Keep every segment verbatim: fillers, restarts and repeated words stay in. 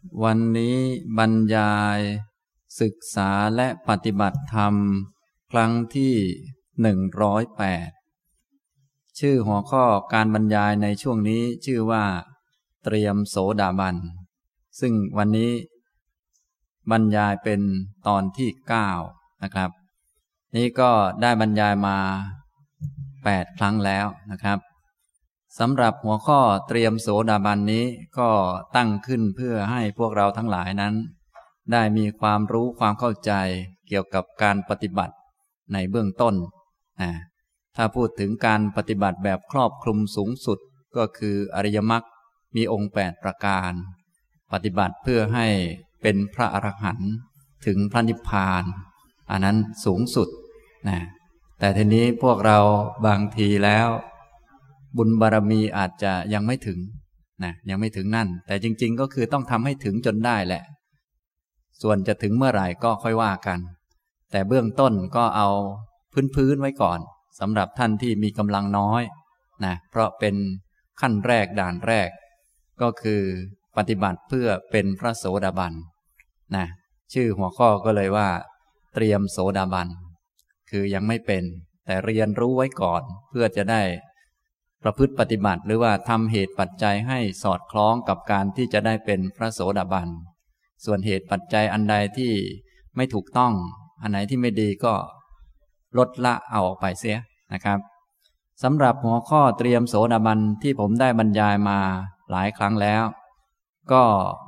วันนี้บรรยายศึกษาและปฏิบัติธรรมครั้งที่หนึ่งร้อยแปดชื่อหัวข้อการบรรยายในช่วงนี้ชื่อว่าเตรียมโสดาบันซึ่งวันนี้บรรยายเป็นตอนที่เก้านะครับนี่ก็ได้บรรยายมาแปดครั้งแล้วนะครับสำหรับหัวข้อเตรียมโสดาบันนี้ก็ตั้งขึ้นเพื่อให้พวกเราทั้งหลายนั้นได้มีความรู้ความเข้าใจเกี่ยวกับการปฏิบัติในเบื้องต้นนะถ้าพูดถึงการปฏิบัติแบบครอบคลุมสูงสุดก็คืออริยมรรคมีองค์แปดประการปฏิบัติเพื่อให้เป็นพระอรหันต์ถึงพระนิพพานอันนั้นสูงสุดนะแต่ทีนี้พวกเราบางทีแล้วบุญบารมีอาจจะยังไม่ถึงนะยังไม่ถึงนั่นแต่จริงๆก็คือต้องทำให้ถึงจนได้แหละส่วนจะถึงเมื่อไหร่ก็ค่อยว่ากันแต่เบื้องต้นก็เอาพื้นๆไว้ก่อนสำหรับท่านที่มีกำลังน้อยนะเพราะเป็นขั้นแรกด่านแรกก็คือปฏิบัติเพื่อเป็นพระโสดาบันนะชื่อหัวข้อก็เลยว่าเตรียมโสดาบันคือยังไม่เป็นแต่เรียนรู้ไว้ก่อนเพื่อจะได้ประพฤติปฏิบัติหรือว่าทำเหตุปัจจัยให้สอดคล้องกับการที่จะได้เป็นพระโสดาบันส่วนเหตุปัจจัยอันใดที่ไม่ถูกต้องอันไหนที่ไม่ดีก็ลดละเอาออกไปเสียนะครับสำหรับหัวข้อเตรียมโสดาบันที่ผมได้บรรยายมาหลายครั้งแล้วก็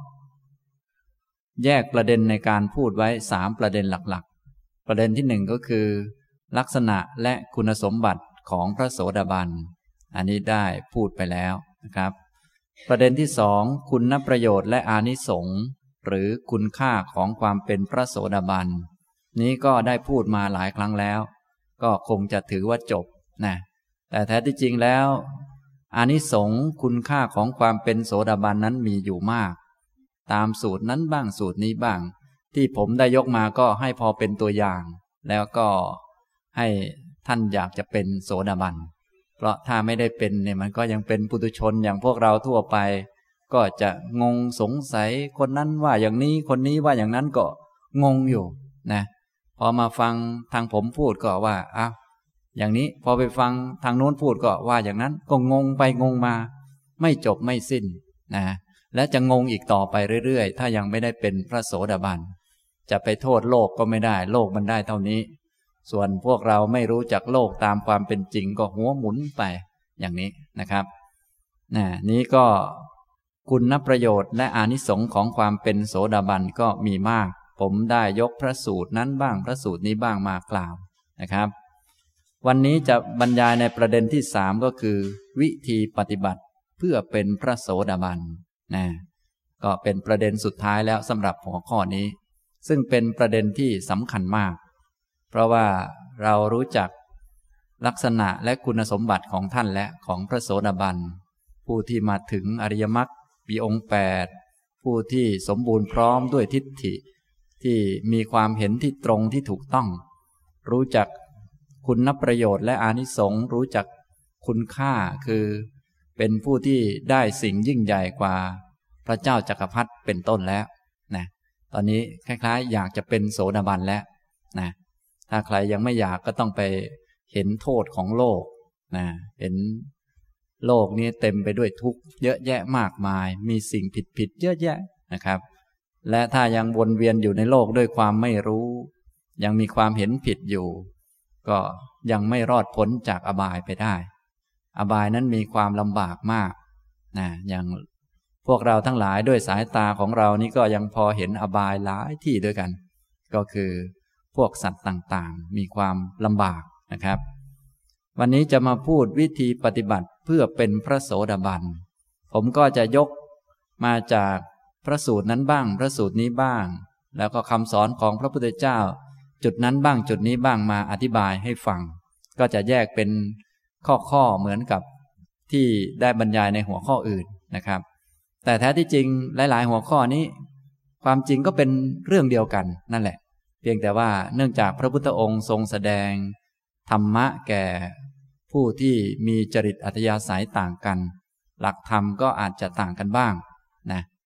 แยกประเด็นในการพูดไว้สามประเด็นหลักๆประเด็นที่หนึ่งก็คือลักษณะและคุณสมบัติของพระโสดาบันอันนี้ได้พูดไปแล้วนะครับประเด็นที่สองคุณประโยชน์และอานิสงส์หรือคุณค่าของความเป็นพระโสดาบันนี้ก็ได้พูดมาหลายครั้งแล้วก็คงจะถือว่าจบนะแต่แท้ที่จริงแล้วอานิสงส์คุณค่าของความเป็นโสดาบันนั้นมีอยู่มากตามสูตรนั้นบ้างสูตรนี้บ้างที่ผมได้ยกมาก็ให้พอเป็นตัวอย่างแล้วก็ให้ท่านอยากจะเป็นโสดาบันเพราะถ้าไม่ได้เป็นเนี่ยมันก็ยังเป็นปุถุชนอย่างพวกเราทั่วไปก็จะงงสงสัยคนนั้นว่าอย่างนี้คนนี้ว่าอย่างนั้นก็งงอยู่นะพอมาฟังทางผมพูดก็ว่าอ้าวอย่างนี้พอไปฟังทางโน้นพูดก็ว่าอย่างนั้นก็งงไปงงมาไม่จบไม่สิ้นนะและจะงงอีกต่อไปเรื่อยๆถ้ายังไม่ได้เป็นพระโสดาบันจะไปโทษโลกก็ไม่ได้โลกมันได้เท่านี้ส่วนพวกเราไม่รู้จักโลกตามความเป็นจริงก็หัวหมุนไปอย่างนี้นะครับนะนี้ก็คุณประโยชน์และอานิสงส์ของความเป็นโสดาบันก็มีมากผมได้ยกพระสูตรนั้นบ้างพระสูตรนี้บ้างมากล่าวนะครับวันนี้จะบรรยายในประเด็นที่สามก็คือวิธีปฏิบัติเพื่อเป็นพระโสดาบันนะก็เป็นประเด็นสุดท้ายแล้วสำหรับหัวข้อนี้ซึ่งเป็นประเด็นที่สำคัญมากเพราะว่าเรารู้จักลักษณะและคุณสมบัติของท่านและของพระโสดาบันผู้ที่มาถึงอริยมรรคมีองค์แปดผู้ที่สมบูรณ์พร้อมด้วยทิฏฐิที่มีความเห็นที่ตรงที่ถูกต้องรู้จักคุณประโยชน์และอานิสงส์รู้จักคุณค่าคือเป็นผู้ที่ได้สิ่งยิ่งใหญ่กว่าพระเจ้าจักรพรรดิเป็นต้นแล้วนะตอนนี้คล้ายๆอยากจะเป็นโสดาบันแล้วนะถ้าใครยังไม่อยากก็ต้องไปเห็นโทษของโลกนะเห็นโลกนี้เต็มไปด้วยทุกข์เยอะแยะมากมายมีสิ่งผิดๆเยอะแยะนะครับและถ้ายังวนเวียนอยู่ในโลกด้วยความไม่รู้ยังมีความเห็นผิดอยู่ก็ยังไม่รอดพ้นจากอบายไปได้อบายนั้นมีความลำบากมากนะอย่างพวกเราทั้งหลายด้วยสายตาของเรานี่ก็ยังพอเห็นอบายหลายที่ด้วยกันก็คือพวกสัตว์ต่างๆมีความลำบากนะครับวันนี้จะมาพูดวิธีปฏิบัติเพื่อเป็นพระโสดาบันผมก็จะยกมาจากพระสูตรนั้นบ้างพระสูตรนี้บ้างแล้วก็คำสอนของพระพุทธเจ้าจุดนั้นบ้างจุดนี้บ้างมาอธิบายให้ฟังก็จะแยกเป็นข้อๆเหมือนกับที่ได้บรรยายในหัวข้ออื่นนะครับแต่แท้ที่จริงหลายๆหัวข้อนี้ความจริงก็เป็นเรื่องเดียวกันนั่นแหละเพียงแต่ว่าเนื่องจากพระพุทธองค์ทรงแสดงธรรมะแก่ผู้ที่มีจริตอัธยาศัยต่างกันหลักธรรมก็อาจจะต่างกันบ้างนะ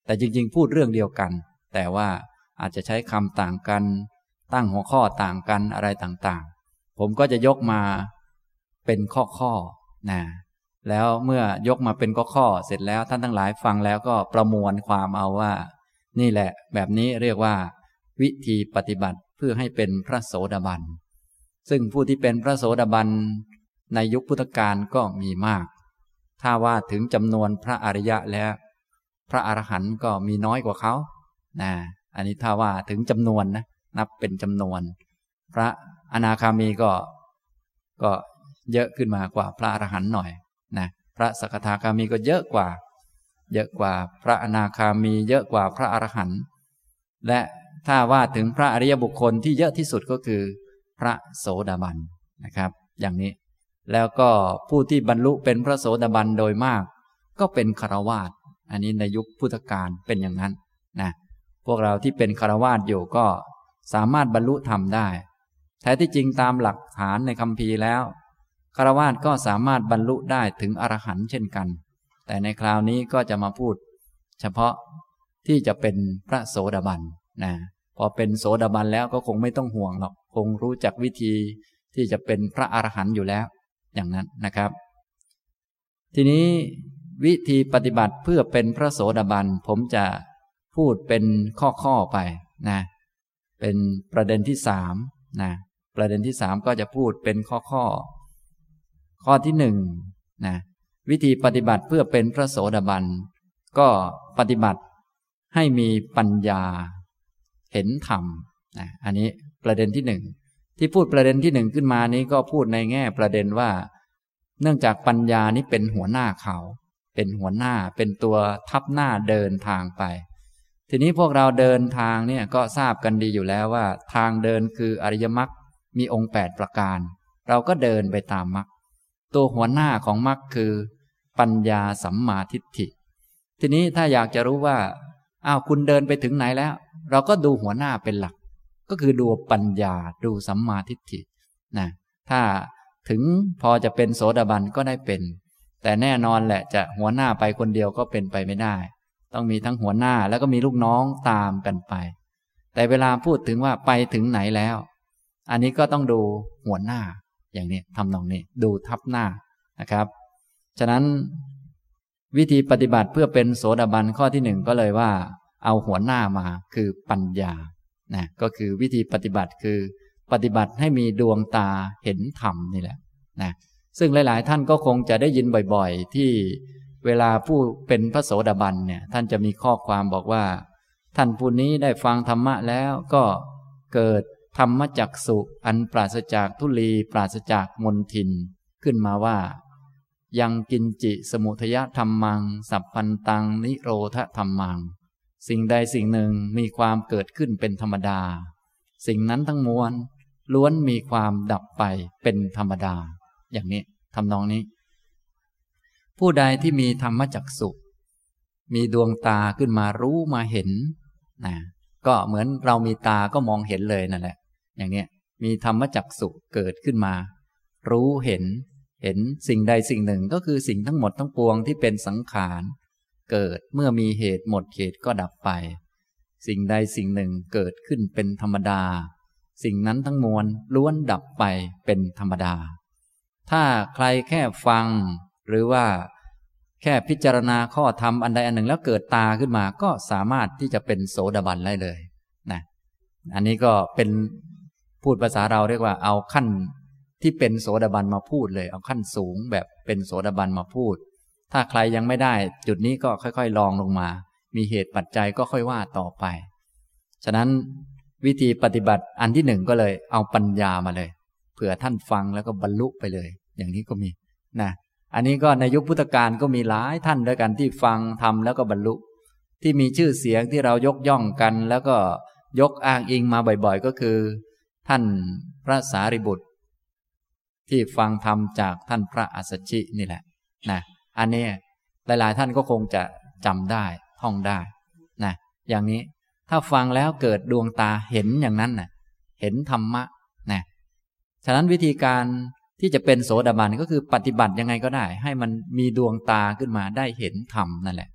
แต่จริงๆพูดเรื่องเดียวกันแต่ว่าอาจจะใช้คำต่างกันตั้งหัวข้อต่างกันอะไรต่างๆผมก็จะยกมาเป็นข้อๆนะแล้วเมื่อยกมาเป็นข้อๆเสร็จแล้วท่านทั้งหลายฟังแล้วก็ประมวลความเอาว่านี่แหละแบบนี้เรียกว่าวิธีปฏิบัติเพื่อให้เป็นพระโสดาบันซึ่งผู้ที่เป็นพระโสดาบันในยุคพุทธกาลก็มีมากถ้าว่าถึงจำนวนพระอริยะแล้วพระอรหันต์ก็มีน้อยกว่าเขานะอันนี้ถ้าว่าถึงจำนวนนะนับเป็นจำนวนพระอนาคามีก็ก็เยอะขึ้นมากว่าพระอรหันต์หน่อยนะพระสกทาคามีก็เยอะกว่าเยอะกว่าพระอนาคามีเยอะกว่าพระอรหันต์และถ้าว่าถึงพระอริยบุคคลที่เยอะที่สุดก็คือพระโสดาบันนะครับอย่างนี้แล้วก็ผู้ที่บรรลุเป็นพระโสดาบันโดยมากก็เป็นฆราวาสอันนี้ในยุคพุทธกาลเป็นอย่างนั้นนะพวกเราที่เป็นฆราวาสอยู่ก็สามารถบรรลุธรรมได้แท้ที่จริงตามหลักฐานในคัมภีร์แล้วฆราวาสก็สามารถบรรลุได้ถึงอรหันต์เช่นกันแต่ในคราวนี้ก็จะมาพูดเฉพาะที่จะเป็นพระโสดาบันนะพอเป็นโสดาบันแล้วก็คงไม่ต้องห่วงหรอกคงรู้จักวิธีที่จะเป็นพระอรหันต์อยู่แล้วอย่างนั้นนะครับทีนี้วิธีปฏิบัติเพื่อเป็นพระโสดาบันผมจะพูดเป็นข้อๆไปนะเป็นประเด็นที่สามนะประเด็นที่สามก็จะพูดเป็นข้อข้อข้อที่หนึ่งนะวิธีปฏิบัติเพื่อเป็นพระโสดาบันก็ปฏิบัติให้มีปัญญาเห็นธรรมนะอันนี้ประเด็นที่หนึ่งที่พูดประเด็นที่หนึ่งขึ้นมานี้ก็พูดในแง่ประเด็นว่าเนื่องจากปัญญานี้เป็นหัวหน้าเขาเป็นหัวหน้าเป็นตัวทับหน้าเดินทางไปทีนี้พวกเราเดินทางเนี่ยก็ทราบกันดีอยู่แล้วว่าทางเดินคืออริยมรรคมีองค์แปดประการเราก็เดินไปตามมรรคตัวหัวหน้าของมรรคคือปัญญาสัมมาทิฏฐิทีนี้ถ้าอยากจะรู้ว่าอ้าวคุณเดินไปถึงไหนแล้วเราก็ดูหัวหน้าเป็นหลักก็คือดูปัญญาดูสัมมาทิฏฐินะถ้าถึงพอจะเป็นโสดาบันก็ได้เป็นแต่แน่นอนแหละจะหัวหน้าไปคนเดียวก็เป็นไปไม่ได้ต้องมีทั้งหัวหน้าแล้วก็มีลูกน้องตามกันไปแต่เวลาพูดถึงว่าไปถึงไหนแล้วอันนี้ก็ต้องดูหัวหน้าอย่างนี้ทำนองนี้ดูทับหน้านะครับฉะนั้นวิธีปฏิบัติเพื่อเป็นโสดาบันข้อที่หนึ่งก็เลยว่าเอาหัวหน้ามาคือปัญญานะก็คือวิธีปฏิบัติคือปฏิบัติให้มีดวงตาเห็นธรรมนี่แหละนะซึ่งหลายๆท่านก็คงจะได้ยินบ่อยๆที่เวลาผู้เป็นพระโสดาบันเนี่ยท่านจะมีข้อความบอกว่าท่านผู้นี้ได้ฟังธรรมะแล้วก็เกิดธรรมจักษุอันปราศจากทุลีปราศจากมลทินขึ้นมาว่ายังกินจิสมุทยธรรมังสัพพันตังนิโรธธรรมังสิ่งใดสิ่งหนึ่งมีความเกิดขึ้นเป็นธรรมดาสิ่งนั้นทั้งมวลล้วนมีความดับไปเป็นธรรมดาอย่างนี้ทำนองนี้ผู้ใดที่มีธรรมจักษุมีดวงตาขึ้นมารู้มาเห็นนะก็เหมือนเรามีตาก็มองเห็นเลยนั่นแหละอย่างนี้มีธรรมจักษุเกิดขึ้นมารู้เห็นเห็นสิ่งใดสิ่งหนึ่งก็คือสิ่งทั้งหมดทั้งปวงที่เป็นสังขารเกิดเมื่อมีเหตุหมดเหตุก็ดับไปสิ่งใดสิ่งหนึ่งเกิดขึ้นเป็นธรรมดาสิ่งนั้นทั้งมวลล้วนดับไปเป็นธรรมดาถ้าใครแค่ฟังหรือว่าแค่พิจารณาข้อธรรมอันใดอันหนึ่งแล้วเกิดตาขึ้นมาก็สามารถที่จะเป็นโสดาบันได้เลยนะอันนี้ก็เป็นพูดภาษาเราเรียกว่าเอาขั้นที่เป็นโสดาบันมาพูดเลยเอาขั้นสูงแบบเป็นโสดาบันมาพูดถ้าใครยังไม่ได้จุดนี้ก็ค่อยๆลองลงมามีเหตุปัจจัยก็ค่อยว่าต่อไปฉะนั้นวิธีปฏิบัติอันที่หนึ่งก็เลยเอาปัญญามาเลยเผื่อท่านฟังแล้วก็บรรลุไปเลยอย่างนี้ก็มีนะอันนี้ก็ในยุคพุทธกาลก็มีหลายท่านด้วยกันที่ฟังทำแล้วก็บรรลุที่มีชื่อเสียงที่เรายกย่องกันแล้วก็ยกอ้างอิงมาบ่อยๆก็คือท่านพระสารีบุตรที่ฟังธรรมจากท่านพระอัสสชินี่แหละนะอันนี้หลายๆท่านก็คงจะจำได้ท่องได้นะอย่างนี้ถ้าฟังแล้วเกิดดวงตาเห็นอย่างนั้นนะเห็นธรรมะนะฉะนั้นวิธีการที่จะเป็นโสดาบันก็คือปฏิบัติยังไงก็ได้ให้มันมีดวงตาขึ้นมาได้เห็นธรรมนั่นแหละ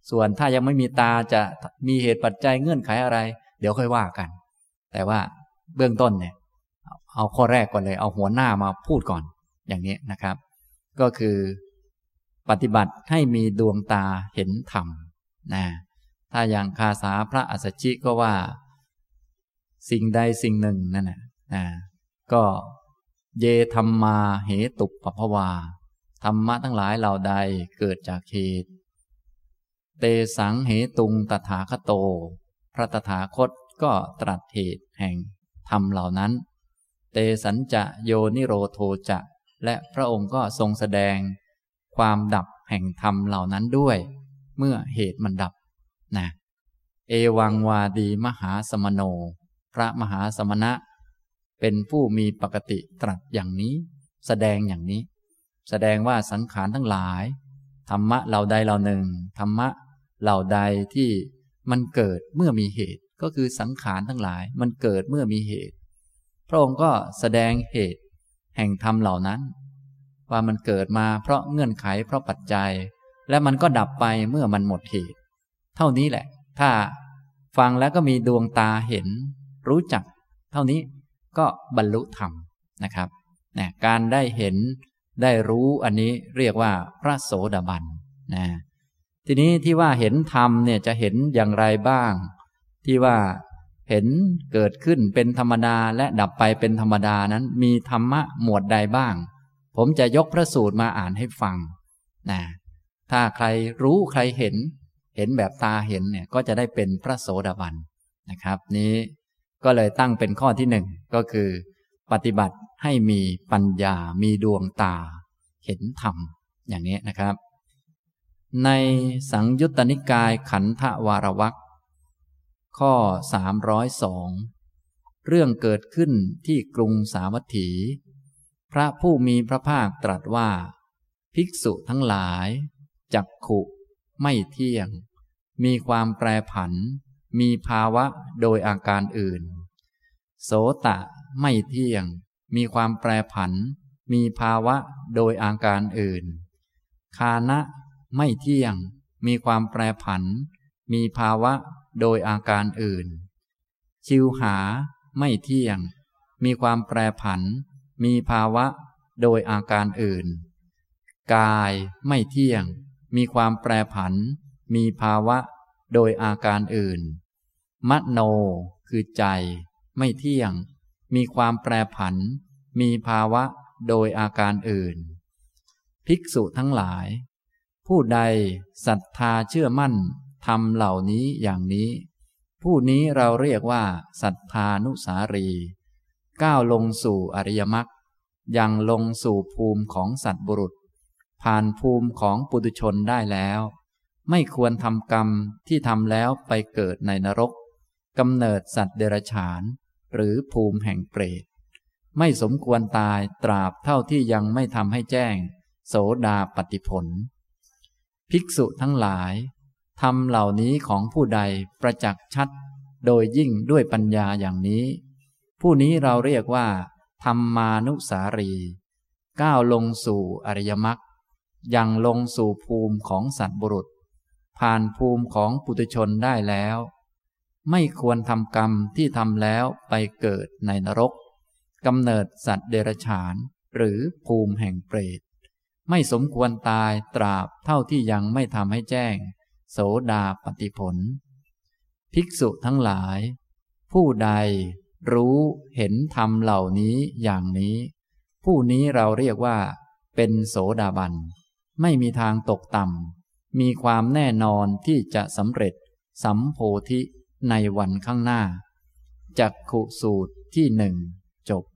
ส่วนถ้ายังไม่มีตาจะมีเหตุปัจจัยเงื่อนไขอะไรเดี๋ยวค่อยว่ากันแต่ว่าเบื้องต้นเนี่ยเอาข้อแรกก่อนเลยเอาหัวหน้ามาพูดก่อนอย่างนี้นะครับก็คือปฏิบัติให้มีดวงตาเห็นธรรมนะถ้าอย่างคาสาพระอัสสชิก็ว่าสิ่งใดสิ่งหนึ่งนั่นนะนะก็เยธัมมาเหตุปปภวาธรรมะทั้งหลายเหล่าใดเกิดจากเหตุเตสังเหตุงตถาคโตพระตถาคตก็ตรัสเหตุแห่งธรรมเหล่านั้นเตสัญจะโยนิโรโทจะและพระองค์ก็ทรงแสดงความดับแห่งธรรมเหล่านั้นด้วยเมื่อเหตุมันดับนะเอวังวาดีมหาสมโนพระมหาสมณะเป็นผู้มีปกติตรัสอย่างนี้แสดงอย่างนี้แสดงว่าสังขารทั้งหลายธรรมะเหล่าใดเหล่าหนึ่งธรรมะเหล่าใดที่มันเกิดเมื่อมีเหตุก็คือสังขารทั้งหลายมันเกิดเมื่อมีเหตุพระองค์ก็แสดงเหตุแห่งธรรมเหล่านั้นว่ามันเกิดมาเพราะเงื่อนไขเพราะปัจจัยและมันก็ดับไปเมื่อมันหมดเหตุเท่านี้แหละถ้าฟังแล้วก็มีดวงตาเห็นรู้จักเท่านี้ก็บรรลุธรรมนะครับนะการได้เห็นได้รู้อันนี้เรียกว่าพระโสดาบันนะทีนี้ที่ว่าเห็นธรรมเนี่ยจะเห็นอย่างไรบ้างที่ว่าเห็นเกิดขึ้นเป็นธรรมดาและดับไปเป็นธรรมดานั้นมีธรรมะหมวดใดบ้างผมจะยกพระสูตรมาอ่านให้ฟังนะถ้าใครรู้ใครเห็นเห็นแบบตาเห็นเนี่ยก็จะได้เป็นพระโสดาบันนะครับนี้ก็เลยตั้งเป็นข้อที่หนึ่งก็คือปฏิบัติให้มีปัญญามีดวงตาเห็นธรรมอย่างนี้นะครับในสังยุตตนิกายขันธวารวรรคข้อสามร้อยสองเรื่องเกิดขึ้นที่กรุงสาวัตถีพระผู้มีพระภาคตรัสว่าภิกษุทั้งหลายจักขุไม่เที่ยงมีความแปรผันมีภาวะโดยอาการอื่นโสตะไม่เที่ยงมีความแปรผันมีภาวะโดยอาการอื่นคานะไม่เที่ยงมีความแปรผันมีภาวะโดยอาการอื่นชิวหาไม่เที่ยงมีความแปรผันมีภาวะโดยอาการอื่นกายไม่เที่ยงมีความแปรผันมีภาวะโดยอาการอื่นมโนคือใจไม่เที่ยงมีความแปรผันมีภาวะโดยอาการอื่นภิกษุทั้งหลายผู้ใดศรัทธาเชื่อมั่นธรรมเหล่านี้อย่างนี้ผู้นี้เราเรียกว่าศรัทธานุสารีก้าวลงสู่อริยมรรคยังลงสู่ภูมิของสัตว์บุรุษผ่านภูมิของปุถุชนได้แล้วไม่ควรทำกรรมที่ทำแล้วไปเกิดในนรกกำเนิดสัตว์เดรัจฉานหรือภูมิแห่งเปรตไม่สมควรตายตราบเท่าที่ยังไม่ทำให้แจ้งโสดาปัตติผลภิกษุทั้งหลายธรรมเหล่านี้ของผู้ใดประจักษ์ชัดโดยยิ่งด้วยปัญญาอย่างนี้ผู้นี้เราเรียกว่าธรรมานุสารีก้าวลงสู่อริยมรรคยังลงสู่ภูมิของสัตว์บุรุษผ่านภูมิของปุถุชนได้แล้วไม่ควรทำกรรมที่ทำแล้วไปเกิดในนรกกำเนิดสัตว์เดรัจฉานหรือภูมิแห่งเปรตไม่สมควรตายตราบเท่าที่ยังไม่ทำให้แจ้งโสดาปัตติผลภิกษุทั้งหลายผู้ใดรู้เห็นธรรมเหล่านี้อย่างนี้ผู้นี้เราเรียกว่าเป็นโสดาบันไม่มีทางตกต่ำมีความแน่นอนที่จะสำเร็จสัมโพธิในวันข้างหน้าจักขุสูตรที่หนึ่งจบ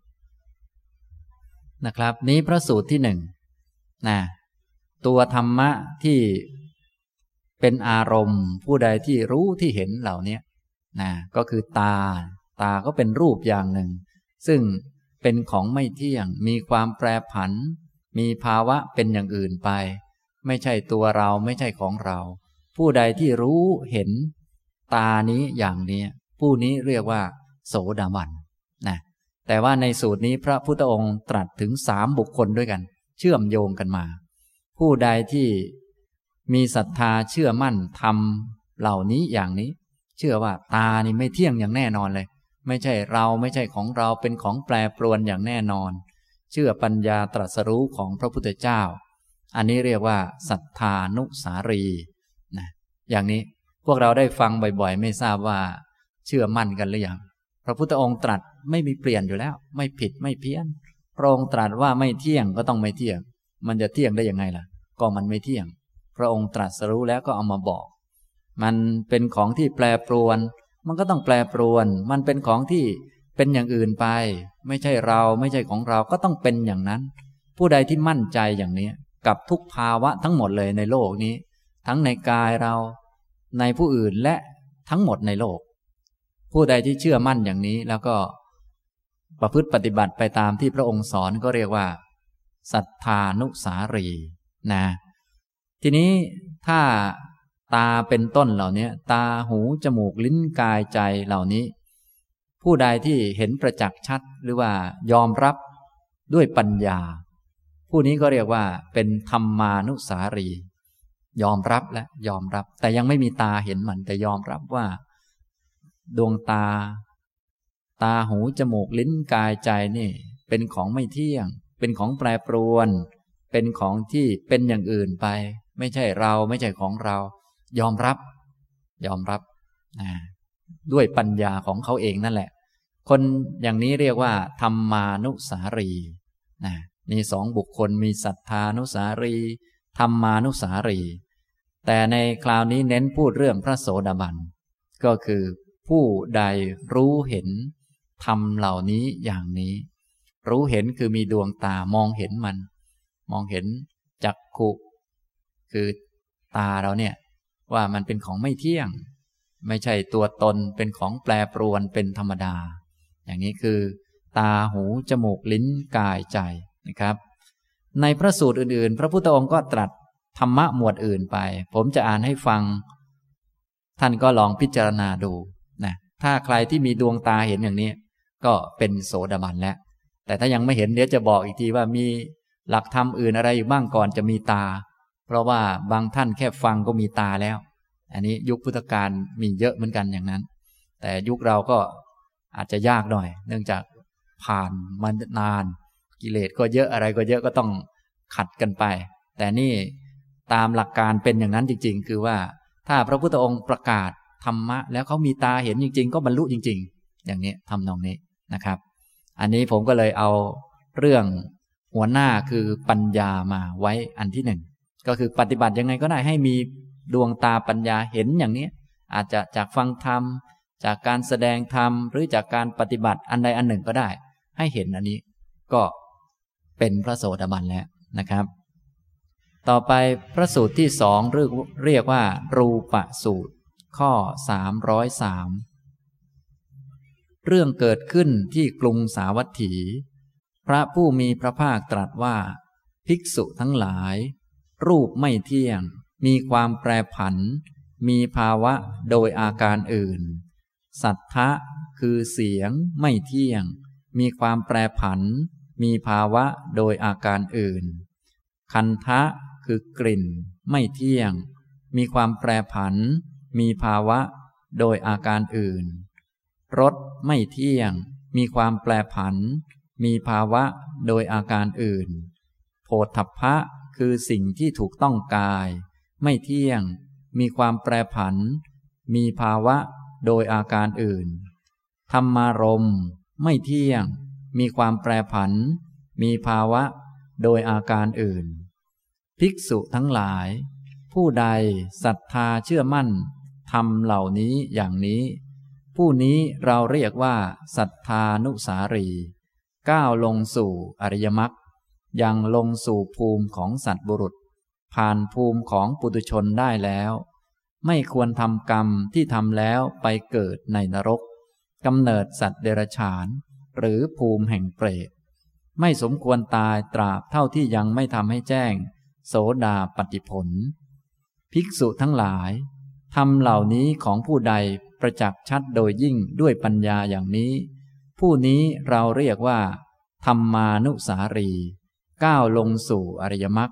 นะครับนี้พระสูตรที่หนึ่งนะตัวธรรมะที่เป็นอารมณ์ผู้ใดที่รู้ที่เห็นเหล่านี้นะก็คือตาตาก็เป็นรูปอย่างหนึ่งซึ่งเป็นของไม่เที่ยงมีความแปรผันมีภาวะเป็นอย่างอื่นไปไม่ใช่ตัวเราไม่ใช่ของเราผู้ใดที่รู้เห็นตานี้อย่างนี้ผู้นี้เรียกว่าโสดาบันนะแต่ว่าในสูตรนี้พระพุทธองค์ตรัสถึงสามบุคคลด้วยกันเชื่อมโยงกันมาผู้ใดที่มีศรัทธาเชื่อมั่นธรรมเหล่านี้อย่างนี้เชื่อว่าตานี่ไม่เที่ยงอย่างแน่นอนเลยไม่ใช่เราไม่ใช่ของเราเป็นของแปรปรวนอย่างแน่นอนเชื่อปัญญาตรัสรู้ของพระพุทธเจ้าอันนี้เรียกว่าศรัทธานุสารีนะอย่างนี้พวกเราได้ฟังบ่อยๆไม่ทราบว่าเชื่อมั่นกันหรือยังพระพุทธองค์ตรัสไม่มีเปลี่ยนอยู่แล้วไม่ผิดไม่เพี้ยนพระองค์ตรัสว่าไม่เที่ยงก็ต้องไม่เที่ยงมันจะเที่ยงได้ยังไงล่ะก็มันไม่เที่ยงพระองค์ตรัสรู้แล้วก็เอามาบอกมันเป็นของที่แปรปรวนมันก็ต้องแปรปรวนมันเป็นของที่เป็นอย่างอื่นไปไม่ใช่เราไม่ใช่ของเราก็ต้องเป็นอย่างนั้นผู้ใดที่มั่นใจอย่างนี้กับทุกภาวะทั้งหมดเลยในโลกนี้ทั้งในกายเราในผู้อื่นและทั้งหมดในโลกผู้ใดที่เชื่อมั่นอย่างนี้แล้วก็ประพฤติปฏิบัติไปตามที่พระองค์สอนก็เรียกว่าศรัทธานุสารีนะทีนี้ถ้าตาเป็นต้นเหล่านี้ตาหูจมูกลิ้นกายใจเหล่านี้ผู้ใดที่เห็นประจักษ์ชัดหรือว่ายอมรับด้วยปัญญาผู้นี้ก็เรียกว่าเป็นธรรมานุสารียอมรับและยอมรับแต่ยังไม่มีตาเห็นมันแต่ยอมรับว่าดวงตาตาหูจมูกลิ้นกายใจนี่เป็นของไม่เที่ยงเป็นของแปรปรวนเป็นของที่เป็นอย่างอื่นไปไม่ใช่เราไม่ใช่ของเรายอมรับยอมรับนะด้วยปัญญาของเขาเองนั่นแหละคนอย่างนี้เรียกว่าธรรมานุสารีนะนี่สองบุคคลมีศรัทธานุสารีธรรมานุสารีแต่ในคราวนี้เน้นพูดเรื่องพระโสดาบันก็คือผู้ใดรู้เห็นธรรมเหล่านี้อย่างนี้รู้เห็นคือมีดวงตามองเห็นมันมองเห็นจักขุคือตาเราเนี่ยว่ามันเป็นของไม่เที่ยงไม่ใช่ตัวตนเป็นของแปรปรวนเป็นธรรมดาอย่างนี้คือตาหูจมูกลิ้นกายใจนะครับในพระสูตรอื่นๆพระพุทธองค์ก็ตรัสธรรมะหมวดอื่นไปผมจะอ่านให้ฟังท่านก็ลองพิจารณาดูนะถ้าใครที่มีดวงตาเห็นอย่างนี้ก็เป็นโสดาบันแล้วแต่ถ้ายังไม่เห็นเดี๋ยวจะบอกอีกทีว่ามีหลักธรรมอื่นอะไรอยู่บ้างก่อนจะมีตาเพราะว่าบางท่านแค่ฟังก็มีตาแล้วอันนี้ยุคพุทธกาลมีเยอะเหมือนกันอย่างนั้นแต่ยุคเราก็อาจจะยากหน่อยเนื่องจากผ่านมานานกิเลสก็เยอะอะไรก็เยอะก็ต้องขัดกันไปแต่นี่ตามหลักการเป็นอย่างนั้นจริงๆคือว่าถ้าพระพุทธองค์ประกาศธรรมะแล้วเขามีตาเห็นจริงๆก็บรรลุจริงๆอย่างนี้ทำนองนี้นะครับอันนี้ผมก็เลยเอาเรื่องหัวหน้าคือปัญญามาไว้อันที่หนึ่งก็คือปฏิบัติยังไงก็ได้ให้มีดวงตาปัญญาเห็นอย่างนี้อาจจะจากฟังธรรมจากการแสดงธรรมหรือจากการปฏิบัติอันใดอันหนึ่งก็ได้ให้เห็นอันนี้ก็เป็นพระโสดาบันแล้วนะครับต่อไปพระสูตรที่สองเรียกเรียกว่ารูปสูตรข้อสามร้อยสามเรื่องเกิดขึ้นที่กรุงสาวัตถีพระผู้มีพระภาคตรัสว่าภิกษุทั้งหลายรูปไม่เที่ยงมีความแปรผันมีภาวะโดยอาการอื่นสัทธะคือเสียงไม่เที่ยงมีความแปรผันมีภาวะโดยอาการอื่นคันธะคือกลิ่นไม่เที่ยงมีความแปรผันมีภาวะโดยอาการอื่นรสไม่เที่ยงมีความแปรผันมีภาวะโดยอาการอื่นโผฏฐัพพะคือสิ่งที่ถูกต้องกายไม่เที่ยงมีความแปรผันมีภาวะโดยอาการอื่นธรรมารมณ์ไม่เที่ยงมีความแปรผันมีภาวะโดยอาการอื่นภิกษุทั้งหลายผู้ใดศรัทธาเชื่อมั่นธรรมเหล่านี้อย่างนี้ผู้นี้เราเรียกว่าศรัทธานุสารีก้าวลงสู่อริยมรรคยังลงสู่ภูมิของสัตว์บุรุษผ่านภูมิของปุถุชนได้แล้วไม่ควรทำกรรมที่ทำแล้วไปเกิดในนรกกำเนิดสัตว์เดรัจฉานหรือภูมิแห่งเปรตไม่สมควรตายตราบเท่าที่ยังไม่ทำให้แจ้งโสดาปัตติผลภิกษุทั้งหลายธรรมเหล่านี้ของผู้ใดประจักษ์ชัดโดยยิ่งด้วยปัญญาอย่างนี้ผู้นี้เราเรียกว่าธรรมานุสารีก้าวลงสู่อริยมรรค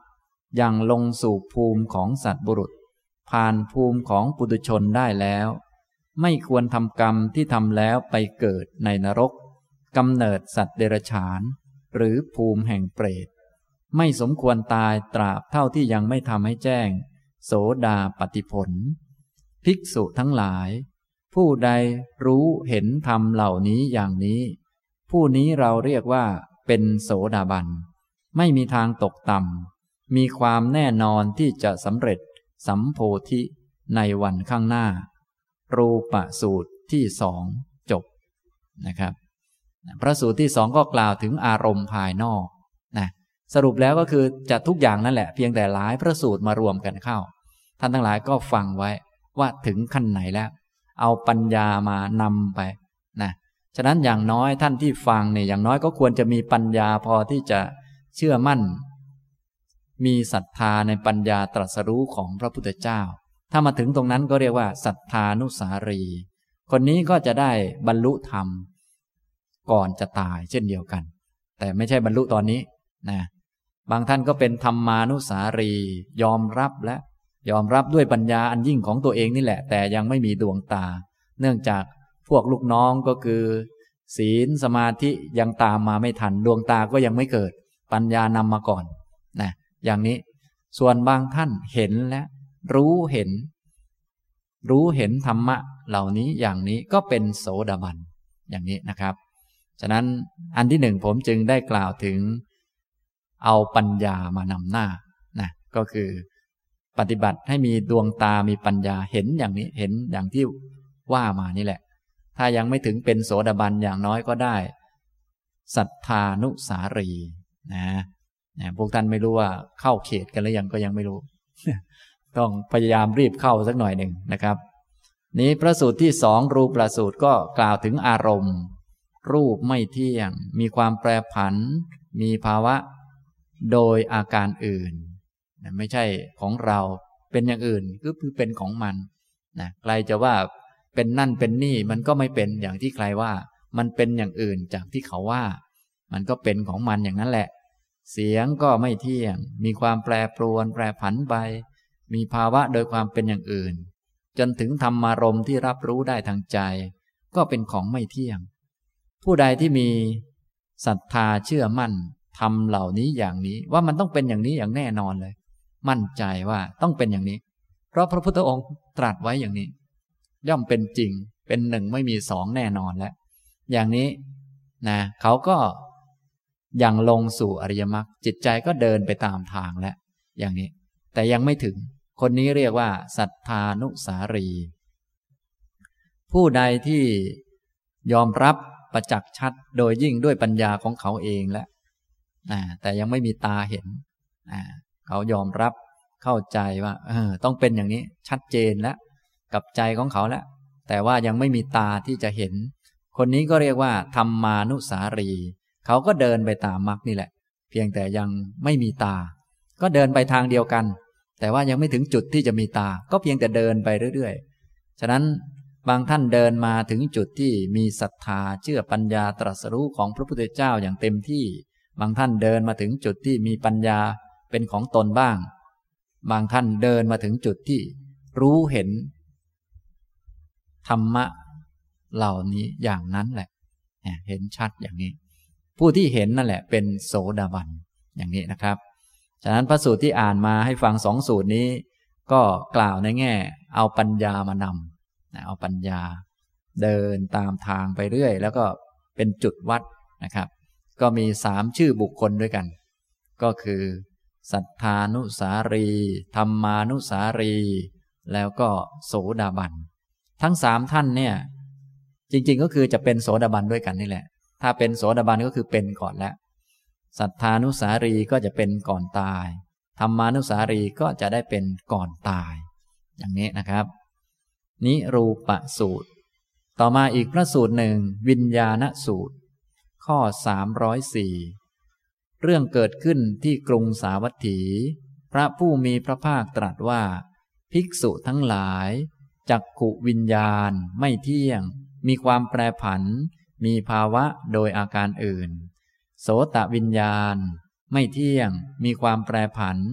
ยังลงสู่ภูมิของสัตว์บุรุษผ่านภูมิของปุถุชนได้แล้วไม่ควรทำกรรมที่ทำแล้วไปเกิดในนรกกำเนิดสัตว์เดรัจฉานหรือภูมิแห่งเปรตไม่สมควรตายตราบเท่าที่ยังไม่ทำให้แจ้งโสดาปัตติผลภิกษุทั้งหลายผู้ใดรู้เห็นธรรมเหล่านี้อย่างนี้ผู้นี้เราเรียกว่าเป็นโสดาบันไม่มีทางตกต่ำมีความแน่นอนที่จะสำเร็จสัมโพธิในวันข้างหน้ารูปสูตรที่สองจบนะครับพระสูตรที่สองก็กล่าวถึงอารมณ์ภายนอกนะสรุปแล้วก็คือจะทุกอย่างนั่นแหละเพียงแต่หลายพระสูตรมารวมกันเข้าท่านทั้งหลายก็ฟังไว้ว่าถึงขั้นไหนแล้วเอาปัญญามานำไปนะฉะนั้นอย่างน้อยท่านที่ฟังเนี่ยอย่างน้อยก็ควรจะมีปัญญาพอที่จะเชื่อมั่นมีศรัทธาในปัญญาตรัสรู้ของพระพุทธเจ้าถ้ามาถึงตรงนั้นก็เรียกว่าศรัทธานุสารีคนนี้ก็จะได้บรรลุธรรมก่อนจะตายเช่นเดียวกันแต่ไม่ใช่บรรลุตอนนี้นะบางท่านก็เป็นธรรมานุสารียอมรับและยอมรับด้วยปัญญาอันยิ่งของตัวเองนี่แหละแต่ยังไม่มีดวงตาเนื่องจากพวกลูกน้องก็คือศีลสมาธิยังตามมาไม่ทันดวงตาก็ยังไม่เกิดปัญญานำมาก่อนนะอย่างนี้ส่วนบางท่านเห็นและรู้เห็นรู้เห็นธรรมะเหล่านี้อย่างนี้ก็เป็นโสดาบันอย่างนี้นะครับฉะนั้นอันที่หนึ่งผมจึงได้กล่าวถึงเอาปัญญามานำหน้านะก็คือปฏิบัติให้มีดวงตามีปัญญาเห็นอย่างนี้เห็นอย่างที่ว่ามานี่แหละถ้ายังไม่ถึงเป็นโสดาบันอย่างน้อยก็ได้ศรัทธานุสารีนะพวกท่านไม่รู้ว่าเข้าเขตกันหรือยังก็ยังไม่รู้ ต้องพยายามรีบเข้าสักหน่อยหนึ่งนะครับนี้พระสูตรที่สองรูปประสูตรก็กล่าวถึงอารมณ์รูปไม่เที่ยงมีความแปรผันมีภาวะโดยอาการอื่นไม่ใช่ของเราเป็นอย่างอื่นก็คือเป็นของมันนะใครจะว่าเป็นนั่นเป็นนี่มันก็ไม่เป็นอย่างที่ใครว่ามันเป็นอย่างอื่นจากที่เขาว่ามันก็เป็นของมันอย่างนั้นแหละเสียงก็ไม่เที่ยงมีความแปรปรวนแปรผันไปมีภาวะโดยความเป็นอย่างอื่นจนถึงธรรมารมณ์ที่รับรู้ได้ทางใจก็เป็นของไม่เที่ยงผู้ใดที่มีศรัทธาเชื่อมั่นทำเหล่านี้อย่างนี้ว่ามันต้องเป็นอย่างนี้อย่างแน่นอนเลยมั่นใจว่าต้องเป็นอย่างนี้เพราะพระพุทธองค์ตรัสไว้อย่างนี้ย่อมเป็นจริงเป็นหนึ่งไม่มีสองแน่นอนแล้วอย่างนี้นะเขาก็ยังลงสู่อริยมรรคจิตใจก็เดินไปตามทางแล้วอย่างนี้แต่ยังไม่ถึงคนนี้เรียกว่าศรัทธานุสารีผู้ใดที่ยอมรับประจักษ์ชัดโดยยิ่งด้วยปัญญาของเขาเองแล้วแต่ยังไม่มีตาเห็นเขายอมรับเข้าใจว่าเออต้องเป็นอย่างนี้ชัดเจนแล้วกับใจของเขาแล้วแต่ว่ายังไม่มีตาที่จะเห็นคนนี้ก็เรียกว่าธรรมานุสารีเขาก็เดินไปตามมรรคนี่แหละเพียงแต่ยังไม่มีตาก็เดินไปทางเดียวกันแต่ว่ายังไม่ถึงจุดที่จะมีตาก็เพียงแต่เดินไปเรื่อยๆฉะนั้นบางท่านเดินมาถึงจุดที่มีศรัทธาเชื่อปัญญาตรัสรู้ของพระพุทธเจ้าอย่างเต็มที่บางท่านเดินมาถึงจุดที่มีปัญญาเป็นของตนบ้างบางท่านเดินมาถึงจุดที่รู้เห็นธรรมะเหล่านี้อย่างนั้นแหละเห็นชัดอย่างนี้ผู้ที่เห็นนั่นแหละเป็นโสดาบันอย่างนี้นะครับฉะนั้นพระสูตรที่อ่านมาให้ฟังสองสูตรนี้ก็กล่าวในแง่เอาปัญญามานำเอาปัญญาเดินตามทางไปเรื่อยแล้วก็เป็นจุดวัดนะครับก็มีสามชื่อบุคคลด้วยกันก็คือศรัทธานุสารีธรรมานุสารีแล้วก็โสดาบันทั้งสามท่านเนี่ยจริงๆก็คือจะเป็นโสดาบันด้วยกันนี่แหละถ้าเป็นโสดาบันก็คือเป็นก่อนแล้วศรัทธานุสารีก็จะเป็นก่อนตายธรรมานุสารีก็จะได้เป็นก่อนตายอย่างนี้นะครับนิรูปสูตรต่อมาอีกพระสูตรหนึ่งวิญญาณสูตรข้อสามร้อยสี่เรื่องเกิดขึ้นที่กรุงสาวัตถีพระผู้มีพระภาคตรัสว่าภิกษุทั้งหลายจักขุวิญญาณไม่เที่ยงมีความแปรผันมีภาวะโดยอาการอื่นโสตวิญญาณไม่เที่ยงมีความแปรผัน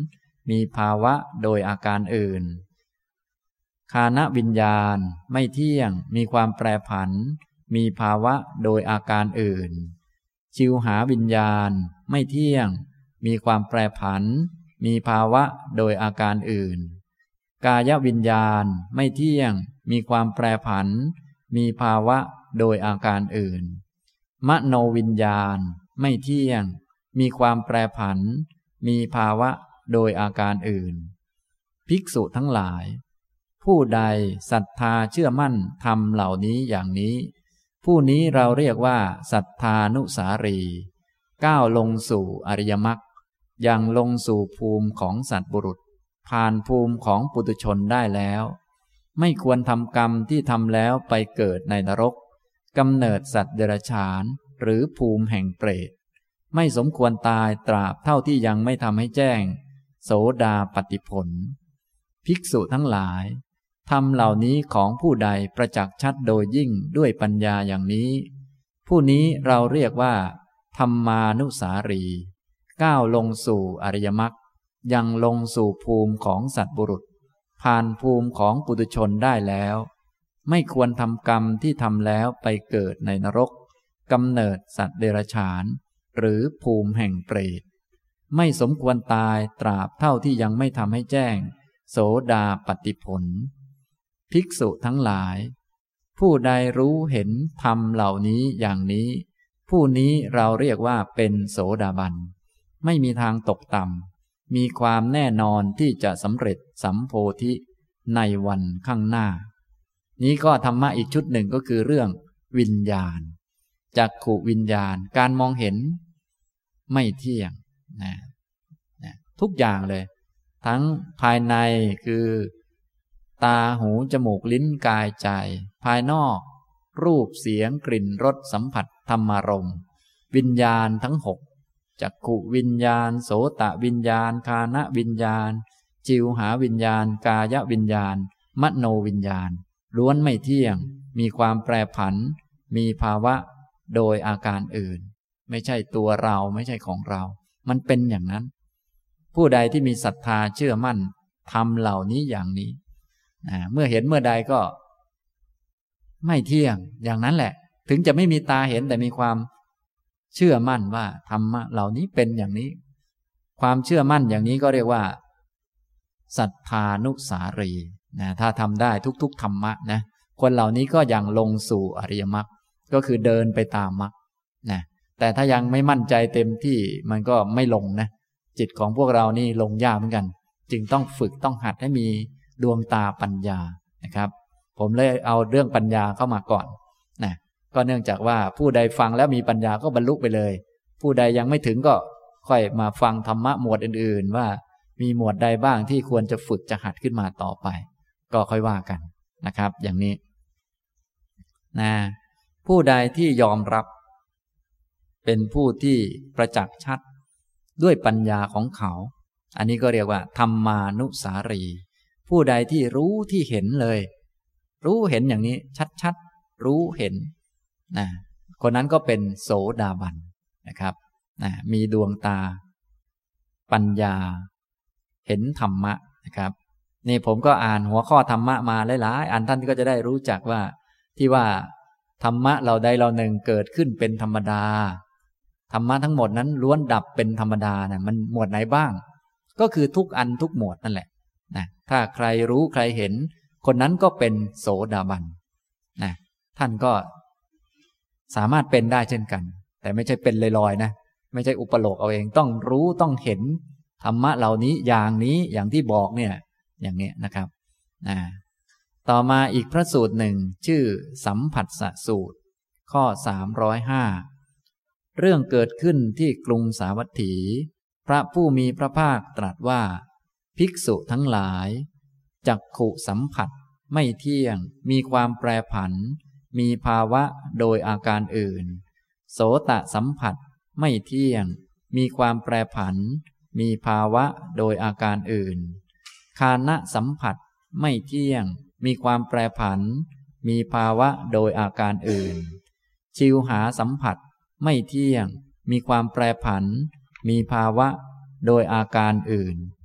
มีภาวะโดยอาการอื่นฆานวิญญาณไม่เที่ยงมีความแปรผันมีภาวะโดยอาการอื่นชิวหาวิญญาณไม่เที่ยงมีความแปรผันมีภาวะโดยอาการอื่นกายวิญญาณไม่เที่ยงมีความแปรผันมีภาวะโดยอาการอื่นมโนวิญญาณไม่เที่ยงมีความแปรผันมีภาวะโดยอาการอื่นภิกษุทั้งหลายผู้ใดศรัทธาเชื่อมั่นธรรมเหล่านี้อย่างนี้ผู้นี้เราเรียกว่าศรัทธานุสารีก้าวลงสู่อริยมรรคยังลงสู่ภูมิของสัตว์บุรุษผ่านภูมิของปุถุชนได้แล้วไม่ควรทำกรรมที่ทำแล้วไปเกิดในนรกกำเนิดสัตว์เดรัจฉานหรือภูมิแห่งเปรตไม่สมควรตายตราบเท่าที่ยังไม่ทำให้แจ้งโสดาปัตติผลภิกษุทั้งหลายธรรมเหล่านี้ของผู้ใดประจักษ์ชัดโดยยิ่งด้วยปัญญาอย่างนี้ผู้นี้เราเรียกว่าธรรมานุสารีก้าวลงสู่อริยมรรคยังลงสู่ภูมิของสัตว์บุรุษผ่านภูมิของปุถุชนได้แล้วไม่ควรทำกรรมที่ทำแล้วไปเกิดในนรกกำเนิดสัตว์เดรัจฉานหรือภูมิแห่งเปรตไม่สมควรตายตราบเท่าที่ยังไม่ทำให้แจ้งโสดาปัตติผลภิกษุทั้งหลายผู้ใดรู้เห็นธรรมเหล่านี้อย่างนี้ผู้นี้เราเรียกว่าเป็นโสดาบันไม่มีทางตกต่ำมีความแน่นอนที่จะสำเร็จสัมโพธิในวันข้างหน้านี้ก็ธรรมะอีกชุดหนึ่งก็คือเรื่องวิญญาณจักขุวิญญาณการมองเห็นไม่เที่ยงนะนะทุกอย่างเลยทั้งภายในคือตาหูจมูกลิ้นกายใจภายนอกรูปเสียงกลิ่นรสสัมผัสธรรมารมณ์วิญญาณทั้งหกจักขุวิญญาณโสตวิญญาณฆานวิญญาณจิวหาวิญญาณกายวิญญาณมโนวิญญาณล้วนไม่เที่ยงมีความแปรผันมีภาวะโดยอาการอื่นไม่ใช่ตัวเราไม่ใช่ของเรามันเป็นอย่างนั้นผู้ใดที่มีศรัทธาเชื่อมั่นธรรมเหล่านี้อย่างนี้เมื่อเห็นเมื่อใดก็ไม่เที่ยงอย่างนั้นแหละถึงจะไม่มีตาเห็นแต่มีความเชื่อมั่นว่าธรรมะเหล่านี้เป็นอย่างนี้ความเชื่อมั่นอย่างนี้ก็เรียกว่าศรัทธานุสารีนะถ้าทำได้ทุกๆธรรมะนะคนเหล่านี้ก็ยังลงสู่อริยมรรคก็คือเดินไปตามมรรคนะแต่ถ้ายังไม่มั่นใจเต็มที่มันก็ไม่ลงนะจิตของพวกเรานี่ลงยากเหมือนกันจึงต้องฝึกต้องหัดให้มีดวงตาปัญญานะครับผมเลยเอาเรื่องปัญญาเข้ามาก่อนนะก็เนื่องจากว่าผู้ใดฟังแล้วมีปัญญาก็บรรลุไปเลยผู้ใดยังไม่ถึงก็ค่อยมาฟังธรรมะหมวดอื่นๆว่ามีหมวดใดบ้างที่ควรจะฝึกจะหัดขึ้นมาต่อไปก็ค่อยว่ากันนะครับอย่างนี้นะผู้ใดที่ยอมรับเป็นผู้ที่ประจักษ์ชัดด้วยปัญญาของเขาอันนี้ก็เรียกว่าธรรมานุสารีผู้ใดที่รู้ที่เห็นเลยรู้เห็นอย่างนี้ชัดๆรู้เห็นนะคนนั้นก็เป็นโสดาบันนะครับนะมีดวงตาปัญญาเห็นธรรมะนะครับนี่ผมก็อ่านหัวข้อธรรมะมาหลายๆอันท่านก็จะได้รู้จักว่าที่ว่าธรรมะเราใดเราหนึ่งเกิดขึ้นเป็นธรรมดาธรรมะทั้งหมดนั้นล้วนดับเป็นธรรมดานะมันหมวดไหนบ้างก็คือทุกอันทุกหมวดนั่นแหละนะถ้าใครรู้ใครเห็นคนนั้นก็เป็นโสดาบันนะท่านก็สามารถเป็นได้เช่นกันแต่ไม่ใช่เป็นลอยๆนะไม่ใช่อุปโลกเอาเองต้องรู้ต้องเห็นธรรมะเหล่านี้อย่างนี้อย่างที่บอกเนี่ยอย่างนี้นะครับนะต่อมาอีกพระสูตรหนึ่งชื่อสัมผัสสสูตรข้อสามร้อยห้าเรื่องเกิดขึ้นที่กรุงสาวัตถีพระผู้มีพระภาคตรัสว่าภิกษุทั้งหลายจักขุสัมผัสไม่เที่ยงมีความแปรผันมีภาวะโดยอาการอื่นโสตสัมผัสไม่เที่ยงมีความแปรผันมีภาวะโดยอาการอื่นฆานสัมผัสไม่เที่ยงมีความแปรผันมีภาวะโดยอาการอื่นชิวหาสัมผัสไม่เที่ยงมีความแปรผันมีภาวะโดยอาการอื่น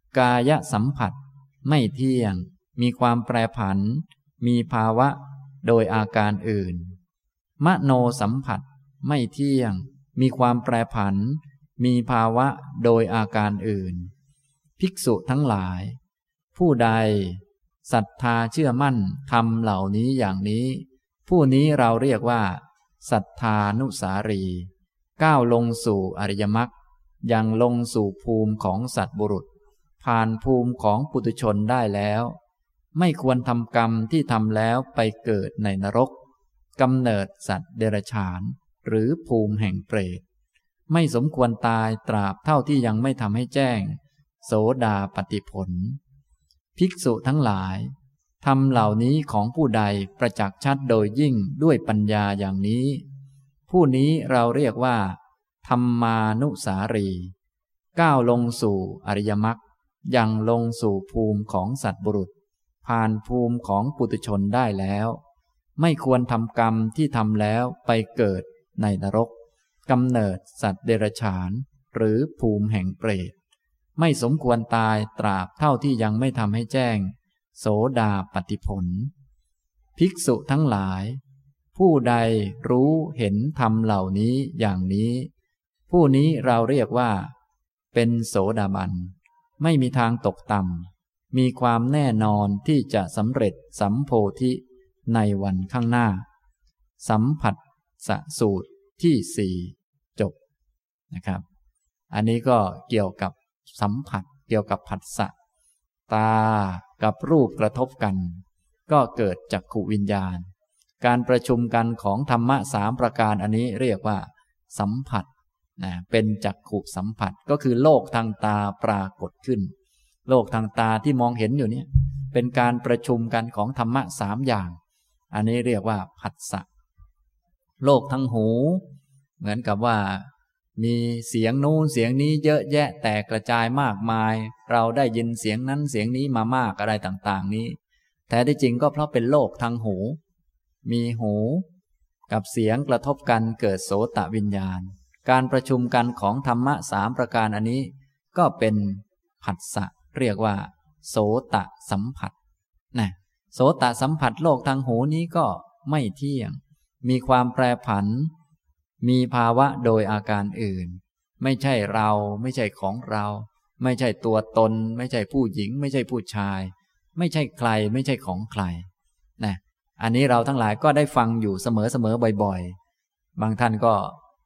กายสัมผัสไม่เที่ยงมีความแปรผันมีภาวะโดยอาการอื่นมโนสัมผัสไม่เที่ยงมีความแปรผันมีภาวะโดยอาการอื่นภิกษุทั้งหลายผู้ใดศรัทธาเชื่อมั่นธรรมเหล่านี้อย่างนี้ผู้นี้เราเรียกว่าศรัทธานุสารีก้าวลงสู่อริยมรรคยังลงสู่ภูมิของสัตว์บุรุษผ่านภูมิของปุถุชนได้แล้วไม่ควรทำกรรมที่ทำแล้วไปเกิดในนรกกำเนิดสัตว์เดรัจฉานหรือภูมิแห่งเปรตไม่สมควรตายตราบเท่าที่ยังไม่ทำให้แจ้งโสดาปัตติผลภิกษุทั้งหลายธรรมเหล่านี้ของผู้ใดประจักษ์ชัดโดยยิ่งด้วยปัญญาอย่างนี้ผู้นี้เราเรียกว่าธรรมานุสารีก้าวลงสู่อริยมรรคยังลงสู่ภูมิของสัตว์บุรุษผ่านภูมิของปุถุชนได้แล้วไม่ควรทำกรรมที่ทำแล้วไปเกิดในนรกกำเนิดสัตว์เดรัจฉานหรือภูมิแห่งเปรตไม่สมควรตายตราบเท่าที่ยังไม่ทำให้แจ้งโสดาปัตติผลภิกษุทั้งหลายผู้ใดรู้เห็นธรรมเหล่านี้อย่างนี้ผู้นี้เราเรียกว่าเป็นโสดาบันไม่มีทางตกต่ำมีความแน่นอนที่จะสำเร็จสัมโพธิในวันข้างหน้าสัมผัสสสูตรที่สี่จบนะครับอันนี้ก็เกี่ยวกับสัมผัสเกี่ยวกับผัสสะตากับรูปกระทบกันก็เกิดจักขุวิญญาณการประชุมกันของธรรมะสามประการอันนี้เรียกว่าสัมผัสนะเป็นจักขุสัมผัสก็คือโลกทางตาปรากฏขึ้นโลกทางตาที่มองเห็นอยู่เนี่ยเป็นการประชุมกันของธรรมะสามอย่างอันนี้เรียกว่าผัสสะโลกทางหูเหมือนกับว่ามีเสียงนู้นเสียงนี้เยอะแยะแตกกระจายมากมายเราได้ยินเสียงนั้นเสียงนี้มามากอะไรต่างๆนี้แท้ที่จริงก็เพราะเป็นโลกทางหูมีหูกับเสียงกระทบกันเกิดโสตวิญญาณการประชุมกันของธรรมะสามประการอันนี้ก็เป็นผัสสะเรียกว่าโสตสัมผัสนะโสตสัมผัสโลกทางหูนี้ก็ไม่เที่ยงมีความแปรผันมีภาวะโดยอาการอื่นไม่ใช่เราไม่ใช่ของเราไม่ใช่ตัวตนไม่ใช่ผู้หญิงไม่ใช่ผู้ชายไม่ใช่ใครไม่ใช่ของใครนะอันนี้เราทั้งหลายก็ได้ฟังอยู่เสมอๆบ่อยๆบางท่านก็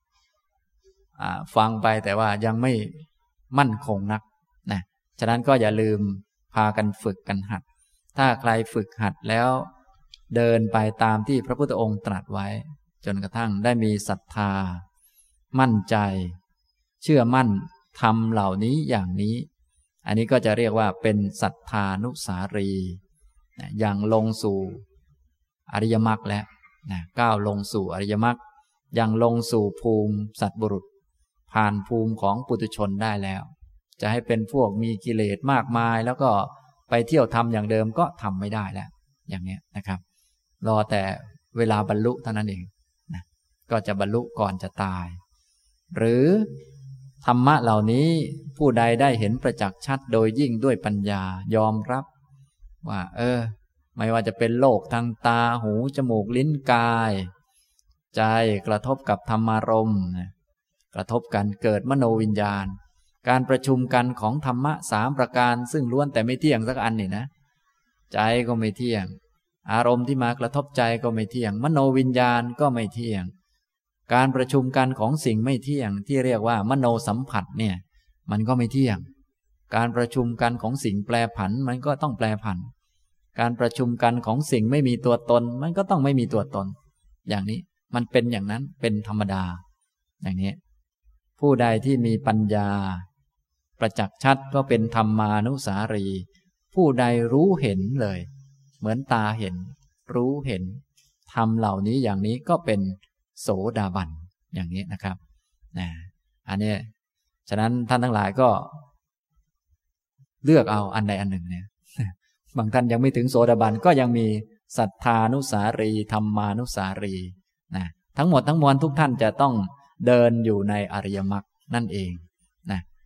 ฟังไปแต่ว่ายังไม่มั่นคงนักนะฉะนั้นก็อย่าลืมพากันฝึกกันหัดถ้าใครฝึกหัดแล้วเดินไปตามที่พระพุทธองค์ตรัสไว้จนกระทั่งได้มีศรัทธามั่นใจเชื่อมั่นธรรมเหล่านี้อย่างนี้อันนี้ก็จะเรียกว่าเป็นศรัทธานุสารีอย่างลงสู่อริยมรรคแล้วนะก้าวลงสู่อริยมรรคยังลงสู่ภูมิสัตว์บุรุษผ่านภูมิของปุถุชนได้แล้วจะให้เป็นพวกมีกิเลสมากมายแล้วก็ไปเที่ยวทำอย่างเดิมก็ทำไม่ได้แล้วอย่างนี้นะครับรอแต่เวลาบรรลุเท่านั้นเองนะก็จะบรรลุก่อนจะตายหรือธรรมะเหล่านี้ผู้ใดได้เห็นประจักษ์ชัดโดยยิ่งด้วยปัญญายอมรับว่าเออไม่ว่าจะเป็นโลกทางตาหูจมูกลิ้นกายใจกระทบกับธรรมารมณ์กระทบกันเกิดมโนวิญญาณการประชุมกันของธรรมะสามประการซึ่งล้วนแต่ไม่เที่ยงสักอันนี่นะใจก็ไม่เที่ยงอารมณ์ที่มากระทบใจก็ไม่เที่ยงมโนวิญญาณก็ไม่เที่ยงการประชุมกันของสิ่งไม่เที่ยงที่เรียกว่ามโนสัมผัสเนี่ยมันก็ไม่เที่ยงการประชุมกันของสิ่งแปรผันมันก็ต้องแปรผันการประชุมกันของสิ่งไม่มีตัวตนมันก็ต้องไม่มีตัวตนอย่างนี้มันเป็นอย่างนั้นเป็นธรรมดาอย่างนี้ผู้ใดที่มีปัญญาประจักษ์ชัดก็เป็นธรรมานุสารีผู้ใดรู้เห็นเลยเหมือนตาเห็นรู้เห็นธรรมเหล่านี้อย่างนี้ก็เป็นโสดาบันอย่างนี้นะครับนะอันนี้ฉะนั้นท่านทั้งหลายก็เลือกเอาอันใดอันหนึ่งเนี่ยบางท่านยังไม่ถึงโสดาบันก็ยังมีสัทธานุสารีธรรมานุสารีนะทั้งหมดทั้งมวลทุกท่านจะต้องเดินอยู่ในอริยมรรคนั่นเองนะ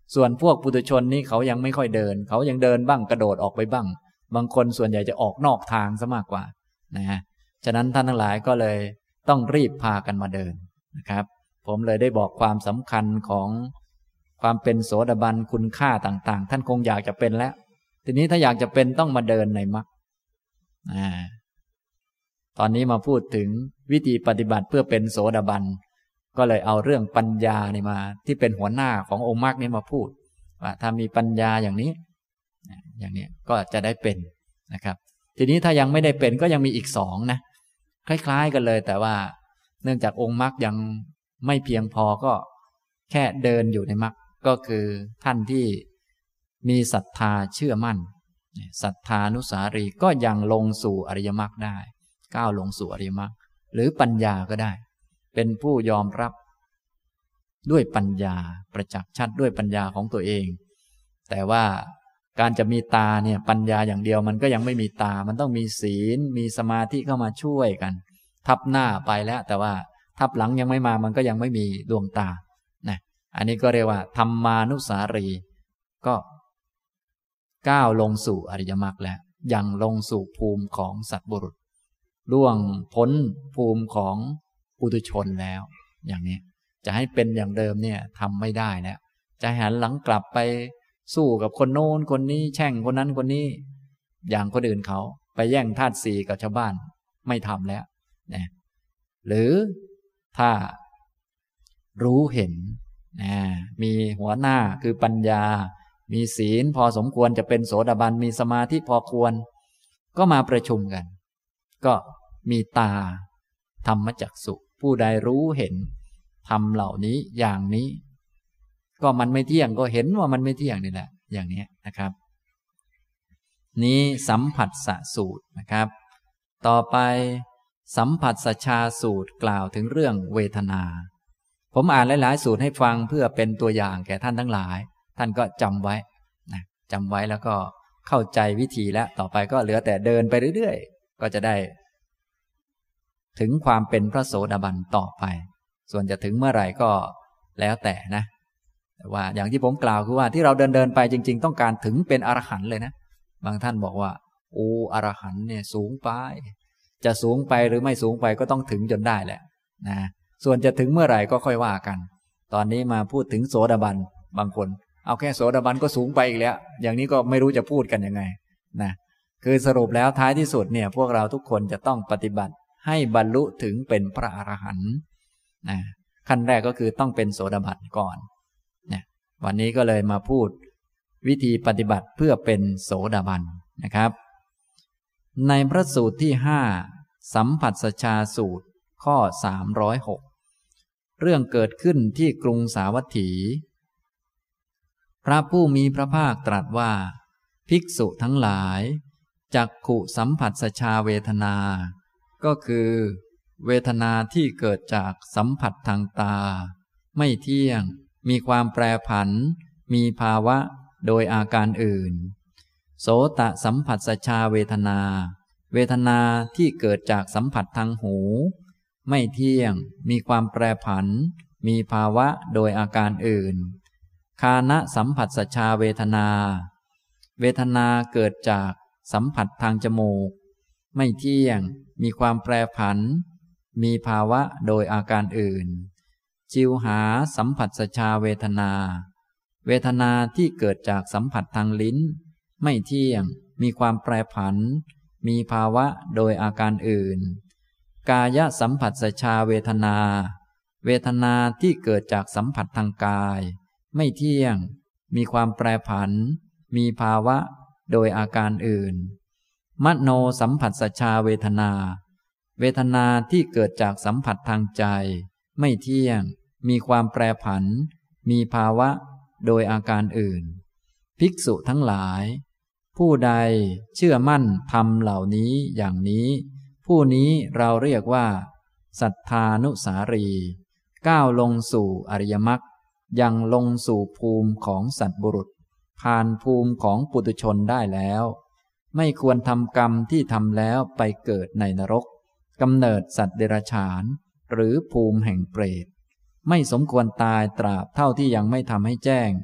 ส่วนพวกปุถุชนนี่เขายังไม่ค่อยเดินเขายังเดินบ้างกระโดดออกไปบ้างบางคนส่วนใหญ่จะออกนอกทางซะมากกว่านะฮะฉะนั้นท่านทั้งหลายก็เลยต้องรีบพากันมาเดินนะครับผมเลยได้บอกความสำคัญของความเป็นโสดาบันคุณค่าต่างๆท่านคงอยากจะเป็นแล้วทีนี้ถ้าอยากจะเป็นต้องมาเดินในมรรคอ่าตอนนี้มาพูดถึงวิธีปฏิบัติเพื่อเป็นโสดาบันก็เลยเอาเรื่องปัญญานี่มาที่เป็นหัวหน้าขององค์มรรคนี้มาพูดว่าถ้ามีปัญญาอย่างนี้อย่างนี้ก็จะได้เป็นนะครับทีนี้ถ้ายังไม่ได้เป็นก็ยังมีอีกสองนะคล้ายๆกันเลยแต่ว่าเนื่องจากองค์มรรคยังไม่เพียงพอก็แค่เดินอยู่ในมรรคก็คือท่านที่มีศรัทธาเชื่อมั่นศรัทธานุสารีก็ยังลงสู่อริยมรรคได้ก้าวลงสู่อริยมรรคหรือปัญญาก็ได้เป็นผู้ยอมรับด้วยปัญญาประจักษ์ชัดด้วยปัญญาของตัวเองแต่ว่าการจะมีตาเนี่ยปัญญาอย่างเดียวมันก็ยังไม่มีตามันต้องมีศีลมีสมาธิเข้ามาช่วยกันทับหน้าไปแล้วแต่ว่าทับหลังยังไม่มามันก็ยังไม่มีดวงตานะอันนี้ก็เรียกว่าธรรมานุสารีก็ก้าวลงสู่อริยมรรคแล้วยังลงสู่ภูมิของสัตว์บุรุษล่วงพ้นภูมิของปุถุชนแล้วอย่างนี้จะให้เป็นอย่างเดิมเนี่ยทำไม่ได้แล้วจะหันหลังกลับไปสู้กับคนโน้นคนนี้แช่งคนนั้นคนนี้อย่างคนอื่นเขาไปแย่งธาตุสี่กับชาวบ้านไม่ทำแล้วนะหรือถ้ารู้เห็นนะมีหัวหน้าคือปัญญามีศีลพอสมควรจะเป็นโสดาบันมีสมาธิพอควรก็มาประชุมกันก็มีตาธรรมจักษุผู้ใดรู้เห็นธรรมเหล่านี้อย่างนี้ก็มันไม่เที่ยงก็เห็นว่ามันไม่เที่ยงนี่แหละอย่างนี้นะครับนี้สัมผัสสสูตรนะครับต่อไปสัมผัสสชาสูตรกล่าวถึงเรื่องเวทนาผมอ่านหลายๆสูตรให้ฟังเพื่อเป็นตัวอย่างแก่ท่านทั้งหลายท่านก็จำไว้นะจำไว้แล้วก็เข้าใจวิธีแล้วต่อไปก็เหลือแต่เดินไปเรื่อยๆก็จะได้ถึงความเป็นพระโสดาบันต่อไปส่วนจะถึงเมื่อไหร่ก็แล้วแต่นะแต่ว่าอย่างที่ผมกล่าวคือว่าที่เราเดินเดินไปจริงๆต้องการถึงเป็นอรหันต์เลยนะบางท่านบอกว่าโอ้อรหันต์เนี่ยสูงไปจะสูงไปหรือไม่สูงไปก็ต้องถึงจนได้แหละนะส่วนจะถึงเมื่อไหร่ก็ค่อยว่ากันตอนนี้มาพูดถึงโสดาบันบางคนเอาแค่โสดาบันก็สูงไปอีกแล้วอย่างนี้ก็ไม่รู้จะพูดกันยังไงนะคือสรุปแล้วท้ายที่สุดเนี่ยพวกเราทุกคนจะต้องปฏิบัติให้บรรลุถึงเป็นพระอรหันต์นะขั้นแรกก็คือต้องเป็นโสดาบันก่อนเนี่ยวันนี้ก็เลยมาพูดวิธีปฏิบัติเพื่อเป็นโสดาบันนะครับในพระสูตรที่ห้าสัมผัสสชาสูตรข้อสามร้อยหกเรื่องเกิดขึ้นที่กรุงสาวัตถีพระผู้มีพระภาคตรัสว่าภิกษุทั้งหลายจักขุสัมผัสสชาเวทนาก็คือเวทนาที่เกิดจากสัมผัสทางตาไม่เที่ยงมีความแปรผันมีภาวะโดยอาการอื่นโสตสัมผัสสชาเวทนาเวทนาที่เกิดจากสัมผัสทางหูไม่เที่ยงมีความแปรผันมีภาวะโดยอาการอื่นคานะสัมผัสสชาเวทนาเวทนาเกิดจากสัมผัสทางจมูกไม่เที่ยงมีความแปรผันมีภาวะโดยอาการอื่นจิวหาสัมผัสสชาเวทนาเวทนาที่เกิดจากสัมผัสทางลิ้นไม่เที่ยงมีความแปรผันมีภาวะโดยอาการอื่นกายสัมผัสสชาเวทนาเวทนาที่เกิดจากสัมผัสทางกายไม่เที่ยงมีความแปรผันมีภาวะโดยอาการอื่นมโนสัมผัสสชาเวทนาเวทนาที่เกิดจากสัมผัสทางใจไม่เที่ยงมีความแปรผันมีภาวะโดยอาการอื่นภิกษุทั้งหลายผู้ใดเชื่อมั่นธรรมเหล่านี้อย่างนี้ผู้นี้เราเรียกว่าศรัทธานุสารีก้าวลงสู่อริยมรรคยังลงสู่ภูมิของสัตว์บุรุษผ่านภูมิของปุถุชนได้แล้วไม่ควรทำกรรมที่ทำแล้วไปเกิดในนรกกำเนิดสัตว์เดรัจฉานหรือภูมิแห่งเปรตไม่สมควรตายตราบเท่าที่ยังไม่ทำให้แจ้ง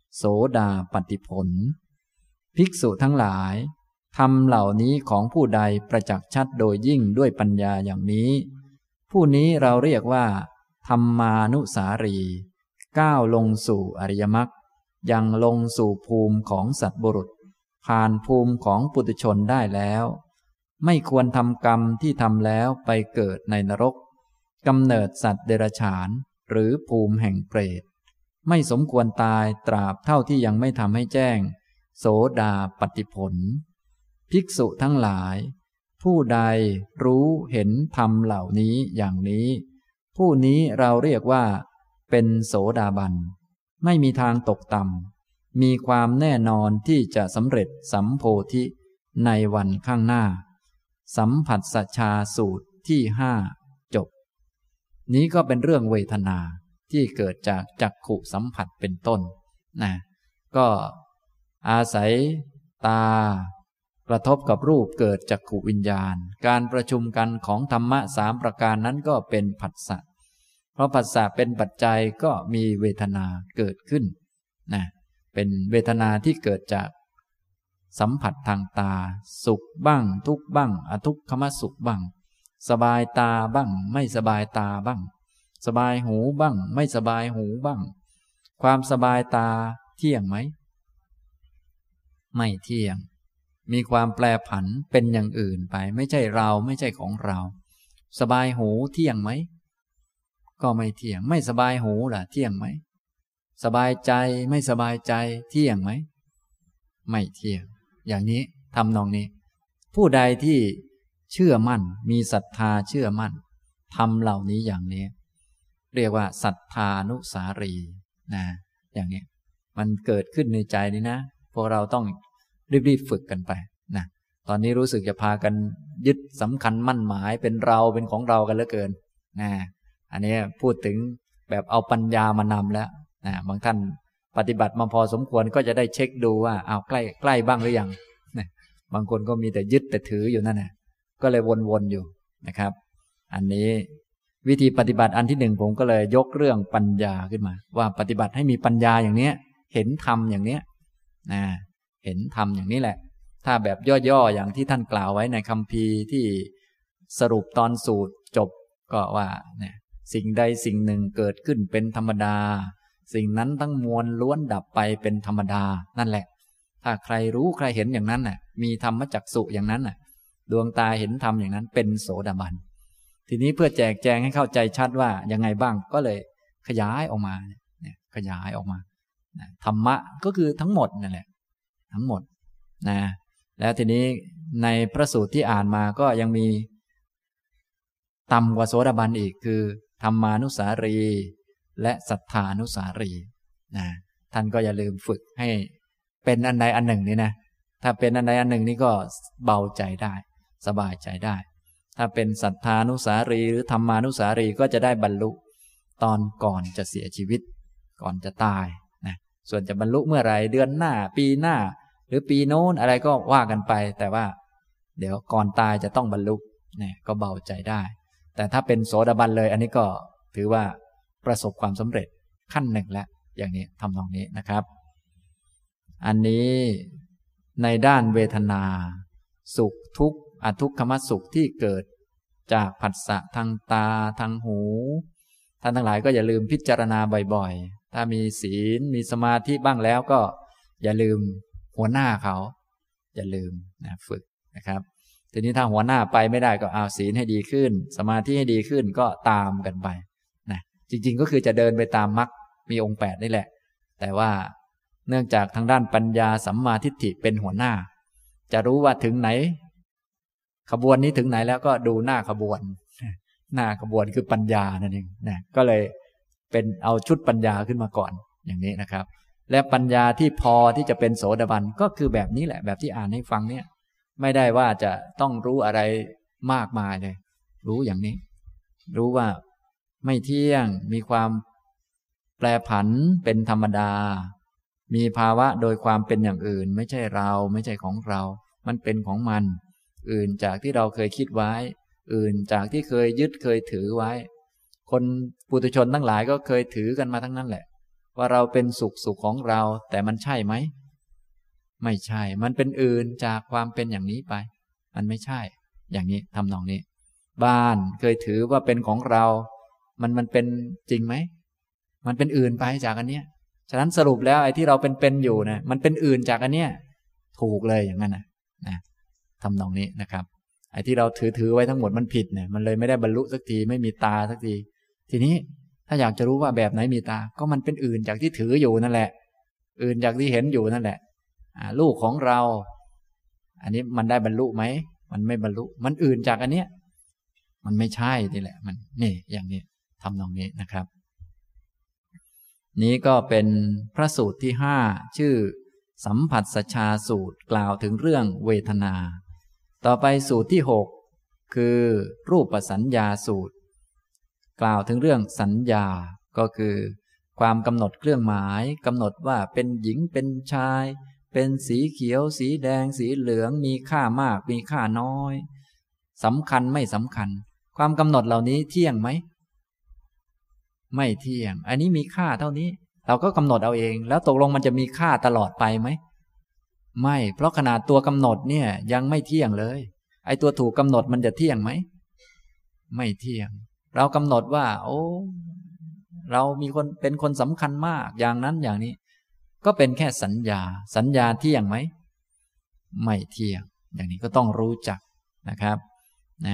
โสดาปัตติผลภิกษุทั้งหลายธรรมเหล่านี้ของผู้ใดประจักษ์ชัดโดยยิ่งด้วยปัญญาอย่างนี้ผู้นี้เราเรียกว่าธรรมานุสารีก้าวลงสู่อริยมรรคยังลงสู่ภูมิของสัตว์บุรุษผ่านภูมิของปุถุชนได้แล้วไม่ควรทำกรรมที่ทำแล้วไปเกิดในนรกกำเนิดสัตว์เดรัจฉานหรือภูมิแห่งเปรตไม่สมควรตายตราบเท่าที่ยังไม่ทำให้แจ้งโสดาปัตติผลภิกษุทั้งหลายผู้ใดรู้เห็นธรรมเหล่านี้อย่างนี้ผู้นี้เราเรียกว่าเป็นโสดาบันไม่มีทางตกต่ำมีความแน่นอนที่จะสำเร็จสัมโพธิในวันข้างหน้าสัมผัสสัชชาสูตรที่ห้าจบนี้ก็เป็นเรื่องเวทนาที่เกิดจากจักขุสัมผัสเป็นต้นนะก็อาศัยตากระทบกับรูปเกิดจักขุวิญญาณการประชุมกันของธรรมะสามประการนั้นก็เป็นผัสสะเพราะผัสสะเป็นปัจจัยก็มีเวทนาเกิดขึ้นนะเป็นเวทนาที่เกิดจากสัมผัสทางตาสุขบ้างทุกข์บ้างอทุกขมสุขบ้างสบายตาบ้างไม่สบายตาบ้างสบายหูบ้างไม่สบายหูบ้างความสบายตาเที่ยงไหมไม่เที่ยงมีความแปรผันเป็นอย่างอื่นไปไม่ใช่เราไม่ใช่ของเราสบายหูเที่ยงไหมก็ไม่เที่ยงไม่สบายหูล่ะเที่ยงไหมสบายใจไม่สบายใจเที่ยงไหมไม่เที่ยงอย่างนี้ทำนองนี้ผู้ใดที่เชื่อมั่นมีศรัทธาเชื่อมั่นทำเหล่านี้อย่างนี้เรียกว่าศรัทธานุสารีนะอย่างนี้มันเกิดขึ้นในใจนี้นะพวกเราต้องรีบๆฝึกกันไปนะตอนนี้รู้สึกจะพากันยึดสำคัญมั่นหมายเป็นเราเป็นของเรากันเหลือเกินนะอันนี้พูดถึงแบบเอาปัญญามานำแล้วนะบางท่านปฏิบัติมาพอสมควรก็จะได้เช็คดูว่าเอาใกล้ใกล้บ้างหรือยังนะบางคนก็มีแต่ยึดแต่ถืออยู่นั่นแหละก็เลยวนๆอยู่นะครับอันนี้วิธีปฏิบัติอันที่หนึ่งผมก็เลยยกเรื่องปัญญาขึ้นมาว่าปฏิบัติให้มีปัญญาอย่างนี้เห็นธรรมอย่างนี้นะเห็นธรรมอย่างนี้แหละถ้าแบบย่อๆอย่างที่ท่านกล่าวไว้ในคัมภีร์ที่สรุปตอนสูตรจบก็ว่าเนี่ยสิ่งใดสิ่งหนึ่งเกิดขึ้นเป็นธรรมดาสิ่งนั้นทั้งมวลล้วนดับไปเป็นธรรมดานั่นแหละถ้าใครรู้ใครเห็นอย่างนั้นน่ะมีธรรมจักษุอย่างนั้นน่ะดวงตาเห็นธรรมอย่างนั้นเป็นโสดาบันทีนี้เพื่อแจกแจงให้เข้าใจชัดว่ายังไงบ้างก็เลยขยายออกมาเนี่ยขยายออกมาธรรมะก็คือทั้งหมดนั่นแหละทั้งหมดนะแล้วทีนี้ในพระสูตรที่อ่านมาก็ยังมีต่ำกว่าโสดาบันอีกคือธรรมานุสารีและสัทธานุสารีนะท่านก็อย่าลืมฝึกให้เป็นอันใดอันหนึ่งนี่นะถ้าเป็นอันใดอันหนึ่งนี่ก็เบาใจได้สบายใจได้ถ้าเป็นสัทธานุสารีหรือธรรมานุสารีก็จะได้บรรลุตอนก่อนจะเสียชีวิตก่อนจะตายนะส่วนจะบรรลุเมื่อไหร่เดือนหน้าปีหน้าหรือปีโน้นอะไรก็ว่ากันไปแต่ว่าเดี๋ยวก่อนตายจะต้องบรรลุเนี่ยก็เบาใจได้แต่ถ้าเป็นโสดาบันเลยอันนี้ก็ถือว่าประสบความสำเร็จขั้นหนึ่งแล้วอย่างนี้ทำนองนี้นะครับอันนี้ในด้านเวทนาสุขทุกข์อทุกขมสุขที่เกิดจากผัสสะทางตาทางหูท่านทั้งหลายก็อย่าลืมพิจารณาบ่อยๆถ้ามีศีลมีสมาธิบ้างแล้วก็อย่าลืมหัวหน้าเขาอย่าลืมนะฝึกนะครับทีนี้ถ้าหัวหน้าไปไม่ได้ก็เอาศีลให้ดีขึ้นสมาธิให้ดีขึ้นก็ตามกันไปนะจริงๆก็คือจะเดินไปตามมรรคมีองค์แปดนี่แหละแต่ว่าเนื่องจากทางด้านปัญญาสัมมาทิฏฐิเป็นหัวหน้าจะรู้ว่าถึงไหนขบวนนี้ถึงไหนแล้วก็ดูหน้าขบวนหน้าขบวนคือปัญญานั่นเองนะก็เลยเป็นเอาชุดปัญญาขึ้นมาก่อนอย่างนี้นะครับและปัญญาที่พอที่จะเป็นโสดาบันก็คือแบบนี้แหละแบบที่อ่านให้ฟังเนี่ยไม่ได้ว่าจะต้องรู้อะไรมากมายเลยรู้อย่างนี้รู้ว่าไม่เที่ยงมีความแปรผันเป็นธรรมดามีภาวะโดยความเป็นอย่างอื่นไม่ใช่เราไม่ใช่ของเรามันเป็นของมันอื่นจากที่เราเคยคิดไว้อื่นจากที่เคยยึดเคยถือไว้คนปุถุชนทั้งหลายก็เคยถือกันมาทั้งนั้นแหละว่าเราเป็นสุขสุขของเราแต่มันใช่ไหมไม่ใช่มันเป็นอื่นจากความเป็นอย่างนี้ไปมันไม่ใช่อย่างนี้ทำนองนี้บ้านเคยถือว่าเป็นของเรามันมันเป็นจริงไหมมันเป็นอื่นไปจากอันเนี้ยฉะนั้นสรุปแล้วไอ้ที่เราเป็นเป็นอยู่นะมันเป็นอื่นจากอันเนี้ยถูกเลยอย่างนั้นนะนะทำนองนี้นะครับไอ้ที่เราถือถือไว้ทั้งหมดมันผิดเนี่ยมันเลยไม่ได้บรรลุสักทีไม่มีตาสักทีทีนี้ถ้าอยากจะรู้ว่าแบบไหนมีตาก็มันเป็นอื่นจากที่ถืออยู่นั่นแหละอื่นจากที่เห็นอยู่นั่นแหละลูกของเราอันนี้มันได้บรรลุไหมมันไม่บรรลุมันอื่นจากอันเนี้ยมันไม่ใช่นี่แหละมันนี่อย่างนี้ทำนองนี้นะครับนี้ก็เป็นพระสูตรที่ห้าชื่อสัมผัสสชาสูตรกล่าวถึงเรื่องเวทนาต่อไปสูตรที่หกคือรูปสัญญาสูตรกล่าวถึงเรื่องสัญญาก็คือความกำหนดเครื่องหมายกำหนดว่าเป็นหญิงเป็นชายเป็นสีเขียวสีแดงสีเหลืองมีค่ามากมีค่าน้อยสำคัญไม่สำคัญความกำหนดเหล่านี้เที่ยงไหมไม่เที่ยงอันนี้มีค่าเท่านี้เราก็กำหนดเอาเองแล้วตกลงมันจะมีค่าตลอดไปไหมไม่เพราะขนาดตัวกำหนดเนี่ยยังไม่เที่ยงเลยไอ้ตัวถูกกำหนดมันจะเที่ยงไหมไม่เที่ยงเรากำหนดว่าโอ้เรามีคนเป็นคนสำคัญมากอย่างนั้นอย่างนี้ก็เป็นแค่สัญญาสัญญาเที่ยงไหมไม่เที่ยงอย่างนี้ก็ต้องรู้จักนะครับนะ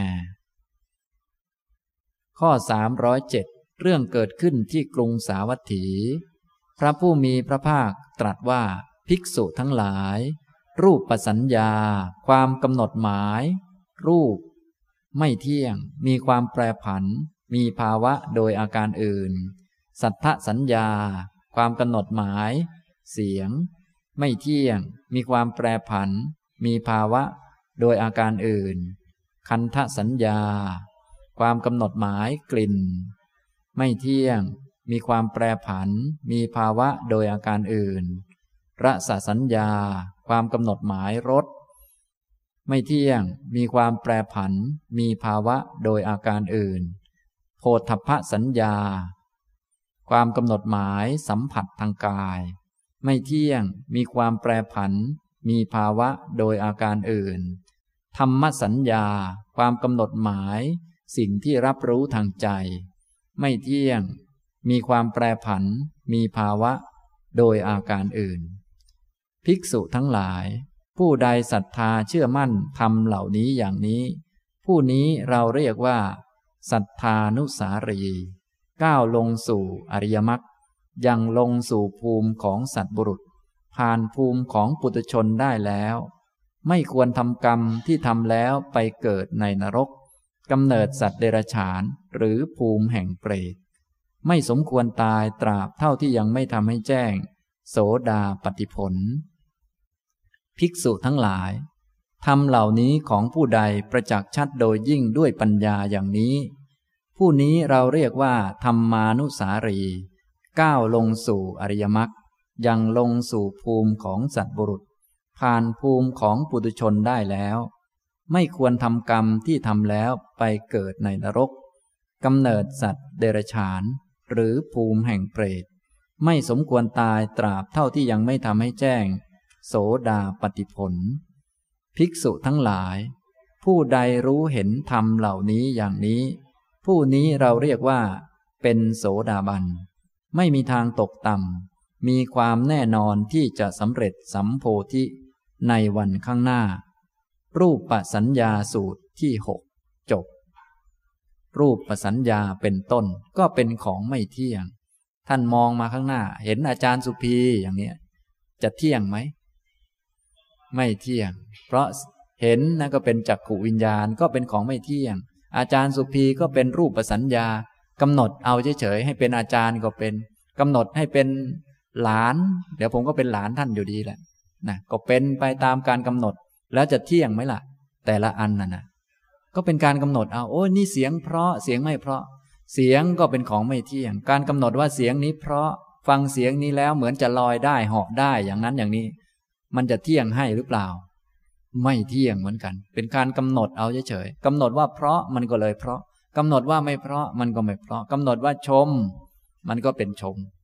ข้อสามร้อยเจ็ดเรื่องเกิดขึ้นที่กรุงสาวัตถีพระผู้มีพระภาคตรัสว่าภิกษุทั้งหลายรูปสัญญาความกำหนดหมายรูปไม่เที่ยงมีความแปรผันมีภาวะโดยอาการอื่นสัทธสัญญาความกำหนดหมายเสียงไม่เที่ยงมีความแปรผันมีภาวะโดยอาการอื่นคันธสัญญาความกำหนดหมายกลิ่นไม่เที่ยงมีความแปรผันมีภาวะโดยอาการอื่นรสสัญญาความกำหนดหมายรสไม่เที่ยงมีความแปรผันมีภาวะโดยอาการอื่นโผฏฐัพพสัญญาความกำหนดหมายสัมผัสทางกายไม่เที่ยงมีความแปรผันมีภาวะโดยอาการอื่นธัมมสัญญาความกำหนดหมายสิ่งที่รับรู้ทางใจไม่เที่ยงมีความแปรผันมีภาวะโดยอาการอื่นภิกษุทั้งหลายผู้ใดศรัทธาเชื่อมั่นธรรมเหล่านี้อย่างนี้ผู้นี้เราเรียกว่าศรัทธานุสารีก้าวลงสู่อริยมรรคยังลงสู่ภูมิของสัตบุรุษผ่านภูมิของปุถุชนได้แล้วไม่ควรทำกรรมที่ทำแล้วไปเกิดในนรกกำเนิดสัตว์เดรัจฉานหรือภูมิแห่งเปรตไม่สมควรตายตราบเท่าที่ยังไม่ทำให้แจ้งโสดาปัตติผลภิกษุทั้งหลายธรรมเหล่านี้ของผู้ใดประจักษ์ชัดโดยยิ่งด้วยปัญญาอย่างนี้ผู้นี้เราเรียกว่าธรรมานุสารีก้าวลงสู่อริยมรรคยังลงสู่ภูมิของสัตว์บุรุษผ่านภูมิของปุถุชนได้แล้วไม่ควรทำกรรมที่ทำแล้วไปเกิดในนรกกำเนิดสัตว์เดรัจฉานหรือภูมิแห่งเปรตไม่สมควรตายตราบเท่าที่ยังไม่ทำให้แจ้งโสดาปัตติผลภิกษุทั้งหลายผู้ใดรู้เห็นธรรมเหล่านี้อย่างนี้ผู้นี้เราเรียกว่าเป็นโสดาบันไม่มีทางตกต่ำมีความแน่นอนที่จะสำเร็จสัมโพธิในวันข้างหน้ารูปสัญญาสูตรที่หกจบรูปสัญญาเป็นต้นก็เป็นของไม่เที่ยงท่านมองมาข้างหน้าเห็นอาจารย์สุภีอย่างนี้จะเที่ยงไหมไม่เที่ยงเพราะเห็นนั่นก็เป็นจักขุวิญญาณก็เป็นของไม่เที่ยงอาจารย์สุภีก็เป็นรูปสัญญากำหนดเอาเฉยๆให้เป็นอาจารย์ก็เป็นกำหนดให้เป็นหลานเดี๋ยวผมก็เป็นหลานท่านอยู่ดีแหละนะก็เป็นไปตามการกำหนดแล้วจะเที่ยงไหมล่ะแต่ละอันน่ะนะก็เป็นการกำหนดเอาโอ้ยนี่เสียงเพราะเสียงไม่เพราะเสียงก็เป็นของไม่เที่ยงการกำหนดว่าเสียงนี้เพราะฟังเสียงนี้แล้วเหมือนจะลอยได้เหาะได้อย่างนั้นอย่างนี้มันจะเที่ยงให้หรือเปล่าไม่เที่ยงเหมือนกันเป็นการกำหนดเอาเฉยๆกำหนดว่าเพราะมันก็เลยเพราะกำหนดว่าไม่เพราะมันก็ไม่เพราะกำหนดว่าชมมันก็เป็นชม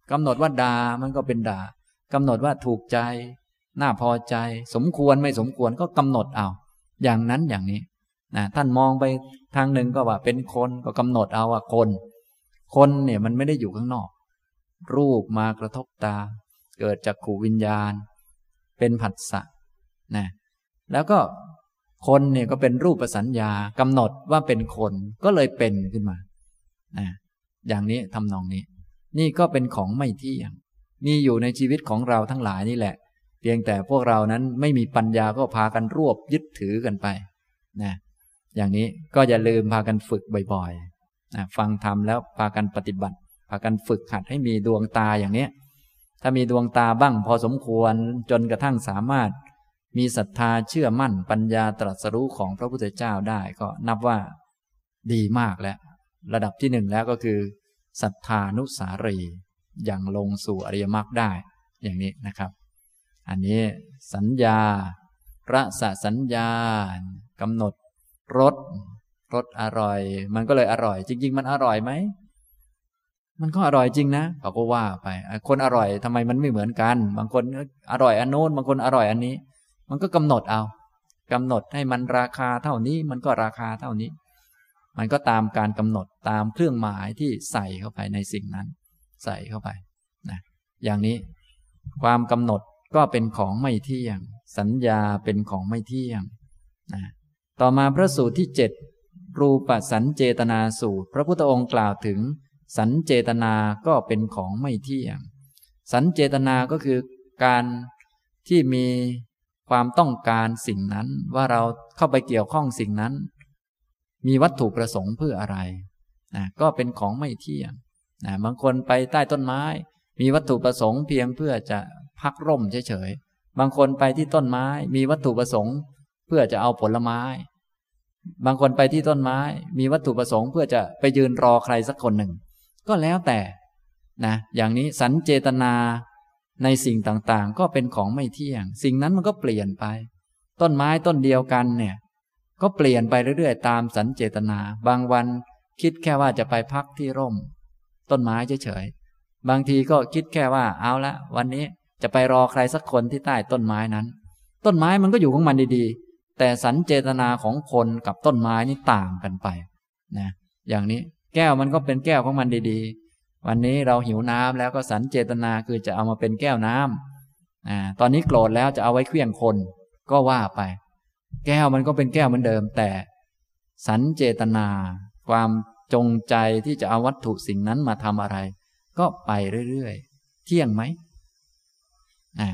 กำหนดว่าด่ามันก็เป็นด่ากำหนดว่าถูกใจน่าพอใจสมควรไม่สมควรก็กำหนดเอาอย่างนั้นอย่างนี้นะท่านมองไปทางหนึ่งก็ว่าเป็นคนก็กำหนดเอาว่าคนคนเนี่ยมันไม่ได้อยู่ข้างนอกรูปมากระทบตาเกิดจากขู่วิญญาณเป็นผัสสะนะแล้วก็คนเนี่ยก็เป็นรูปสัญญากำหนดว่าเป็นคนก็เลยเป็นขึ้นมานะอย่างนี้ทำนองนี้นี่ก็เป็นของไม่เที่ยงมีอยู่ในชีวิตของเราทั้งหลายนี่แหละเพียงแต่พวกเรานั้นไม่มีปัญญาก็พากันรวบยึดถือกันไปนะอย่างนี้ก็อย่าลืมพากันฝึกบ่อยๆนะฟังธรรมแล้วพากันปฏิบัติพากันฝึกหัดให้มีดวงตาอย่างนี้ถ้ามีดวงตาบ้างพอสมควรจนกระทั่งสามารถมีศรัทธาเชื่อมั่นปัญญาตรัสรู้ของพระพุทธเจ้าได้ก็นับว่าดีมากแล้วระดับที่หนึ่งแล้วก็คือศรัทธานุสารีอย่างลงสู่อริยมรรคได้อย่างนี้นะครับอันนี้สัญญารสสัญญากำหนดรสรสอร่อยมันก็เลยอร่อยจริงๆมันอร่อยไหมมันก็อร่อยจริงนะเขาก็ว่าไปคนอร่อยทำไมมันไม่เหมือนกันบางคนอร่อยอันโน้นบางคนอร่อยอันนี้มันก็กำหนดเอากำหนดให้มันราคาเท่านี้มันก็ราคาเท่านี้มันก็ตามการกำหนดตามเครื่องหมายที่ใส่เข้าไปในสิ่งนั้นใส่เข้าไปนะอย่างนี้ความกำหนดก็เป็นของไม่เที่ยงสัญญาเป็นของไม่เที่ยงนะต่อมาพระสูตรที่เจ็ดรูปสัญเจตนาสูตรพระพุทธองค์กล่าวถึงสัญเจตนาก็เป็นของไม่เที่ยงสัญเจตนาก็คือการที่มีความต้องการสิ่งนั้นว่าเราเข้าไปเกี่ยวข้องสิ่งนั้นมีวัตถุประสงค์เพื่ออะไรนะก็เป็นของไม่เที่ยงนะบางคนไปใต้ต้นไม้มีวัตถุประสงค์เพียงเพื่อจะพักร่มเฉยๆบางคนไปที่ต้นไม้มีวัตถุประสงค์เพื่อจะเอาผลไม้บางคนไปที่ต้นไม้มีวัตถุประสงค์เพื่อจะไปยืนรอใครสักคนหนึ่งก็แล้วแต่นะอย่างนี้สัญเจตนาในสิ่งต่างๆก็เป็นของไม่เที่ยงสิ่งนั้นมันก็เปลี่ยนไปต้นไม้ต้นเดียวกันเนี่ยก็เปลี่ยนไปเรื่อยๆตามสัญเจตนาบางวันคิดแค่ว่าจะไปพักที่ร่มต้นไม้เฉยๆบางทีก็คิดแค่ว่าเอาละวันนี้จะไปรอใครสักคนที่ใต้ต้นไม้นั้นต้นไม้มันก็อยู่ของมันดีๆแต่สัญเจตนาของคนกับต้นไม้นี่ต่างกันไปนะอย่างนี้แก้วมันก็เป็นแก้วของมันดีๆวันนี้เราหิวน้ำแล้วก็สัญเจตนาคือจะเอามาเป็นแก้วน้ำอ่าตอนนี้โกรธแล้วจะเอาไว้เคลื่องคนก็ว่าไปแก้วมันก็เป็นแก้วเหมือนเดิมแต่สัญเจตนาความจงใจที่จะเอาวัตถุสิ่งนั้นมาทำอะไรก็ไปเรื่อยๆเที่ยงไหมอ่า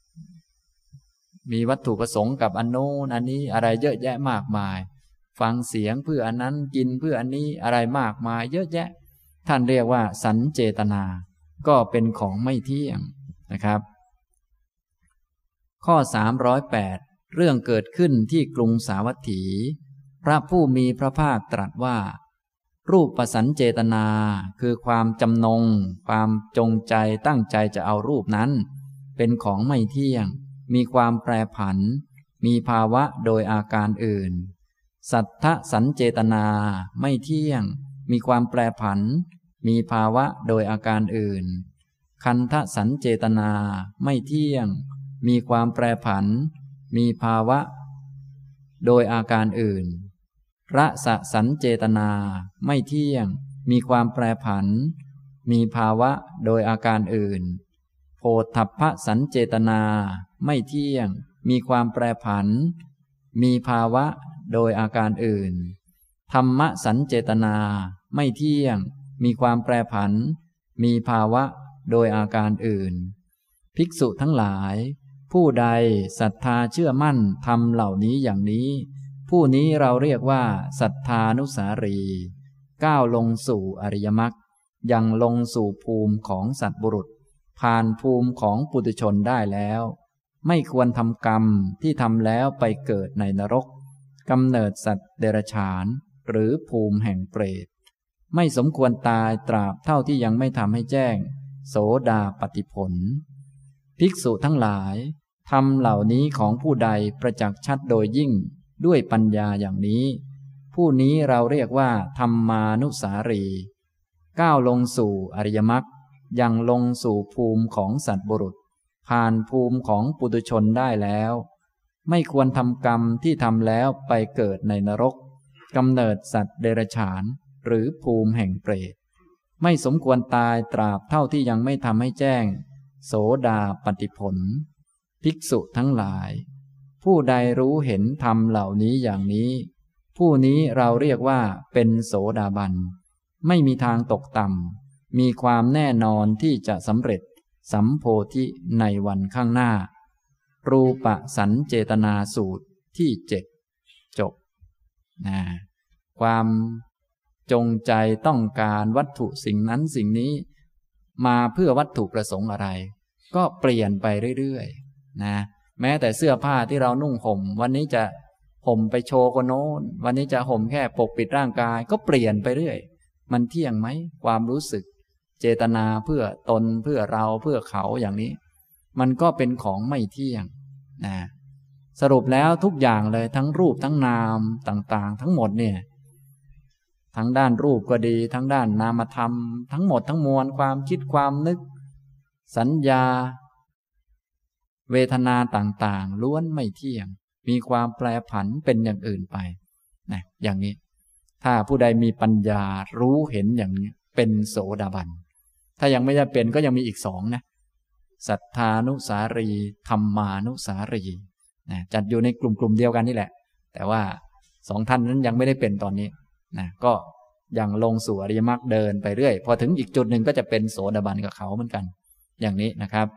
มีวัตถุประสงค์กับอันโน้นอันนี้อะไรเยอะแยะมากมายฟังเสียงเพื่ออันนั้นกินเพื่ออันนี้อะไรมากมายเยอะแยะท่านเรียกว่าสัญเจตนาก็เป็นของไม่เที่ยงนะครับข้อสามร้อยแปดเรื่องเกิดขึ้นที่กรุงสาวัตถีพระผู้มีพระภาคตรัสว่ารูปสัญเจตนาคือความจำนงความจงใจตั้งใจจะเอารูปนั้นเป็นของไม่เที่ยงมีความแปรผันมีภาวะโดยอาการอื่นสัทธสัญเจตนาไม่เที่ยงมีความแปรผันมีภาวะโดยอาการอื่นคันธสัญเจตนาไม่เที่ยงมีความแปรผันมีภาวะโดยอาการอื่นรสสัญเจตนาไม่เที่ยงมีความแปรผันมีภาวะโดยอาการอื่นโผฏฐัพพสัญเจตนาไม่เที่ยงมีความแปรผันมีภาวะโดยอาการอื่นธรรมสัญเจตนาไม่เที่ยงมีความแปรผันมีภาวะโดยอาการอื่นภิกษุทั้งหลายผู้ใดศรัทธาเชื่อมั่นธรรมเหล่านี้อย่างนี้ผู้นี้เราเรียกว่าศรัทธานุสารีก้าวลงสู่อริยมรรคยังลงสู่ภูมิของสัตว์บุรุษผ่านภูมิของปุถุชนได้แล้วไม่ควรทำกรรมที่ทำแล้วไปเกิดในนรกกำเนิดสัตว์เดรัจฉานหรือภูมิแห่งเปรตไม่สมควรตายตราบเท่าที่ยังไม่ทำให้แจ้งโสดาปัตติผลภิกษุทั้งหลายธรรมเหล่านี้ของผู้ใดประจักษ์ชัดโดยยิ่งด้วยปัญญาอย่างนี้ผู้นี้เราเรียกว่าธรรมานุสารีก้าวลงสู่อริยมรรคยังลงสู่ภูมิของสัตว์บุรุษผ่านภูมิของปุถุชนได้แล้วไม่ควรทำกรรมที่ทำแล้วไปเกิดในนรกกำเนิดสัตว์เดรัจฉานหรือภูมิแห่งเปรตไม่สมควรตายตราบเท่าที่ยังไม่ทำให้แจ้งโสดาปัตติผลภิกษุทั้งหลายผู้ใดรู้เห็นธรรมเหล่านี้อย่างนี้ผู้นี้เราเรียกว่าเป็นโสดาบันไม่มีทางตกต่ำมีความแน่นอนที่จะสำเร็จสัมโพธิในวันข้างหน้ารูปสัญเจตนาสูตรที่เจ็ดจบนะความจงใจต้องการวัตถุสิ่งนั้นสิ่งนี้มาเพื่อวัตถุประสงค์อะไรก็เปลี่ยนไปเรื่อยๆนะแม้แต่เสื้อผ้าที่เรานุ่งห่มวันนี้จะห่มไปโชว์คนโน้นวันนี้จะห่มแค่ปกปิดร่างกายก็เปลี่ยนไปเรื่อยมันเที่ยงไหมความรู้สึกเจตนาเพื่อตนเพื่อเราเพื่อเขาอย่างนี้มันก็เป็นของไม่เที่ยงนะสรุปแล้วทุกอย่างเลยทั้งรูปทั้งนามต่างๆทั้งหมดเนี่ยทั้งด้านรูปก็ดีทั้งด้านนามธรรมทั้งหมดทั้งมวลความคิดความนึกสัญญาเวทนาต่างๆล้วนไม่เที่ยงมีความแปรผันเป็นอย่างอื่นไปนะอย่างนี้ถ้าผู้ใดมีปัญญารู้เห็นอย่างนี้เป็นโสดาบันถ้ายังไม่ได้เป็นก็ยังมีอีกสองนะสัทธานุสารีธรรมานุสารีนะจัดอยู่ในกลุ่มๆเดียวกันนี่แหละแต่ว่าสองท่านนั้นยังไม่ได้เป็นตอนนี้นะก็ยังลงสู่อริยมรรคเดินไปเรื่อยพอถึงอีกจุดหนึ่งก็จะเป็นโสดาบันกับเขาเหมือนกันอย่างนี้นะครับ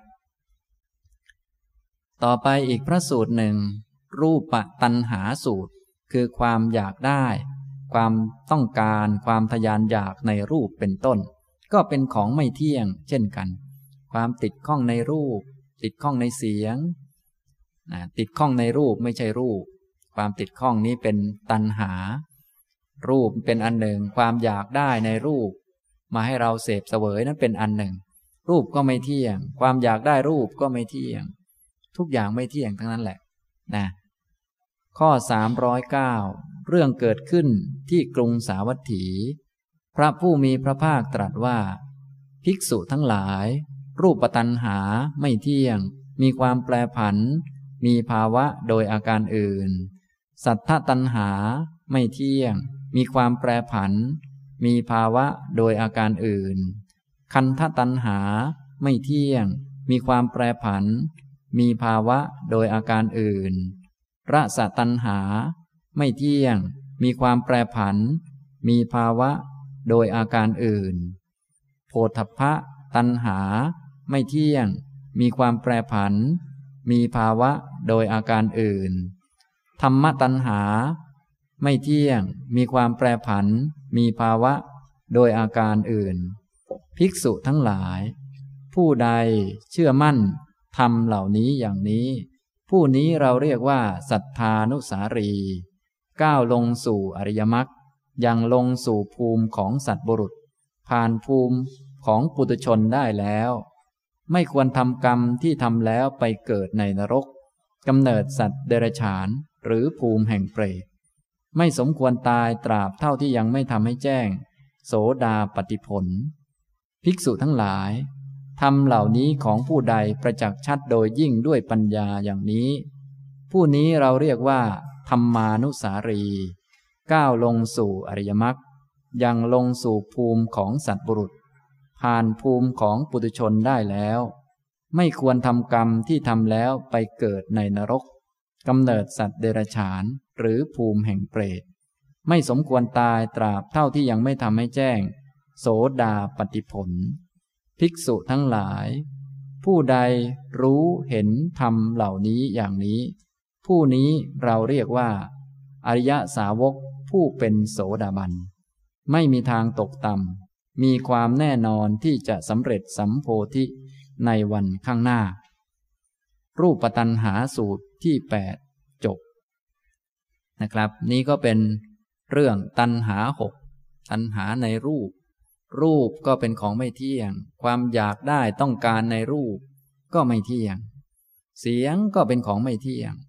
ต่อไปอีกพระสูตรหนึ่งรูปตัณหาสูตรคือความอยากได้ความต้องการความทยานอยากในรูปเป็นต้นก็เป็นของไม่เที่ยงเช่นกันความติดข้องในรูปติดข้องในเสียงนะติดข้องในรูปไม่ใช่รูปความติดข้องนี้เป็นตัณหารูปเป็นอันหนึ่งความอยากได้ในรูปมาให้เราเสพเสวยนั้นเป็นอันหนึ่งรูปก็ไม่เที่ยงความอยากได้รูปก็ไม่เที่ยงทุกอย่างไม่เที่ยงทั้งนั้นแหละนะข้อสามร้อยเก้าเรื่องเกิดขึ้นที่กรุงสาวัตถีพระผู้มีพระภาคตรัสว่าภิกษุทั้งหลายรูปตัณหาไม่เที่ยงมีความแปรผันมีภาวะโดยอาการอื่นสัทธตัณหาไม่เที่ยงมีความแปรผันมีภาวะโดยอาการอื่นคันธตัณหาไม่เที่ยงมีความแปรผันมีภาวะโดยอาการอื่นรสตัณหาไม่เที่ยงมีความแปรผันมีภาวะโดยอาการอื่นโผฏฐัพพะตัณหาไม่เที่ยงมีความแปรผันมีภาวะโดยอาการอื่นธรรมตัณหาไม่เที่ยงมีความแปรผันมีภาวะโดยอาการอื่นภิกษุทั้งหลายผู้ใดเชื่อมั่นธรรมเหล่านี้อย่างนี้ผู้นี้เราเรียกว่าสัทธานุสารีก้าวลงสู่อริยมรรคยังลงสู่ภูมิของสัตว์บุรุษผ่านภูมิของปุถุชนได้แล้วไม่ควรทำกรรมที่ทำแล้วไปเกิดในนรกกำเนิดสัตว์เดรัจฉานหรือภูมิแห่งเปรตไม่สมควรตายตราบเท่าที่ยังไม่ทำให้แจ้งโสดาปัตติผลภิกษุทั้งหลายธรรมเหล่านี้ของผู้ใดประจักษ์ชัดโดยยิ่งด้วยปัญญาอย่างนี้ผู้นี้เราเรียกว่าธรรมานุสารีก้าวลงสู่อริยมรรคยังลงสู่ภูมิของสัตว์บุรุษผ่านภูมิของปุถุชนได้แล้วไม่ควรทำกรรมที่ทำแล้วไปเกิดในนรกกำเนิดสัตว์เดรัจฉานหรือภูมิแห่งเปรตไม่สมควรตายตราบเท่าที่ยังไม่ทำให้แจ้งโสดาปัตติผลภิกษุทั้งหลายผู้ใดรู้เห็นธรรมเหล่านี้อย่างนี้ผู้นี้เราเรียกว่าอริยสาวกผู้เป็นโสดาบันไม่มีทางตกต่ำมีความแน่นอนที่จะสำเร็จสัมโพธิในวันข้างหน้ารูปตัณหาสูตรที่แปดจบนะครับนี้ก็เป็นเรื่องตัณหาหกตัณหาในรูปรูปก็เป็นของไม่เที่ยงความอยากได้ต้องการในรูปก็ไม่เที่ยงเสียงก็เป็นของไม่เที่ยง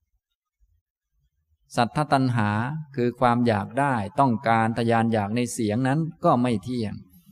สัทธตัณหาคือความอยากได้ต้องการทยานอยากในเสียงนั้นก็ไม่เที่ยง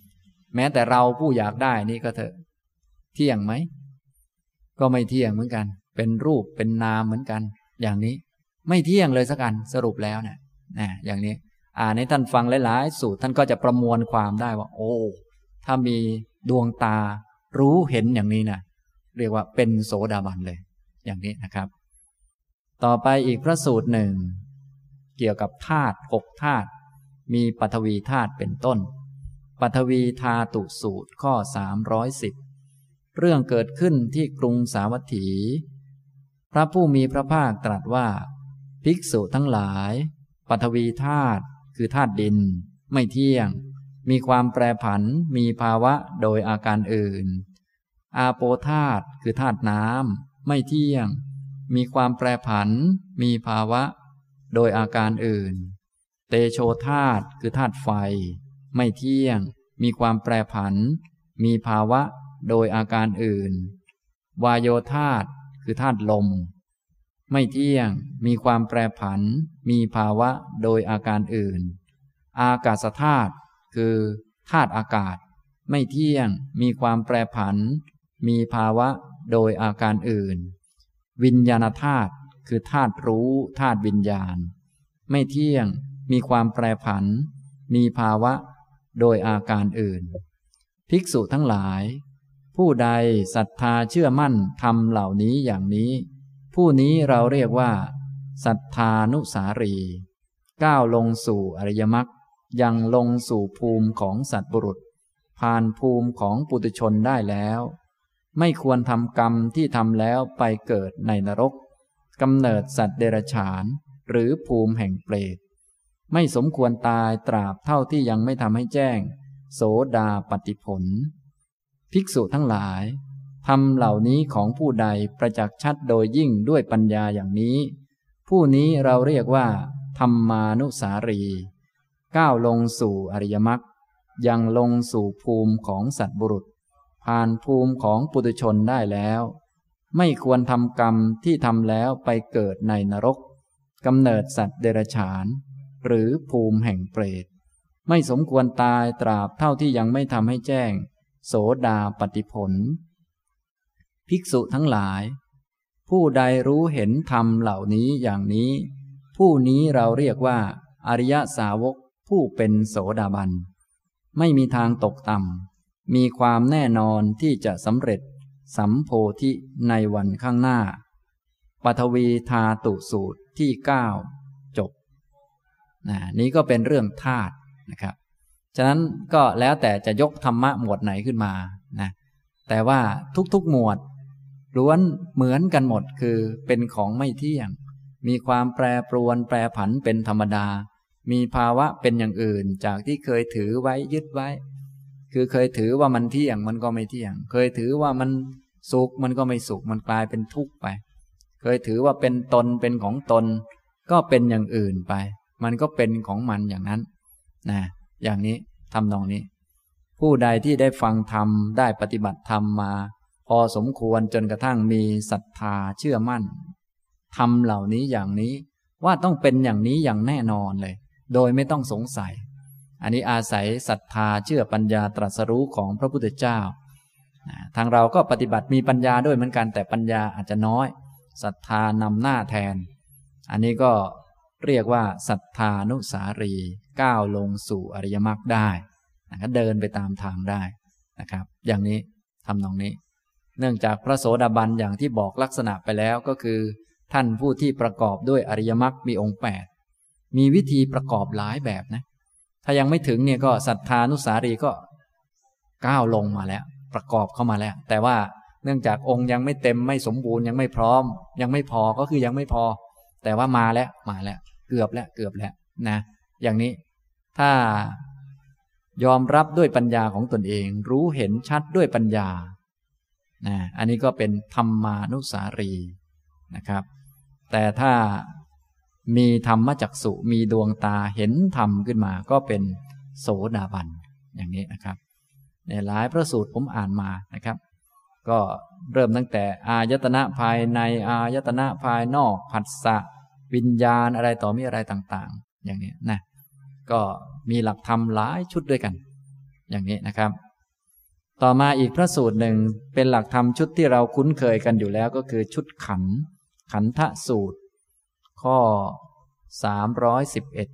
แม้แต่เราผู้อยากได้นี่ก็เถอะเที่ยงไหมก็ไม่เที่ยงเหมือนกันเป็นรูปเป็นนามเหมือนกันอย่างนี้ไม่เที่ยงเลยสักอันสรุปแล้วเนี่ยนะอย่างนี้อ่านให้ท่านฟังหลายๆสูตรท่านก็จะประมวลความได้ว่าโอ้ถ้ามีดวงตารู้เห็นอย่างนี้นะเรียกว่าเป็นโสดาบันเลยอย่างนี้นะครับต่อไปอีกพระสูตรหนึ่งเกี่ยวกับธาตุหกธาตุมีปฐวีธาตุเป็นต้นปฐวีธาตุสูตรข้อสามร้อยสิบเรื่องเกิดขึ้นที่กรุงสาวัตถีพระผู้มีพระภาคตรัสว่าภิกษุทั้งหลายปฐวีธาตุคือธาตุดินไม่เที่ยงมีความแปรผันมีภาวะโดยอาการอื่นอาโปธาตุคือธาตุน้ำไม่เที่ยงมีความแปรผันมีภาวะโดยอาการอื่นเตโชธาตุคือธาตุไฟไม่เที่ยงมีความแปรผันมีภาวะโดยอาการอื่นวายโยธาตุคือธาตุลมไม่เที่ยงมีความแปรผันมีภาวะโดยอาการอื่นอากาศธาตุคือธาตุอากาศไม่เที่ยงมีความแปรผันมีภาวะโดยอาการอื่นวิญญาณธาตุคือธาตุรู้ธาตุวิญญาณไม่เที่ยงมีความแปรผันมีภาวะโดยอาการอื่นภิกษุทั้งหลายผู้ใดศรัทธาเชื่อมั่นธรรมเหล่านี้อย่างนี้ผู้นี้เราเรียกว่าศรัทธานุสารีก้าวลงสู่อริยมรรคยังลงสู่ภูมิของสัตว์บุรุษผ่านภูมิของปุถุชนได้แล้วไม่ควรทำกรรมที่ทำแล้วไปเกิดในนรกกำเนิดสัตว์เดรัจฉานหรือภูมิแห่งเปรตไม่สมควรตายตราบเท่าที่ยังไม่ทำให้แจ้งโสดาปัตติผลภิกษุทั้งหลายธรรมเหล่านี้ของผู้ใดประจักษ์ชัดโดยยิ่งด้วยปัญญาอย่างนี้ผู้นี้เราเรียกว่าธรรมานุสารีก้าวลงสู่อริยมรรคยังลงสู่ภูมิของสัตว์บุรุษผ่านภูมิของปุถุชนได้แล้วไม่ควรทำกรรมที่ทำแล้วไปเกิดในนรกกำเนิดสัตว์เดรัจฉานหรือภูมิแห่งเปรตไม่สมควรตายตราบเท่าที่ยังไม่ทำให้แจ้งโสดาปัตติผลภิกษุทั้งหลายผู้ใดรู้เห็นธรรมเหล่านี้อย่างนี้ผู้นี้เราเรียกว่าอริยสาวกผู้เป็นโสดาบันไม่มีทางตกต่ำมีความแน่นอนที่จะสำเร็จสัมโพธิในวันข้างหน้าปฐวีธาตุสูตรที่เก้าจบนะนี้ก็เป็นเรื่องธาตุนะครับฉะนั้นก็แล้วแต่จะยกธรรมะหมวดไหนขึ้นมานะแต่ว่าทุกๆหมวดล้วนเหมือนกันหมดคือเป็นของไม่เที่ยงมีความแปรปรวนแปรผันเป็นธรรมดามีภาวะเป็นอย่างอื่นจากที่เคยถือไว้ยึดไว้คือเคยถือว่ามันเที่ยงมันก็ไม่เที่ยงเคยถือว่ามันสุขมันก็ไม่สุขมันกลายเป็นทุกข์ไปเคยถือว่าเป็นตนเป็นของตนก็เป็นอย่างอื่นไปมันก็เป็นของมันอย่างนั้นนะอย่างนี้ทำนองนี้ผู้ใดที่ได้ฟังธรรมได้ปฏิบัติธรรมมาพอสมควรจนกระทั่งมีศรัทธาเชื่อมั่นธรรมเหล่านี้อย่างนี้ว่าต้องเป็นอย่างนี้อย่างแน่นอนเลยโดยไม่ต้องสงสัยอันนี้อาศัยศรัทธาเชื่อปัญญาตรัสรู้ของพระพุทธเจ้าทางเราก็ปฏิบัติมีปัญญาด้วยเหมือนกันแต่ปัญญาอาจจะน้อยศรัทธานำหน้าแทนอันนี้ก็เรียกว่าศรัทธานุสารีก้าวลงสู่อริยมรรคได้นะครับเดินไปตามทางได้นะครับอย่างนี้ทำนองนี้เนื่องจากพระโสดาบันอย่างที่บอกลักษณะไปแล้วก็คือท่านผู้ที่ประกอบด้วยอริยมรรคมีองค์แปดมีวิธีประกอบหลายแบบนะถ้ายังไม่ถึงเนี่ยก็ศรัทธานุสารีก็ก้าวลงมาแล้วประกอบเข้ามาแล้วแต่ว่าเนื่องจากองค์ยังไม่เต็มไม่สมบูรณ์ยังไม่พร้อมยังไม่พอก็คือยังไม่พอแต่ว่ามาแล้วมาแล้วเกือบแล้วเกือบแล้วนะอย่างนี้ถ้ายอมรับด้วยปัญญาของตนเองรู้เห็นชัดด้วยปัญญานะอันนี้ก็เป็นธรรมานุสารีนะครับแต่ถ้ามีธรรมจักษุมีดวงตาเห็นธรรมขึ้นมาก็เป็นโสดาบันอย่างนี้นะครับในหลายพระสูตรผมอ่านมานะครับก็เริ่มตั้งแต่อายตนะภายในอายตนะภายนอกผัสสะวิญญาณอะไรต่อมีอะไรต่างๆอย่างนี้นะก็มีหลักธรรมหลายชุดด้วยกันอย่างนี้นะครับต่อมาอีกพระสูตรหนึ่งเป็นหลักธรรมชุดที่เราคุ้นเคยกันอยู่แล้วก็คือชุดขันธ์ขันธสูตรข้อสามร้อยสิบเอ็ด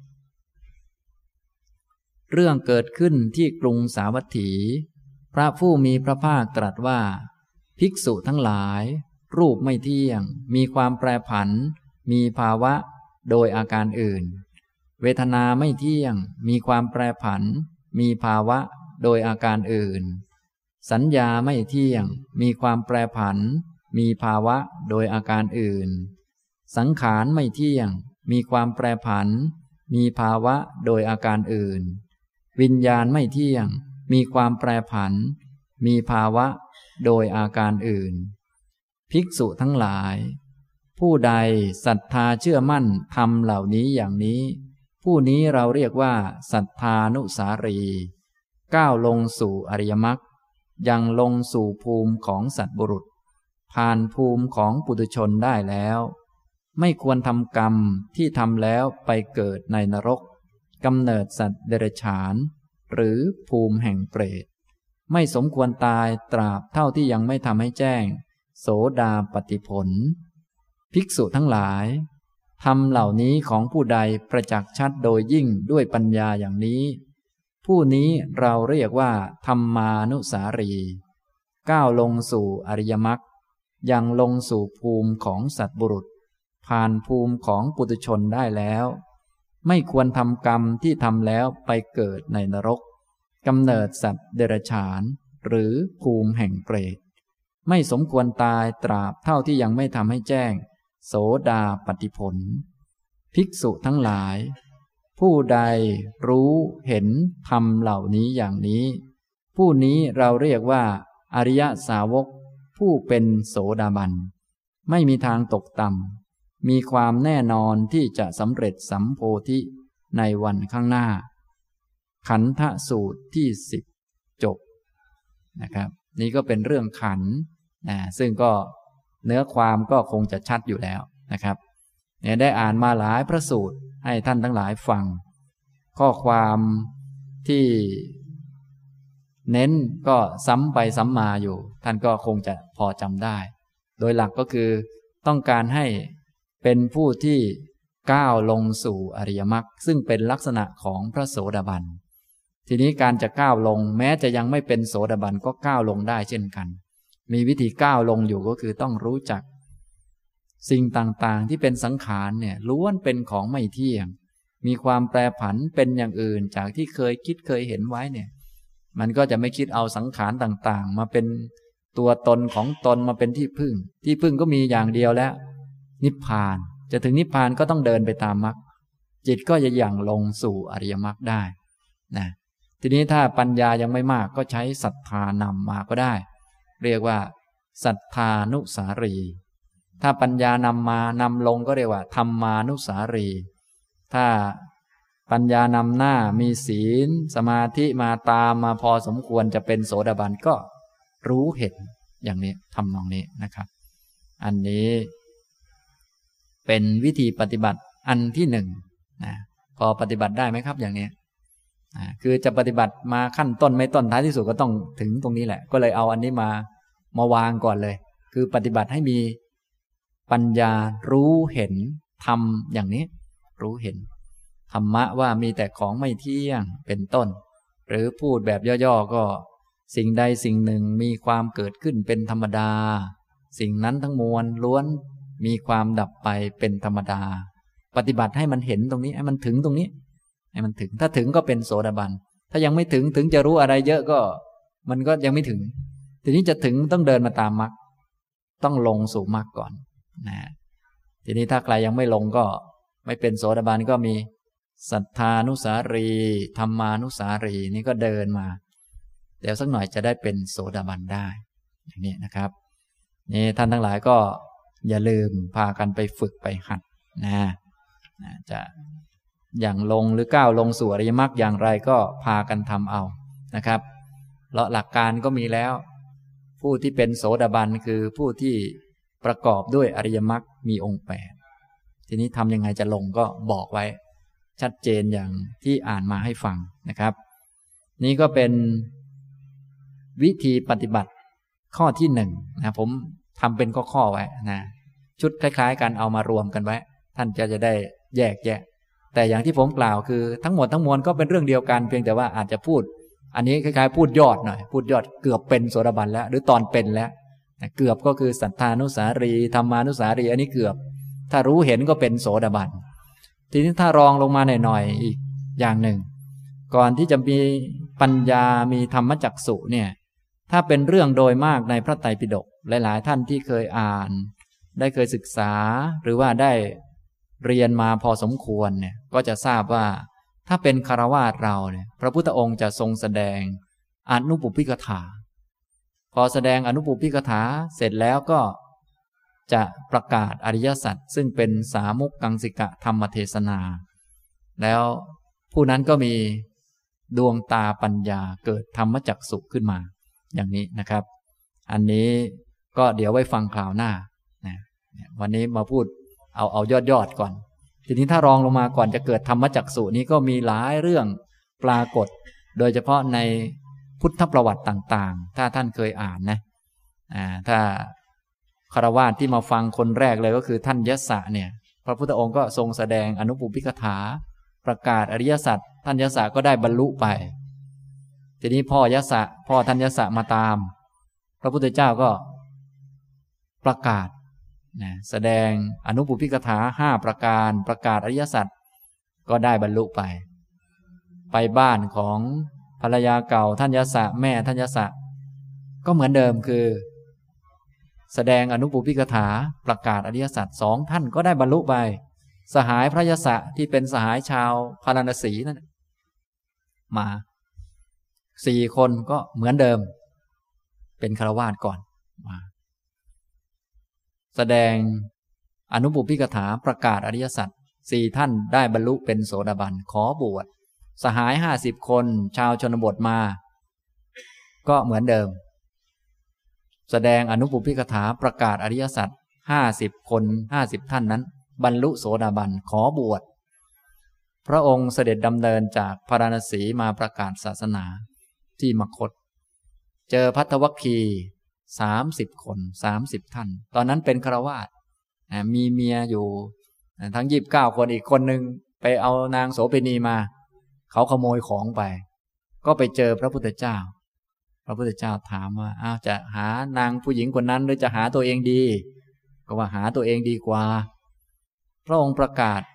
เรื่องเกิดขึ้นที่กรุงสาวัตถีพระผู้มีพระภาคตรัสว่าภิกษุทั้งหลายรูปไม่เที่ยงมีความแปรผันมีภาวะโดยอาการอื่นเวทนาไม่เที่ยงมีความแปรผันมีภาวะโดยอาการอื่นสัญญาไม่เที่ยงมีความแปรผันมีภาวะโดยอาการอื่นสังขารไม่เที่ยงมีความแปรผันมีภาวะโดยอาการอื่นวิญญาณไม่เที่ยงมีความแปรผันมีภาวะโดยอาการอื่นภิกษุทั้งหลายผู้ใดศรัทธาเชื่อมั่นธรรมเหล่านี้อย่างนี้ผู้นี้เราเรียกว่าศรัทธานุสารีก้าวลงสู่อริยมรรคยังลงสู่ภูมิของสัตบุรุษผ่านภูมิของปุถุชนได้แล้วไม่ควรทำกรรมที่ทำแล้วไปเกิดในนรกกำเนิดสัตว์เดรัจฉานหรือภูมิแห่งเปรตไม่สมควรตายตราบเท่าที่ยังไม่ทำให้แจ้งโสดาปัตติผลภิกษุทั้งหลายธรรมเหล่านี้ของผู้ใดประจักษ์ชัดโดยยิ่งด้วยปัญญาอย่างนี้ผู้นี้เราเรียกว่าธรรมานุสารีก้าวลงสู่อริยมรรคยังลงสู่ภูมิของสัตบุรุษผ่านภูมิของปุถุชนได้แล้วไม่ควรทำกรรมที่ทำแล้วไปเกิดในนรกกำเนิดสัตว์เดรัจฉานหรือภูมิแห่งเปรตไม่สมควรตายตราบเท่าที่ยังไม่ทำให้แจ้งโสดาปัตติผลภิกษุทั้งหลายผู้ใดรู้เห็นธรรมเหล่านี้อย่างนี้ผู้นี้เราเรียกว่าอริยสาวกผู้เป็นโสดาบันไม่มีทางตกต่ำมีความแน่นอนที่จะสำเร็จสัมโพธิในวันข้างหน้าขันธสูตรที่สิบจบนะครับนี่ก็เป็นเรื่องขันธ์นะซึ่งก็เนื้อความก็คงจะชัดอยู่แล้วนะครับเนี่ยได้อ่านมาหลายพระสูตรให้ท่านทั้งหลายฟังข้อความที่เน้นก็ซ้ำไปซ้ำมาอยู่ท่านก็คงจะพอจำได้โดยหลักก็คือต้องการให้เป็นผู้ที่ก้าวลงสู่อริยมรรคซึ่งเป็นลักษณะของพระโสดาบันทีนี้การจะก้าวลงแม้จะยังไม่เป็นโสดาบันก็ก้าวลงได้เช่นกันมีวิธีก้าวลงอยู่ก็คือต้องรู้จักสิ่งต่างๆที่เป็นสังขารเนี่ยล้วนเป็นของไม่เที่ยงมีความแปรผันเป็นอย่างอื่นจากที่เคยคิดเคยเห็นไว้เนี่ยมันก็จะไม่คิดเอาสังขารต่างๆมาเป็นตัวตนของตนมาเป็นที่พึ่งที่พึ่งก็มีอย่างเดียวแล้วนิพพานจะถึงนิพพานก็ต้องเดินไปตามมรรคจิตก็จะอย่างลงสู่อริยมรรคได้นะทีนี้ถ้าปัญญายังไม่มากก็ใช้ศรัทธานำมาก็ได้เรียกว่าศรัทธานุสารีถ้าปัญญานำมานำลงก็เรียกว่าธรรมานุสารีถ้าปัญญานำหน้ามีศีลสมาธิมาตามมาพอสมควรจะเป็นโสดาบันก็รู้เห็นอย่างนี้ทำนองนี้นะครับอันนี้เป็นวิธีปฏิบัติอันที่หนึ่งนะพอปฏิบัติได้ไหมครับอย่างนี้นะคือจะปฏิบัติมาขั้นต้นไม่ต้นท้ายที่สุดก็ต้องถึงตรงนี้แหละก็เลยเอาอันนี้มามาวางก่อนเลยคือปฏิบัติให้มีปัญญารู้เห็นธรรมอย่างนี้รู้เห็นธรรมะว่ามีแต่ของไม่เที่ยงเป็นต้นหรือพูดแบบย่อๆก็สิ่งใดสิ่งหนึ่งมีความเกิดขึ้นเป็นธรรมดาสิ่งนั้นทั้งมวลล้วนมีความดับไปเป็นธรรมดาปฏิบัติให้มันเห็นตรงนี้ให้มันถึงตรงนี้ให้มันถึงถ้าถึงก็เป็นโสดาบันถ้ายังไม่ถึงถึงจะรู้อะไรเยอะก็มันก็ยังไม่ถึงทีนี้จะถึงต้องเดินมาตามมรรคต้องลงสู่มรรคก่อนนะทีนี้ถ้าใครยังไม่ลงก็ไม่เป็นโสดาบันก็มีศรัทธานุสารีธรรมานุสารีนี่ก็เดินมาเดี๋ยวสักหน่อยจะได้เป็นโสดาบันได้อย่างนี้นะครับนี่ท่านทั้งหลายก็อย่าลืมพากันไปฝึกไปหัดนะจะอย่างลงหรือก้าวลงสู่อริยมรรคอย่างไรก็พากันทำเอานะครับเพราะหลักการก็มีแล้วผู้ที่เป็นโสดาบันคือผู้ที่ประกอบด้วยอริยมรรคมีองค์แปดทีนี้ทำยังไงจะลงก็บอกไว้ชัดเจนอย่างที่อ่านมาให้ฟังนะครับนี่ก็เป็นวิธีปฏิบัติข้อที่หนึ่งนะผมทำเป็นข้อๆไว้นะชุดคล้ายๆกันเอามารวมกันไว้ท่านจะจะได้แยกแยะแต่อย่างที่ผมกล่าวคือทั้งหมดทั้งมวลก็เป็นเรื่องเดียวกันเพียงแต่ว่าอาจจะพูดอันนี้คล้ายๆพูดยอดหน่อยพูดยอดเกือบเป็นโสดาบันแล้วหรือตอนเป็นแล้วเกือบก็คือสัทธานุสารีธรรมานุสารีอันนี้เกือบถ้ารู้เห็นก็เป็นโสดาบันทีนี้ถ้ารองลงมาหน่อยๆอีกอย่างหนึ่งก่อนที่จะมีปัญญามีธรรมจักษุเนี่ยถ้าเป็นเรื่องโดยมากในพระไตรปิฎกหลายๆท่านที่เคยอ่านได้เคยศึกษาหรือว่าได้เรียนมาพอสมควรเนี่ยก็จะทราบว่าถ้าเป็นคฤหัสถ์เราเนี่ยพระพุทธองค์จะทรงแสดงอนุปุพพิกถาพอแสดงอนุปุพพิกถาเสร็จแล้วก็จะประกาศอริยสัจซึ่งเป็นสามุกกังสิกะธรรมเทศนาแล้วผู้นั้นก็มีดวงตาปัญญาเกิดธรรมจักษุขึ้นมาอย่างนี้นะครับอันนี้ก็เดี๋ยวไว้ฟังคราวหน้านะวันนี้มาพูดเอาเอายอดยอดก่อนทีนี้ถ้ารองลงมาก่อนจะเกิดธรรมจักษุนี้ก็มีหลายเรื่องปรากฏโดยเฉพาะในพุทธประวัติต่างๆถ้าท่านเคยอ่านนะอ่าถ้าคฤหัสถ์ที่มาฟังคนแรกเลยก็คือท่านยศะเนี่ยพระพุทธองค์ก็ทรงแสดงอนุปุพพิกถาประกาศอริยสัจท่านยศะก็ได้บรรลุไปทีนี้พ่อยศะพ่อท่านยศะมาตามพระพุทธเจ้าก็ประกาศนะแสดงอนุปุพพิกถาห้าประการประกาศอริยสัจก็ได้บรรลุไปไปบ้านของภรรยาเก่าท่านยศะแม่ท่านยศะก็เหมือนเดิมคือแสดงอนุปุพพิกถาประกาศอริยสัจสองท่านก็ได้บรรลุไปสหายพระยศะที่เป็นสหายชาวพาราณสีนั่นมาสี่คนก็เหมือนเดิมเป็นคฤหัสถ์ก่อนมาแสดงอนุปุพพิกถาประกาศอริยสัจสี่ท่านได้บรรลุเป็นโสดาบันขอบวชสหายห้าสิบคนชาวชนบทมาก็เหมือนเดิมแสดงอนุปุพพิกถาประกาศอริยสัจห้าสิบคนห้าสิบท่านนั้นบรรลุโสดาบันขอบวชพระองค์เสด็จดำเนินจากพาราณสีมาประกาศศาสนาที่มคธเจอภัททวัคคีย์สามสิบคนสามสิบท่านตอนนั้นเป็นคฤหัสถ์มีเมียอยู่ทั้งยี่สิบเก้าคนอีกคนหนึ่งไปเอานางโสเภณีมาเขาขโมยของไปก็ไปเจอพระพุทธเจ้าพระพุทธเจ้าถามว่าอ้าวจะหานางผู้หญิงคนนั้นหรือจะหาตัวเองดีก็ว่าหาตัวเองดีกว่าพระองค์ประกาศ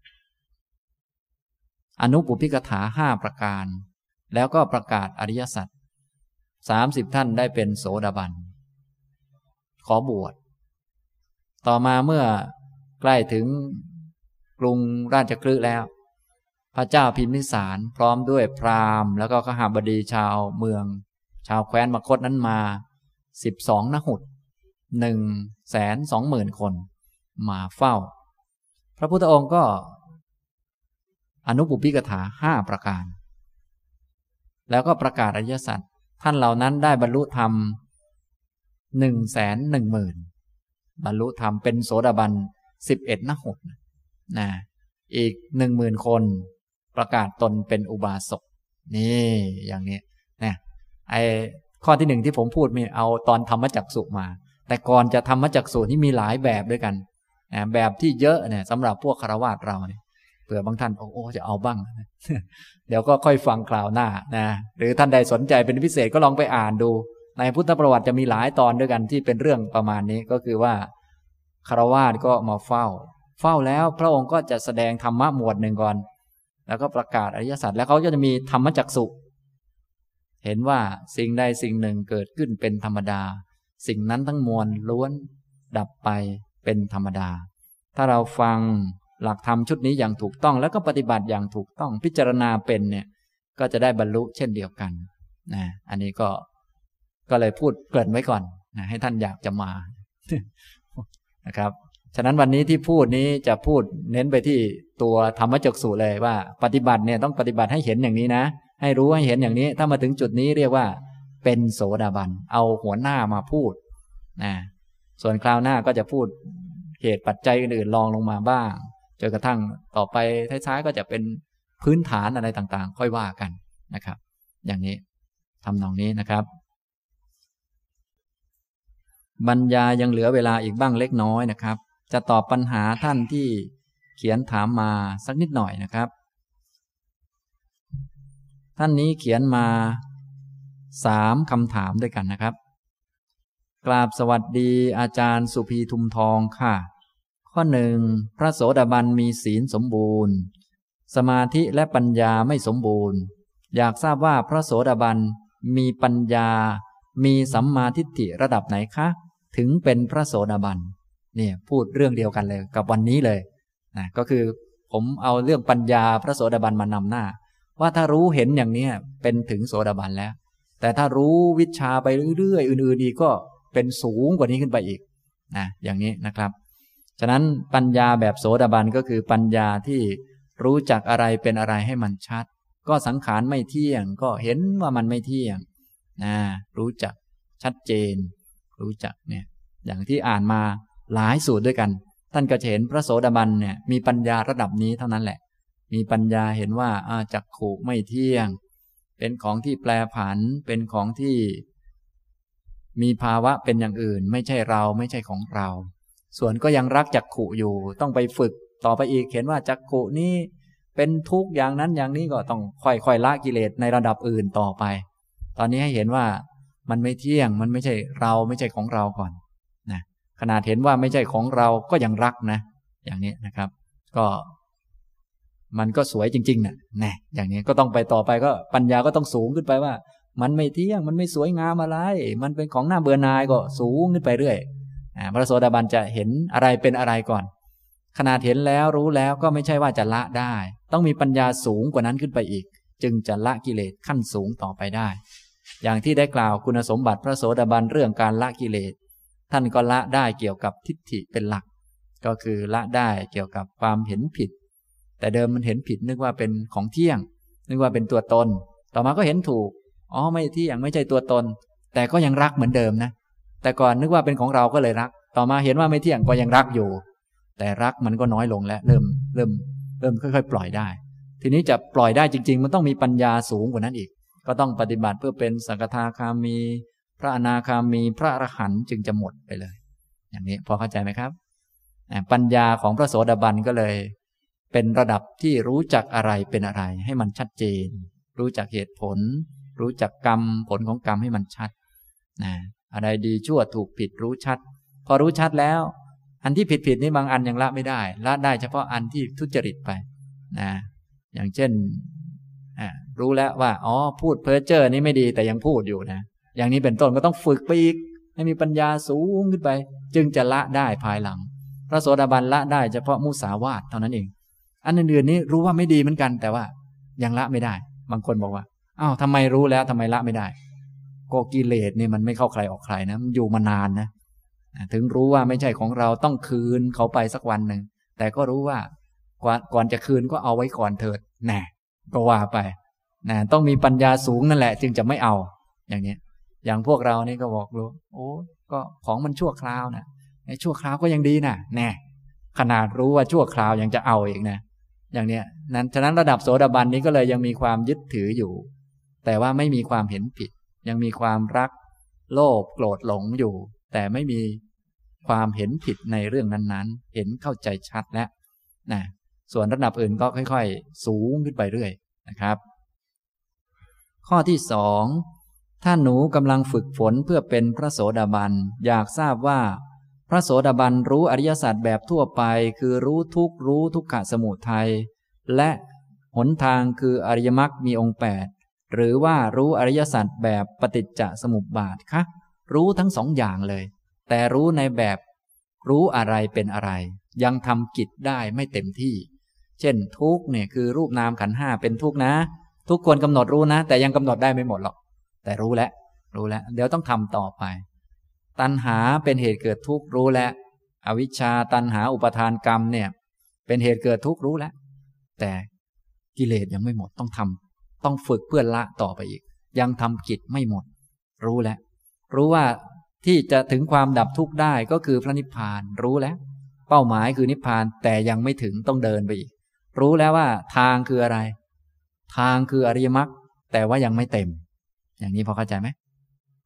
อนุปุพพิกถาห้าประการแล้วก็ประกาศอริยสัจสามสิบท่านได้เป็นโสดาบันขอบวชต่อมาเมื่อใกล้ถึงกรุงราชคฤห์แล้วพระเจ้าพิมพิสารพร้อมด้วยพราหมณ์แล้วก็ขหบดีชาวเมืองชาวแคว้นมคธนั้นมาสิบสองนหุฏหนึ่งแสนสองหมื่นคนมาเฝ้าพระพุทธองค์ก็อนุปุพพิกถาห้าประการแล้วก็ประกาศอริยสัจท่านเหล่านั้นได้บรรลุธรรมหนึ่งแสนหนึ่งหมื่นบรรลุธรรมเป็นโสดาบันสิบเอ็ดนหุฏนะอีกหนึ่งหมื่นคนประกาศตนเป็นอุบาสกนี่อย่างนี้นะไอข้อที่หนึ่งที่ผมพูดมีเอาตอนธรรมจักษุมาแต่ก่อนจะธรรมจักษุนี่มีหลายแบบด้วยกันนะแบบที่เยอะเนี่ยสำหรับพวกคฤหัสถ์เราเนี่ยเผื่อบางท่านโอ้จะเอาบ้าง เดี๋ยวก็ค่อยฟังคราวหน้านะหรือท่านใดสนใจเป็นพิเศษก็ลองไปอ่านดูในพุทธประวัติจะมีหลายตอนด้วยกันที่เป็นเรื่องประมาณนี้ก็คือว่าคฤหัสถ์ก็มาเฝ้าเฝ้าแล้วพระองค์ก็จะแสดงธรรมะหมวดหนึ่งก่อนแล้วก็ประกาศอริยสัจแล้วเขาก็จะมีธรรมจักษุเห็นว่าสิ่งใดสิ่งหนึ่งเกิดขึ้นเป็นธรรมดาสิ่งนั้นทั้งมวลล้วนดับไปเป็นธรรมดาถ้าเราฟังหลักธรรมชุดนี้อย่างถูกต้องแล้วก็ปฏิบัติอย่างถูกต้องพิจารณาเป็นเนี่ยก็จะได้บรรลุเช่นเดียวกันนะอันนี้ก็ก็เลยพูดเกริ่นไว้ก่อนนะให้ท่านอยากจะมา นะครับฉะนั้นวันนี้ที่พูดนี้จะพูดเน้นไปที่ตัวธรรมจักษุเลยว่าปฏิบัติเนี่ยต้องปฏิบัติให้เห็นอย่างนี้นะให้รู้ให้เห็นอย่างนี้ถ้ามาถึงจุดนี้เรียกว่าเป็นโสดาบันเอาหัวหน้ามาพูดนะส่วนคราวหน้าก็จะพูดเหตุปัจจัยอื่นๆรองลงมาบ้างจนกระทั่งต่อไปท้ายๆก็จะเป็นพื้นฐานอะไรต่างๆค่อยว่ากันนะครับอย่างนี้ทำนองนี้นะครับบรรยายยังเหลือเวลาอีกบ้างเล็กน้อยนะครับจะตอบปัญหาท่านที่เขียนถามมาสักนิดหน่อยนะครับท่านนี้เขียนมาสามคำถามด้วยกันนะครับกราบสวัสดีอาจารย์สุภีทุมทองค่ะข้อหนึ่งพระโสดาบันมีศีลสมบูรณ์สมาธิและปัญญาไม่สมบูรณ์อยากทราบว่าพระโสดาบันมีปัญญามีสัมมาทิฏฐิระดับไหนคะถึงเป็นพระโสดาบันเนี่ยพูดเรื่องเดียวกันเลยกับวันนี้เลยนะก็คือผมเอาเรื่องปัญญาพระโสดาบันมานำหน้าว่าถ้ารู้เห็นอย่างนี้เป็นถึงโสดาบันแล้วแต่ถ้ารู้วิชาไปเรื่อยๆอื่นๆอีกก็เป็นสูงกว่านี้ขึ้นไปอีกนะอย่างนี้นะครับฉะนั้นปัญญาแบบโสดาบันก็คือปัญญาที่รู้จักอะไรเป็นอะไรให้มันชัดก็สังขารไม่เที่ยงก็เห็นว่ามันไม่เที่ยงนะรู้จักชัดเจนรู้จักเนี่ยอย่างที่อ่านมาหลายสูตรด้วยกันท่านก็จะเห็นพระโสดาบันเนี่ยมีปัญญาระดับนี้เท่านั้นแหละมีปัญญาเห็นว่าจักขุไม่เที่ยงเป็นของที่แปรผันเป็นของที่มีภาวะเป็นอย่างอื่นไม่ใช่เราไม่ใช่ของเราส่วนก็ยังรักจักขุอยู่ต้องไปฝึกต่อไปอีกเห็นว่าจักขุนี้เป็นทุกข์อย่างนั้นอย่างนี้ก็ต้องค่อยๆละกิเลสในระดับอื่นต่อไปตอนนี้ให้เห็นว่ามันไม่เที่ยงมันไม่ใช่เราไม่ใช่ของเราก่อนนะขนาดเห็นว่าไม่ใช่ของเราก็ยังรักนะอย่างนี้นะครับก็มันก็สวยจริงๆนะแน่อย่างนี้ก็ต้องไปต่อไปก็ปัญญาก็ต้องสูงขึ้นไปว่ามันไม่เที่ยงมันไม่สวยงามอะไรมันเป็นของหน้าเบื่อหน่ายก็สูงขึ้นไปเรื่อยพระโสดาบันจะเห็นอะไรเป็นอะไรก่อนขนาดเห็นแล้วรู้แล้วก็ไม่ใช่ว่าจะละได้ต้องมีปัญญาสูงกว่านั้นขึ้นไปอีกจึงจะละกิเลสขั้นสูงต่อไปได้อย่างที่ได้กล่าวคุณสมบัติพระโสดาบันเรื่องการละกิเลสท่านก็ละได้เกี่ยวกับทิฏฐิเป็นหลักก็คือละได้เกี่ยวกับความเห็นผิดแต่เดิมมันเห็นผิดนึกว่าเป็นของเที่ยงนึกว่าเป็นตัวตนต่อมาก็เห็นถูกอ๋อไม่เที่ยงไม่ใช่ตัวตนแต่ก็ยังรักเหมือนเดิมนะแต่ก่อนนึกว่าเป็นของเราก็เลยรักต่อมาเห็นว่าไม่เที่ยงก็ยังรักอยู่แต่รักมันก็น้อยลงแล้วเริ่มเริ่มเริ่มค่อยๆปล่อยได้ทีนี้จะปล่อยได้จริงๆมันต้องมีปัญญาสูงกว่านั้นอีกก็ต้องปฏิบัติเพื่อเป็นสกทาคามีพระอนาคามีพระอรหันต์จึงจะหมดไปเลยอย่างนี้พอเข้าใจไหมครับปัญญาของพระโสดาบันก็เลยเป็นระดับที่รู้จักอะไรเป็นอะไรให้มันชัดเจนรู้จักเหตุผลรู้จักกรรมผลของกรรมให้มันชัดนะอะไรดีชั่วถูกผิดรู้ชัดพอรู้ชัดแล้วอันที่ผิดผิดนี่บางอันยังละไม่ได้ละได้เฉพาะอันที่ทุจริตไปนะอย่างเช่นรู้แล้วว่าอ๋อพูดเพ้อเจ้อนี่ไม่ดีแต่ยังพูดอยู่นะอย่างนี้เป็นต้นก็ต้องฝึกไปอีกให้มีปัญญาสูงขึ้นไปจึงจะละได้ภายหลังพระโสดาบันละได้เฉพาะมุสาวาทเท่านั้นเองอันอื่นๆนี้รู้ว่าไม่ดีเหมือนกันแต่ว่ายังละไม่ได้บางคนบอกว่าอ้าวทำไมรู้แล้วทำไมละไม่ได้ก็กิเลสนี่มันไม่เข้าใครออกใครนะมันอยู่มานานนะถึงรู้ว่าไม่ใช่ของเราต้องคืนเขาไปสักวันหนึ่งแต่ก็รู้ว่าก่อนก่อนจะคืนก็เอาไว้ก่อนเถิดแน่ก็ว่าไปนะต้องมีปัญญาสูงนั่นแหละจึงจะไม่เอาอย่างนี้อย่างพวกเรานี่ก็บอกรู้โอ้ก็ของมันชั่วคราวนะไอ้ชั่วคราวก็ยังดีนะแน่ขนาดรู้ว่าชั่วคราวยังจะเอาอีกนะอย่างเนี้ยนั้นฉะนั้นระดับโสดาบันนี้ก็เลยยังมีความยึดถืออยู่แต่ว่าไม่มีความเห็นผิดยังมีความรักโลภโกรธหลงอยู่แต่ไม่มีความเห็นผิดในเรื่องนั้นๆเห็นเข้าใจชัดแล้วนะส่วนระดับอื่นก็ค่อยๆสูงขึ้นไปเรื่อยนะครับข้อที่สองถ้าหนูกำลังฝึกฝนเพื่อเป็นพระโสดาบันอยากทราบว่าพระโสดาบันรู้อริยสัจแบบทั่วไปคือรู้ทุกข์รู้ทุกขสมุทัยและหนทางคืออริยมรรคมีองค์แปดหรือว่ารู้อริยสัจแบบปฏิจจสมุปบาทคะรู้ทั้งสองอย่างเลยแต่รู้ในแบบรู้อะไรเป็นอะไรยังทำกิจได้ไม่เต็มที่เช่นทุกข์เนี่ยคือรูปนามขันธ์ห้าเป็นทุกข์นะทุกควรกำหนดรู้นะแต่ยังกำหนดได้ไม่หมดหรอกแต่รู้แล้วรู้แล้วเดี๋ยวต้องทำต่อไปตัณหาเป็นเหตุเกิดทุกข์รู้แล้วอวิชชาตัณหาอุปทานกรรมเนี่ยเป็นเหตุเกิดทุกข์รู้แล้วแต่กิเลสยังไม่หมดต้องทำต้องฝึกเพื่อละต่อไปอีกยังทำกิจไม่หมดรู้แล้วรู้ว่าที่จะถึงความดับทุกข์ได้ก็คือพระนิพพานรู้แล้วเป้าหมายคือนิพพานแต่ยังไม่ถึงต้องเดินไปอีกรู้แล้วว่าทางคืออะไรทางคืออริยมรรคแต่ว่ายังไม่เต็มอย่างนี้พอเข้าใจไหม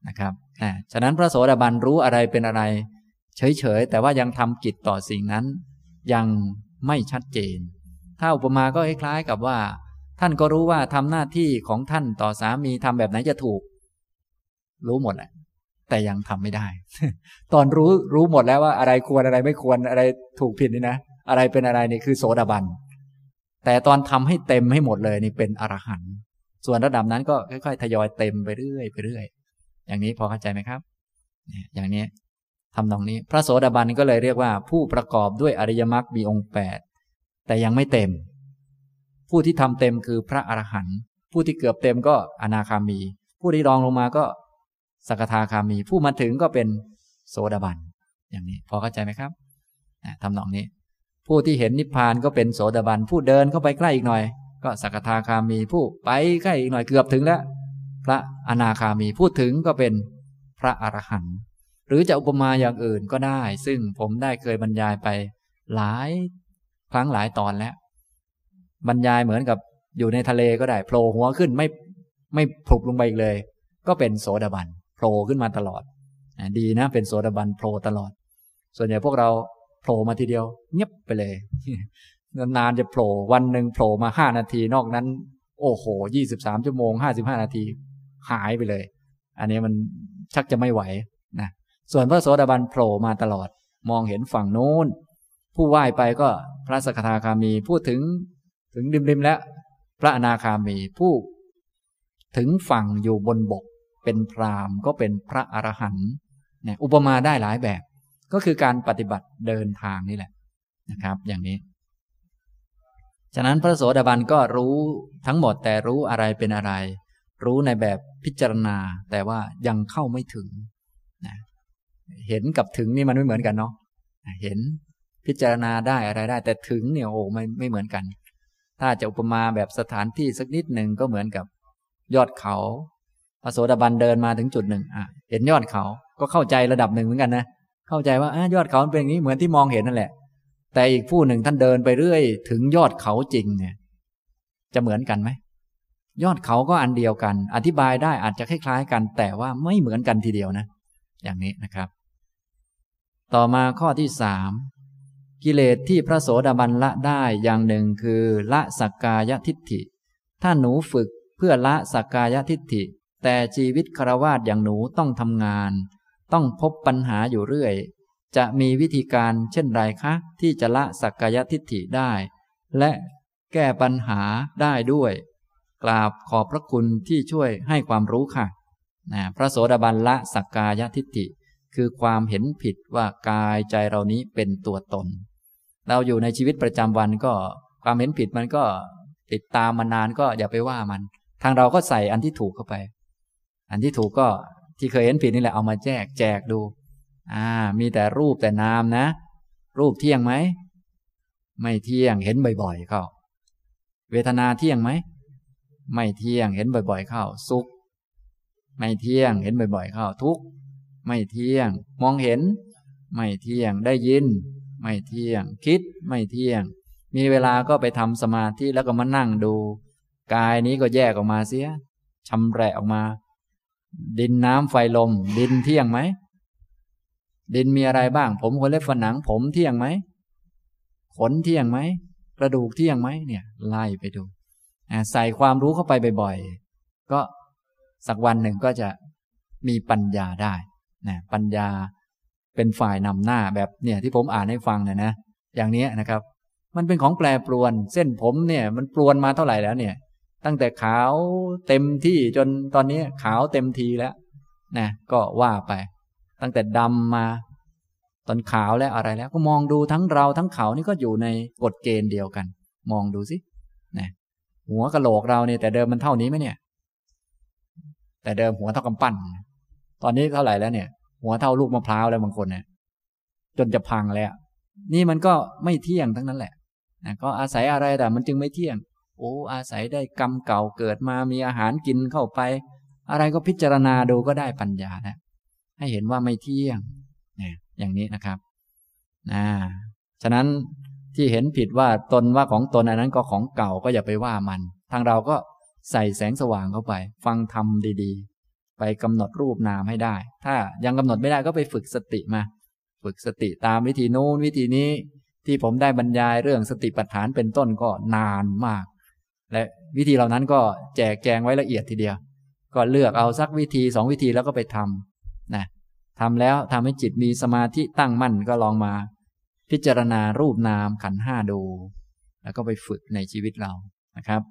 นะครับอ่าฉะนั้นพระโสดาบันรู้อะไรเป็นอะไรเฉยๆแต่ว่ายังทำกิจต่อสิ่งนั้นยังไม่ชัดเจนถ้าอุปมาก็คล้ายๆกับว่าท่านก็รู้ว่าทำหน้าที่ของท่านต่อสามีทำแบบไหนจะถูกรู้หมดแหละแต่ยังทำไม่ได้ ตอนรู้รู้หมดแล้วว่าอะไรควรอะไรไม่ควรอะไรถูกผิดนี่นะอะไรเป็นอะไรนี่คือโสดาบันแต่ตอนทำให้เต็มให้หมดเลยนี่เป็นอรหันต์ส่วนระดับนั้นก็ค่อยๆทยอยเต็มไปเรื่อยไปเรื่อยอย่างนี้พอเข้าใจไหมครับอย่างนี้ทำตรงนี้พระโสดาบันก็เลยเรียกว่าผู้ประกอบด้วยอริยมรรคมีองค์แปดแต่ยังไม่เต็มผู้ที่ทำเต็มคือพระอรหันต์ผู้ที่เกือบเต็มก็อนาคามีผู้ที่รองลงมาก็สกทาคามีผู้มาถึงก็เป็นโสดาบันอย่างนี้พอเข้าใจไหมครับทำนองนี้ผู้ที่เห็นนิพพานก็เป็นโสดาบันผู้เดินเข้าไปใกล้อีกหน่อยก็สกทาคามีผู้ไปใกล้อีกหน่อยเกือบถึงแล้วพระอนาคามีพูดถึงก็เป็นพระอรหันต์หรือจะอุปมาอย่างอื่นก็ได้ซึ่งผมได้เคยบรรยายไปหลายครั้งหลายตอนแล้วบรรยายเหมือนกับอยู่ในทะเลก็ได้โผล่หัวขึ้นไม่ไม่พลุบลงไปอีกเลยก็เป็นโสดาบันโผล่ขึ้นมาตลอดดีนะเป็นโสดาบันโผล่ตลอดส่วนใหญ่พวกเราโผล่มาทีเดียวเงียบไปเลยนานๆจะโผล่วันหนึ่งโผล่มาห้านาทีนอกนั้นโอ้โหยี่สิบสามชั่วโมงห้าสิบห้านาทีหายไปเลยอันนี้มันชักจะไม่ไหวนะส่วนพระโสดาบันโผล่มาตลอดมองเห็นฝั่งโน้นผู้ไหว้ไปก็พระสกทาคามีพูดถึงถึงริมๆแล้วพระอนาคามีผู้ถึงฝั่งอยู่บนบกเป็นพราหมณ์ก็เป็นพระอรหันต์เนี่ยอุปมาได้หลายแบบก็คือการปฏิบัติเดินทางนี่แหละนะครับอย่างนี้ฉะนั้นพระโสดาบันก็รู้ทั้งหมดแต่รู้อะไรเป็นอะไรรู้ในแบบพิจารณาแต่ว่ายังเข้าไม่ถึงนะเห็นกับถึงนี่มันไม่เหมือนกันเนาะเห็นพิจารณาได้อะไรได้แต่ถึงเนี่ยโอ้ไม่ไม่เหมือนกันถ้าจะอุปมาแบบสถานที่สักนิดหนึ่งก็เหมือนกับยอดเขาพระโสดาบันเดินมาถึงจุดหนึ่งอ่ะเห็นยอดเขาก็เข้าใจระดับหนึ่งเหมือนกันนะเข้าใจว่าอ่ะยอดเขาเป็นอย่างนี้เหมือนที่มองเห็นนั่นแหละแต่อีกผู้หนึ่งท่านเดินไปเรื่อยถึงยอดเขาจริงเนี่ยจะเหมือนกันไหมยอดเขาก็อันเดียวกันอธิบายได้อาจจะคล้ายๆกันแต่ว่าไม่เหมือนกันทีเดียวนะอย่างนี้นะครับต่อมาข้อที่สามกิเลสที่พระโสดาบันละได้อย่างหนึ่งคือละสักกายทิฏฐิถ้าหนูฝึกเพื่อละสักกายทิฏฐิแต่ชีวิตฆราวาสอย่างหนูต้องทำงานต้องพบปัญหาอยู่เรื่อยจะมีวิธีการเช่นไรคะที่จะละสักกายทิฏฐิได้และแก้ปัญหาได้ด้วยกราบขอบพระคุณที่ช่วยให้ความรู้ค่ะนะพระโสดาบันละสักกายทิฏฐิคือความเห็นผิดว่ากายใจเรานี้เป็นตัวตนเราอยู่ในชีวิตประจำวันก็ความเห็นผิดมันก็ติดตามมานานก็อย่าไปว่ามันทางเราก็ใส่อันที่ถูกเข้าไปอันที่ถูกก็ที่เคยเห็นผิดนี่แหละเอามาแจกแจกดูอ่ามีแต่รูปแต่นามนะรูปเที่ยงไหมไม่เที่ยงเห็นบ่อยๆเข้าเวทนาเที่ยงไหมไม่เที่ยงเห็นบ่อยๆเข้าสุขไม่เที่ยงเห็นบ่อยๆเข้าทุกข์ไม่เที่ยงมองเห็นไม่เที่ยงได้ยินไม่เที่ยงคิดไม่เที่ยงมีเวลาก็ไปทำสมาธิแล้วก็มานั่งดูกายนี้ก็แยกออกมาเสียชำแระออกมาดินน้ำไฟลมดินเที่ยงไหมดินมีอะไรบ้างผมขนเล็บฝันหนังผมเที่ยงไหมขนเที่ยงไหมกระดูกเที่ยงไหมเนี่ยไล่ไปดูใส่ความรู้เข้าไปบ่อยๆก็สักวันหนึ่งก็จะมีปัญญาได้นะปัญญาเป็นฝ่ายนำหน้าแบบเนี่ยที่ผมอ่านให้ฟังเนี่ยนะอย่างนี้นะครับมันเป็นของแปรปรวนเส้นผมเนี่ยมันปรวนมาเท่าไหร่แล้วเนี่ยตั้งแต่ขาวเต็มที่จนตอนนี้ขาวเต็มทีแล้วนะก็ว่าไปตั้งแต่ดำมาตอนขาวแล้วอะไรแล้วก็มองดูทั้งเราทั้งเขานี่ก็อยู่ในกฎเกณฑ์เดียวกันมองดูสินะหัวกะโหลกเราเนี่ยแต่เดิมมันเท่านี้ไหมเนี่ยแต่เดิมหัวเท่ากำปั้นตอนนี้เท่าไหร่แล้วเนี่ยหัวเท่าลูกมะพร้าวแล้วบางคนเนี่ยจนจะพังแล้วนี่มันก็ไม่เที่ยงทั้งนั้นแหละนะก็อาศัยอะไรแต่มันจึงไม่เที่ยงโอ้อาศัยได้กรรมเก่าเกิดมามีอาหารกินเข้าไปอะไรก็พิจารณาดูก็ได้ปัญญานะให้เห็นว่าไม่เที่ยงเนี่ยอย่างนี้นะครับนะฉะนั้นที่เห็นผิดว่าตนว่าของตนอันนั้นก็ของเก่าก็อย่าไปว่ามันทางเราก็ใส่แสงสว่างเข้าไปฟังธรรมดีๆไปกำหนดรูปนามให้ได้ถ้ายังกำหนดไม่ได้ก็ไปฝึกสติมาฝึกสติตามวิธีโน้นวิธีนี้ที่ผมได้บรรยายเรื่องสติปัฏฐานเป็นต้นก็นานมากและวิธีเหล่านั้นก็แจกแจงไว้ละเอียดทีเดียวก็เลือกเอาสักวิธีสองวิธีแล้วก็ไปทำนะทำแล้วทำให้จิตมีสมาธิตั้งมั่นก็ลองมาพิจารณารูปนามขันธ์ห้าดูแล้วก็ไปฝึกในชีวิตเรานะครับ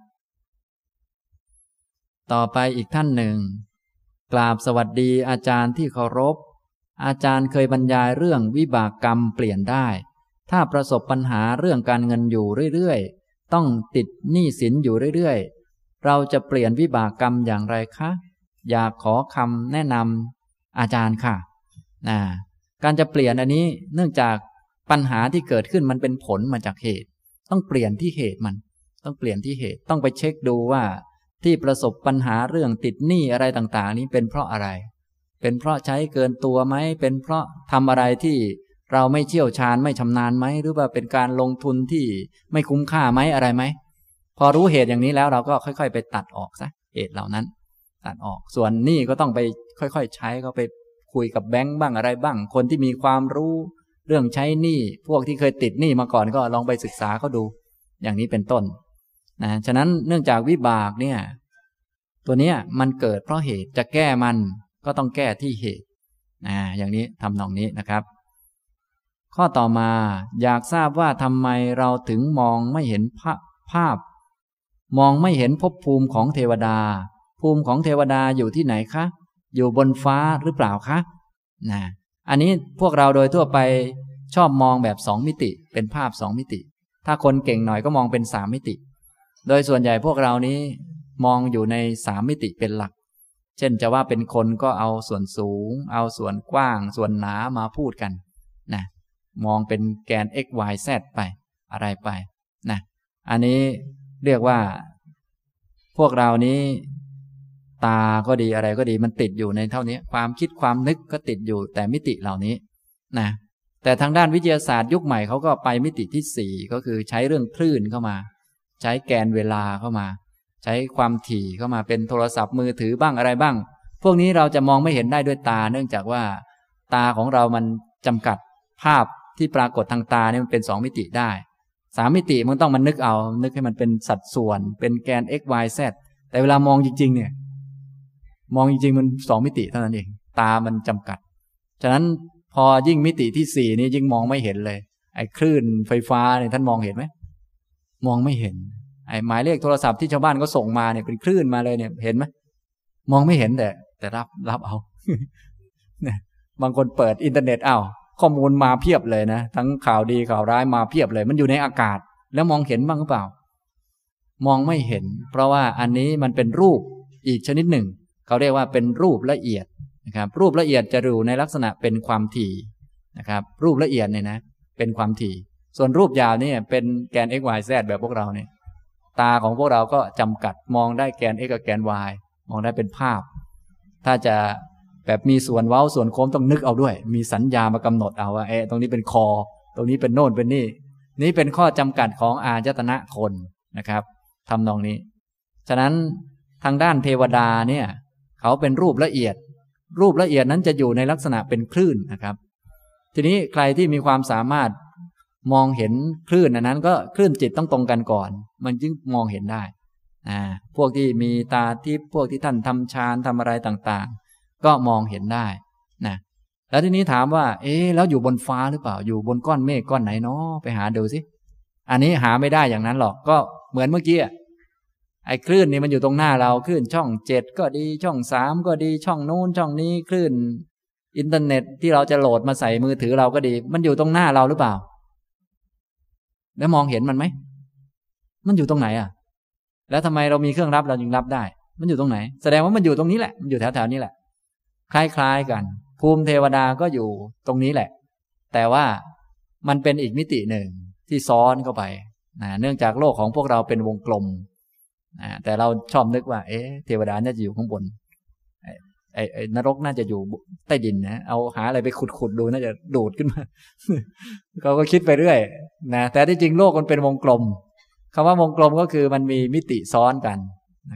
ต่อไปอีกท่านหนึ่งกราบสวัสดีอาจารย์ที่เคารพอาจารย์เคยบรรยายเรื่องวิบากกรรมเปลี่ยนได้ถ้าประสบปัญหาเรื่องการเงินอยู่เรื่อยๆต้องติดหนี้สินอยู่เรื่อยๆเราจะเปลี่ยนวิบากกรรมอย่างไรคะอยากขอคำแนะนำอาจารย์ค่ะนะการจะเปลี่ยนอันนี้เนื่องจากปัญหาที่เกิดขึ้นมันเป็นผลมาจากเหตุต้องเปลี่ยนที่เหตุมันต้องเปลี่ยนที่เหตุต้องไปเช็คดูว่าที่ประสบปัญหาเรื่องติดหนี้อะไรต่างๆนี้เป็นเพราะอะไรเป็นเพราะใช้เกินตัวไหมเป็นเพราะทำอะไรที่เราไม่เชี่ยวชาญไม่ชำนาญไหมหรือว่าเป็นการลงทุนที่ไม่คุ้มค่าไหมอะไรไหมพอรู้เหตุอย่างนี้แล้วเราก็ค่อยๆไปตัดออกซะเหตุเหล่านั้นตัดออกส่วนหนี้ก็ต้องไปค่อยๆใช้ก็ไปคุยกับแบงก์บ้างอะไรบ้างคนที่มีความรู้เรื่องใช้หนี้พวกที่เคยติดหนี้มาก่อนก็ลองไปศึกษาเขาดูอย่างนี้เป็นต้นนะฉะนั้นเนื่องจากวิบากเนี่ยตัวเนี้ยมันเกิดเพราะเหตุจะแก้มันก็ต้องแก้ที่เหตุนะอย่างนี้ทำนองนี้นะครับข้อต่อมาอยากทราบว่าทำไมเราถึงมองไม่เห็นภาพภาพมองไม่เห็นภพภูมิของเทวดาภูมิของเทวดาอยู่ที่ไหนคะอยู่บนฟ้าหรือเปล่าคะนะอันนี้พวกเราโดยทั่วไปชอบมองแบบสองมิติเป็นภาพสองมิติถ้าคนเก่งหน่อยก็มองเป็นสามมิติโดยส่วนใหญ่พวกเรานี้มองอยู่ในสามมิติเป็นหลักเช่นจะว่าเป็นคนก็เอาส่วนสูงเอาส่วนกว้างส่วนหนามาพูดกันนะมองเป็นแกน x y z ไปอะไรไปนะอันนี้เรียกว่าพวกเรานี้ตาก็ดีอะไรก็ดีมันติดอยู่ในเท่านี้ความคิดความนึกก็ติดอยู่แต่มิติเหล่านี้นะแต่ทางด้านวิทยาศาสตร์ยุคใหม่เขาก็ไปมิติที่สี่ก็คือใช้เรื่องคลื่นเข้ามาใช้แกนเวลาเข้ามาใช้ความถี่เข้ามาเป็นโทรศัพท์มือถือบ้างอะไรบ้างพวกนี้เราจะมองไม่เห็นได้ด้วยตาเนื่องจากว่าตาของเรามันจำกัดภาพที่ปรากฏทางตาเนี่ยมันเป็นสองมิติได้สามมิติมันต้องมันนึกเอานึกให้มันเป็นสัดส่วนเป็นแกน x y z แต่เวลามองจริงๆเนี่ยมองจริงๆมันสองมิติเท่านั้นเองตามันจำกัดฉะนั้นพอยิ่งมิติที่สี่นี่ยิ่งมองไม่เห็นเลยไอ้คลื่นไฟฟ้าเนี่ยท่านมองเห็นไหมมองไม่เห็นไอ้หมายเลขโทรศัพท์ที่ชาวบ้านก็ส่งมาเนี่ยเป็นคลื่นมาเลยเนี่ยเห็นไหมมองไม่เห็นแต่แต่รับรับเอา เนี่ยบางคนเปิดอินเทอร์เน็ตอ้าวข้อมูลมาเพียบเลยนะทั้งข่าวดีข่าวร้ายมาเพียบเลยมันอยู่ในอากาศแล้วมองเห็นบ้างหรือเปล่ามองไม่เห็นเพราะว่าอันนี้มันเป็นรูปอีกชนิดหนึ่งเขาเรียกว่าเป็นรูปละเอียดนะครับรูปละเอียดจะอยู่ในลักษณะเป็นความถี่นะครับรูปละเอียดเนี่ยนะเป็นความถี่ส่วนรูปยาวนี่เป็นแกน x y z แบบพวกเราเนี่ยตาของพวกเราก็จำกัดมองได้แกน x กับแกน y มองได้เป็นภาพถ้าจะแบบมีส่วนเว้าส่วนโค้งต้องนึกเอาด้วยมีสัญญามากำหนดเอาว่าเอ๊ะตรงนี้เป็นคอตรงนี้เป็นโน่นเป็นนี่นี่เป็นข้อจำกัดของอายตนะคนนะครับทำนองนี้ฉะนั้นทางด้านเทวดาเนี่ยเขาเป็นรูปละเอียดรูปละเอียดนั้นจะอยู่ในลักษณะเป็นคลื่นนะครับทีนี้ใครที่มีความสามารถมองเห็นคลื่นอันนั้นก็คลื่นจิตต้องตรงกันก่อนมันจึงมองเห็นได้อ่าพวกที่มีตาทิพย์พวกที่ท่านทำฌานทำอะไรต่างๆก็มองเห็นได้นะแล้วทีนี้ถามว่าเอ๊ะแล้วอยู่บนฟ้าหรือเปล่าอยู่บนก้อนเมฆก้อนไหนเนาะไปหาดูสิอันนี้หาไม่ได้อย่างนั้นหรอกก็เหมือนเมื่อกี้ไอ้คลื่นนี่มันอยู่ตรงหน้าเราคลื่นช่องเจ็ดก็ดีช่องสามก็ดีช่องโน้นช่องนี้คลื่นอินเทอร์เน็ตที่เราจะโหลดมาใส่มือถือเราก็ดีมันอยู่ตรงหน้าเราหรือเปล่าแล้วมองเห็นมันไหมมันอยู่ตรงไหนอ่ะแล้วทำไมเรามีเครื่องรับเราจึงรับได้มันอยู่ตรงไหนแสดงว่ามันอยู่ตรงนี้แหละมันอยู่แถวๆนี้แหละคล้ายๆกันภูมิเทวดาก็อยู่ตรงนี้แหละแต่ว่ามันเป็นอีกมิติหนึ่งที่ซ้อนเข้าไปนะเนื่องจากโลกของพวกเราเป็นวงกลมนะแต่เราชอบนึกว่าเอ๊ะเทวดาน่าจะอยู่ข้างบนไอ้ไอ้ไอ้นรกน่าจะอยู่ใต้ดินนะเอาหาอะไรไปขุดๆดูน่าจะดูดขึ้นมา เขาก็คิดไปเรื่อยนะแต่ที่จริงโลกมันเป็นวงกลมคำว่าวงกลมก็คือมันมีมิติซ้อนกันนะครับ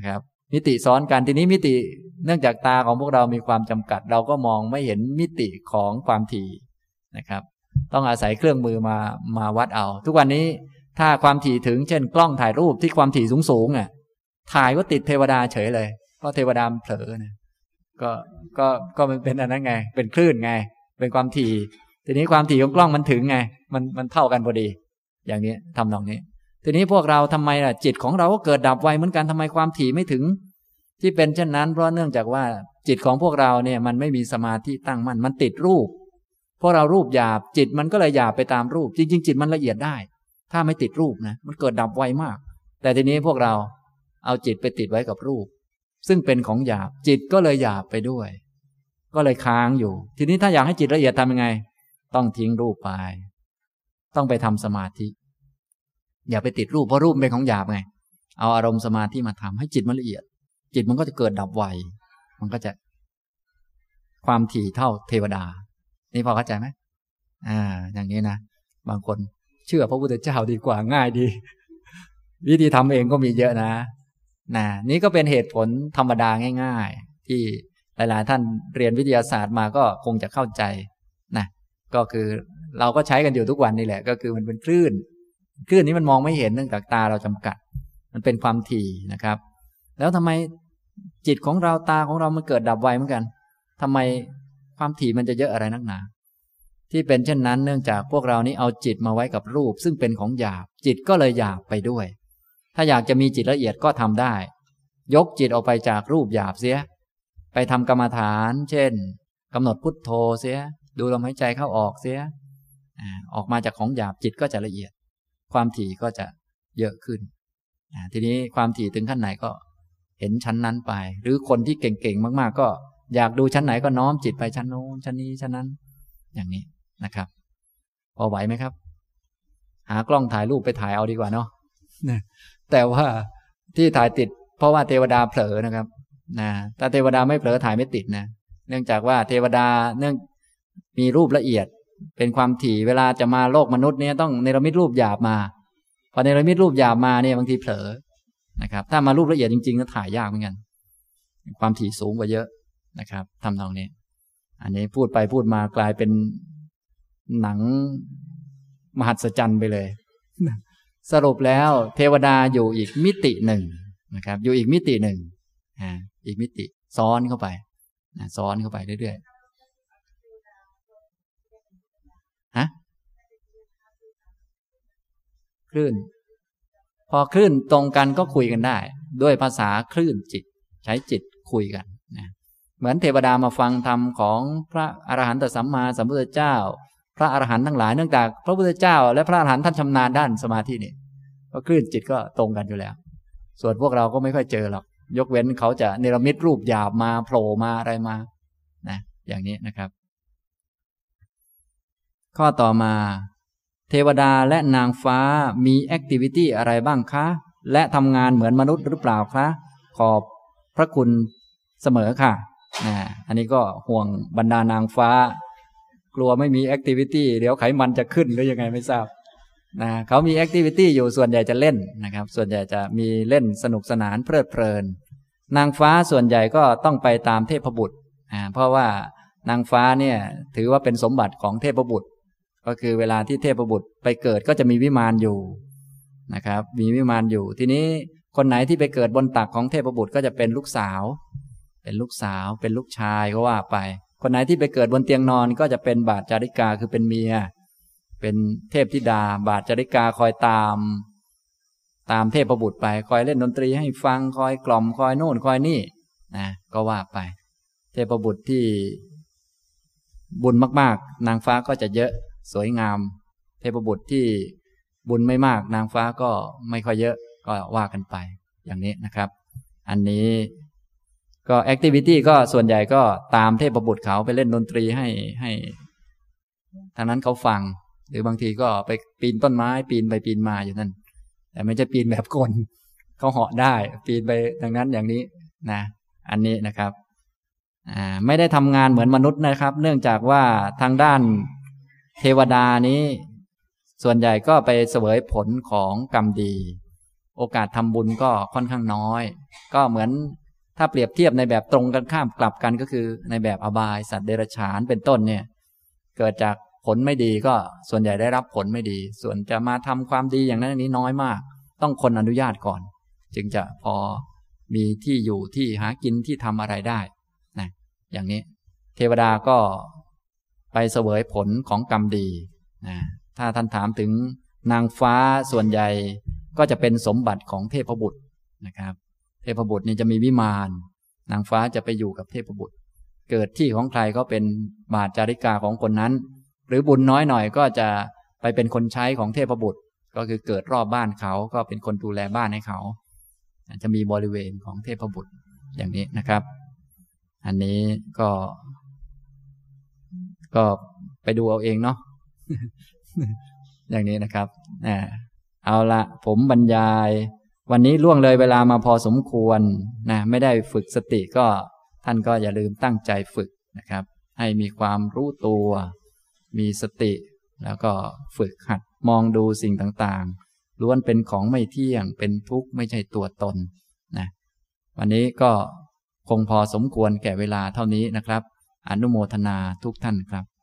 มิติซ้อนกันทีนี้มิติเนื่องจากตาของพวกเรามีความจำกัดเราก็มองไม่เห็นมิติของความถี่นะครับต้องอาศัยเครื่องมือมามาวัดเอาทุกวันนี้ถ้าความถี่ถึงเช่นกล้องถ่ายรูปที่ความถี่สูงๆอ่ะถ่ายก็ติดเทวดาเฉยเลยเพราะเทวดาเผลอนะก็ก็ก็มันเป็นอันนั้นไงเป็นคลื่นไงเป็นความถี่ทีนี้ความถี่ของกล้องมันถึงไงมันมันเท่ากันพอดีอย่างนี้ทำนองนี้ทีนี้พวกเราทำไมล่ะจิตของเราก็เกิดดับไวเหมือนกันทำไมความถี่ไม่ถึงที่เป็นเช่นนั้นเพราะเนื่องจากว่าจิตของพวกเราเนี่ยมันไม่มีสมาธิตั้งมั่นมันติดรูปพวกเรารูปหยาบจิตมันก็เลยหยาบไปตามรูปจริงๆจิตมันละเอียดได้ถ้าไม่ติดรูปนะมันเกิดดับไวมากแต่ทีนี้พวกเราเอาจิตไปติดไว้กับรูปซึ่งเป็นของหยาบจิตก็เลยหยาบไปด้วยก็เลยค้างอยู่ทีนี้ถ้าอยากให้จิตละเอียดทำยังไงต้องทิ้งรูปไปต้องไปทำสมาธิอย่าไปติดรูปเพราะรูปเป็นของหยาบไงเอาอารมณ์สมาธิมาทำให้จิตมันละเอียดจิตมันก็จะเกิดดับไวมันก็จะความถี่เท่าเทวดานี่พอเข้าใจไหมอ่าอย่างนี้นะบางคนเชื่อพระพุทธเจ้าดีกว่าง่ายดีวิธีทำเองก็มีเยอะนะนะนี่ก็เป็นเหตุผลธรรมดาง่ายๆที่หลายๆท่านเรียนวิทยาศาสตร์มาก็คงจะเข้าใจนะก็คือเราก็ใช้กันอยู่ทุกวันนี่แหละก็คือมันเป็นคลื่นคลื่นนี้มันมองไม่เห็นเนื่องจากตาเราจำกัดมันเป็นความถี่นะครับแล้วทำไมจิตของเราตาของเรามันเกิดดับไวเหมือนกันทำไมความถี่มันจะเยอะอะไรนักหนาที่เป็นเช่นนั้นเนื่องจากพวกเรานี้เอาจิตมาไว้กับรูปซึ่งเป็นของหยาบจิตก็เลยหยาบไปด้วยถ้าอยากจะมีจิตละเอียดก็ทำได้ยกจิตออกไปจากรูปหยาบเสียไปทำกรรมฐานเช่นกำหนดพุทโธเสียดูลมหายใจเข้าออกเสียออกมาจากของหยาบจิตก็จะละเอียดความถี่ก็จะเยอะขึ้นทีนี้ความถี่ถึงขั้นไหนก็เห็นชั้นนั้นไปหรือคนที่เก่งๆมากๆก็อยากดูชั้นไหนก็น้อมจิตไปชั้นโน้นชั้นนี้ชั้นนั้นอย่างนี้นะครับพอไหวไหมครับหากล้องถ่ายรูปไปถ่ายเอาดีกว่าเนาะแต่ว่าที่ถ่ายติดเพราะว่าเทวดาเผลอนะครับนะถ้าเทวดาไม่เผลอถ่ายไม่ติดนะเนื่องจากว่าเทวดาเนื่องมีรูปละเอียดเป็นความถี่เวลาจะมาโลกมนุษย์เนี่ยต้องเนรมิตรูปหยาบมาพอเนรมิตรูปหยาบมาเนี่ยบางทีเผลอนะครับถ้ามารูปละเอียดจริงๆก็ถ่ายยากเหมือนกันความถี่สูงกว่าเยอะนะครับทำตรงนี้อันนี้พูดไปพูดมากลายเป็นหนังมหัศจรรย์ไปเลยสรุปแล้วเทวดาอยู่อีกมิติหนึ่งนะครับอยู่อีกมิติหนึ่งอ่าอีกมิติซ้อนเข้าไปนะซ้อนเข้าไปเรื่อยๆฮะคลื่นพอคลื่นตรงกันก็คุยกันได้ด้วยภาษาคลื่นจิตใช้จิตคุยกันนะเหมือนเทวดามาฟังธรรมของพระอรหันตสัมมาสัมพุทธเจ้าพระอรหันต์ทั้งหลายเนื่องจากพระพุทธเจ้าและพระอรหันต์ท่านชำนาญด้านสมาธินี่ก็คลื่นจิตก็ตรงกันอยู่แล้วส่วนพวกเราก็ไม่ค่อยเจอหรอกยกเว้นเขาจะเนรมิตรูปหยาบมาโผล่มาอะไรมานะอย่างนี้นะครับข้อต่อมาเทวดาและนางฟ้ามีแอคทิวิตี้อะไรบ้างคะและทำงานเหมือนมนุษย์หรือเปล่าคะขอบพระคุณเสมอค่ะนะอันนี้ก็ห่วงบรรดานางฟ้ากลัวไม่มีแอคทิวิตี้เดี๋ยวไขมันจะขึ้นหรือยังไงไม่ทราบนะเขามีแอคทิวิตี้อยู่ส่วนใหญ่จะเล่นนะครับส่วนใหญ่จะมีเล่นสนุกสนานเพลิดเพลินนางฟ้าส่วนใหญ่ก็ต้องไปตามเทพบุตรอ่าเพราะว่านางฟ้าเนี่ยถือว่าเป็นสมบัติของเทพบุตรก็คือเวลาที่เทพบุตรไปเกิดก็จะมีวิมานอยู่นะครับมีวิมานอยู่ทีนี้คนไหนที่ไปเกิดบนตักของเทพบุตรก็จะเป็นลูกสาวเป็นลูกสาวเป็นลูกชายก็ว่าไปคนไหนที่ไปเกิดบนเตียงนอนก็จะเป็นบาทจาริกาคือเป็นเมียเป็นเทพธิดาบาทจาริกาคอยตามตามเทพบุตรไปคอยเล่นดนตรีให้ฟังคอยกล่อมคอยโน่นคอยนี่นะก็ว่าไปเทพบุตรที่บุญมากๆนางฟ้าก็จะเยอะสวยงามเทพบุตรที่บุญไม่มากนางฟ้าก็ไม่ค่อยเยอะก็ว่ากันไปอย่างนี้นะครับอันนี้ก็แอคทิวิตี้ก็ส่วนใหญ่ก็ตามเทพบุตรเขาไปเล่นดนตรีให้ให้ทางนั้นเขาฟังหรือบางทีก็ไปปีนต้นไม้ปีนไปปีนมาอยู่นั่นแต่ไม่ใช่ปีนแบบคนเขาเหาะได้ปีนไปทางนั้นอย่างนี้นะอันนี้นะครับอ่าไม่ได้ทำงานเหมือนมนุษย์นะครับเนื่องจากว่าทางด้านเทวดานี้ส่วนใหญ่ก็ไปเสวยผลของกรรมดีโอกาสทำบุญก็ค่อนข้างน้อยก็เหมือนถ้าเปรียบเทียบในแบบตรงกันข้ามกลับกันก็คือในแบบอบายสัตว์เดรัจฉานเป็นต้นเนี่ยเกิดจากผลไม่ดีก็ส่วนใหญ่ได้รับผลไม่ดีส่วนจะมาทำความดีอย่างนั้นอันนี้น้อยมากต้องคนอนุญาตก่อนจึงจะพอมีที่อยู่ที่หากินที่ทำอะไรได้นะอย่างนี้เทวดาก็ไปเสวยผลของกรรมดีนะถ้าท่านถามถึงนางฟ้าส่วนใหญ่ก็จะเป็นสมบัติของเทพบุตรนะครับเทพบุตรนี่จะมีวิมานนางฟ้าจะไปอยู่กับเทพบุตรเกิดที่ของใครก็เป็นบาทจาริกาของคนนั้นหรือบุญน้อยหน่อยก็จะไปเป็นคนใช้ของเทพบุตรก็คือเกิดรอบบ้านเขาก็เป็นคนดูแลบ้านให้เขาจะมีบริเวณของเทพบุตรอย่างนี้นะครับอันนี้ก็ก็ไปดูเอาเองเนาะ อย่างนี้นะครับเอาละผมบรรยายวันนี้ล่วงเลยเวลามาพอสมควรนะไม่ได้ฝึกสติก็ท่านก็อย่าลืมตั้งใจฝึกนะครับให้มีความรู้ตัวมีสติแล้วก็ฝึกหัดมองดูสิ่งต่างๆล้วนเป็นของไม่เที่ยงเป็นทุกข์ไม่ใช่ตัวตนนะวันนี้ก็คงพอสมควรแก่เวลาเท่านี้นะครับอนุโมทนาทุกท่านครับ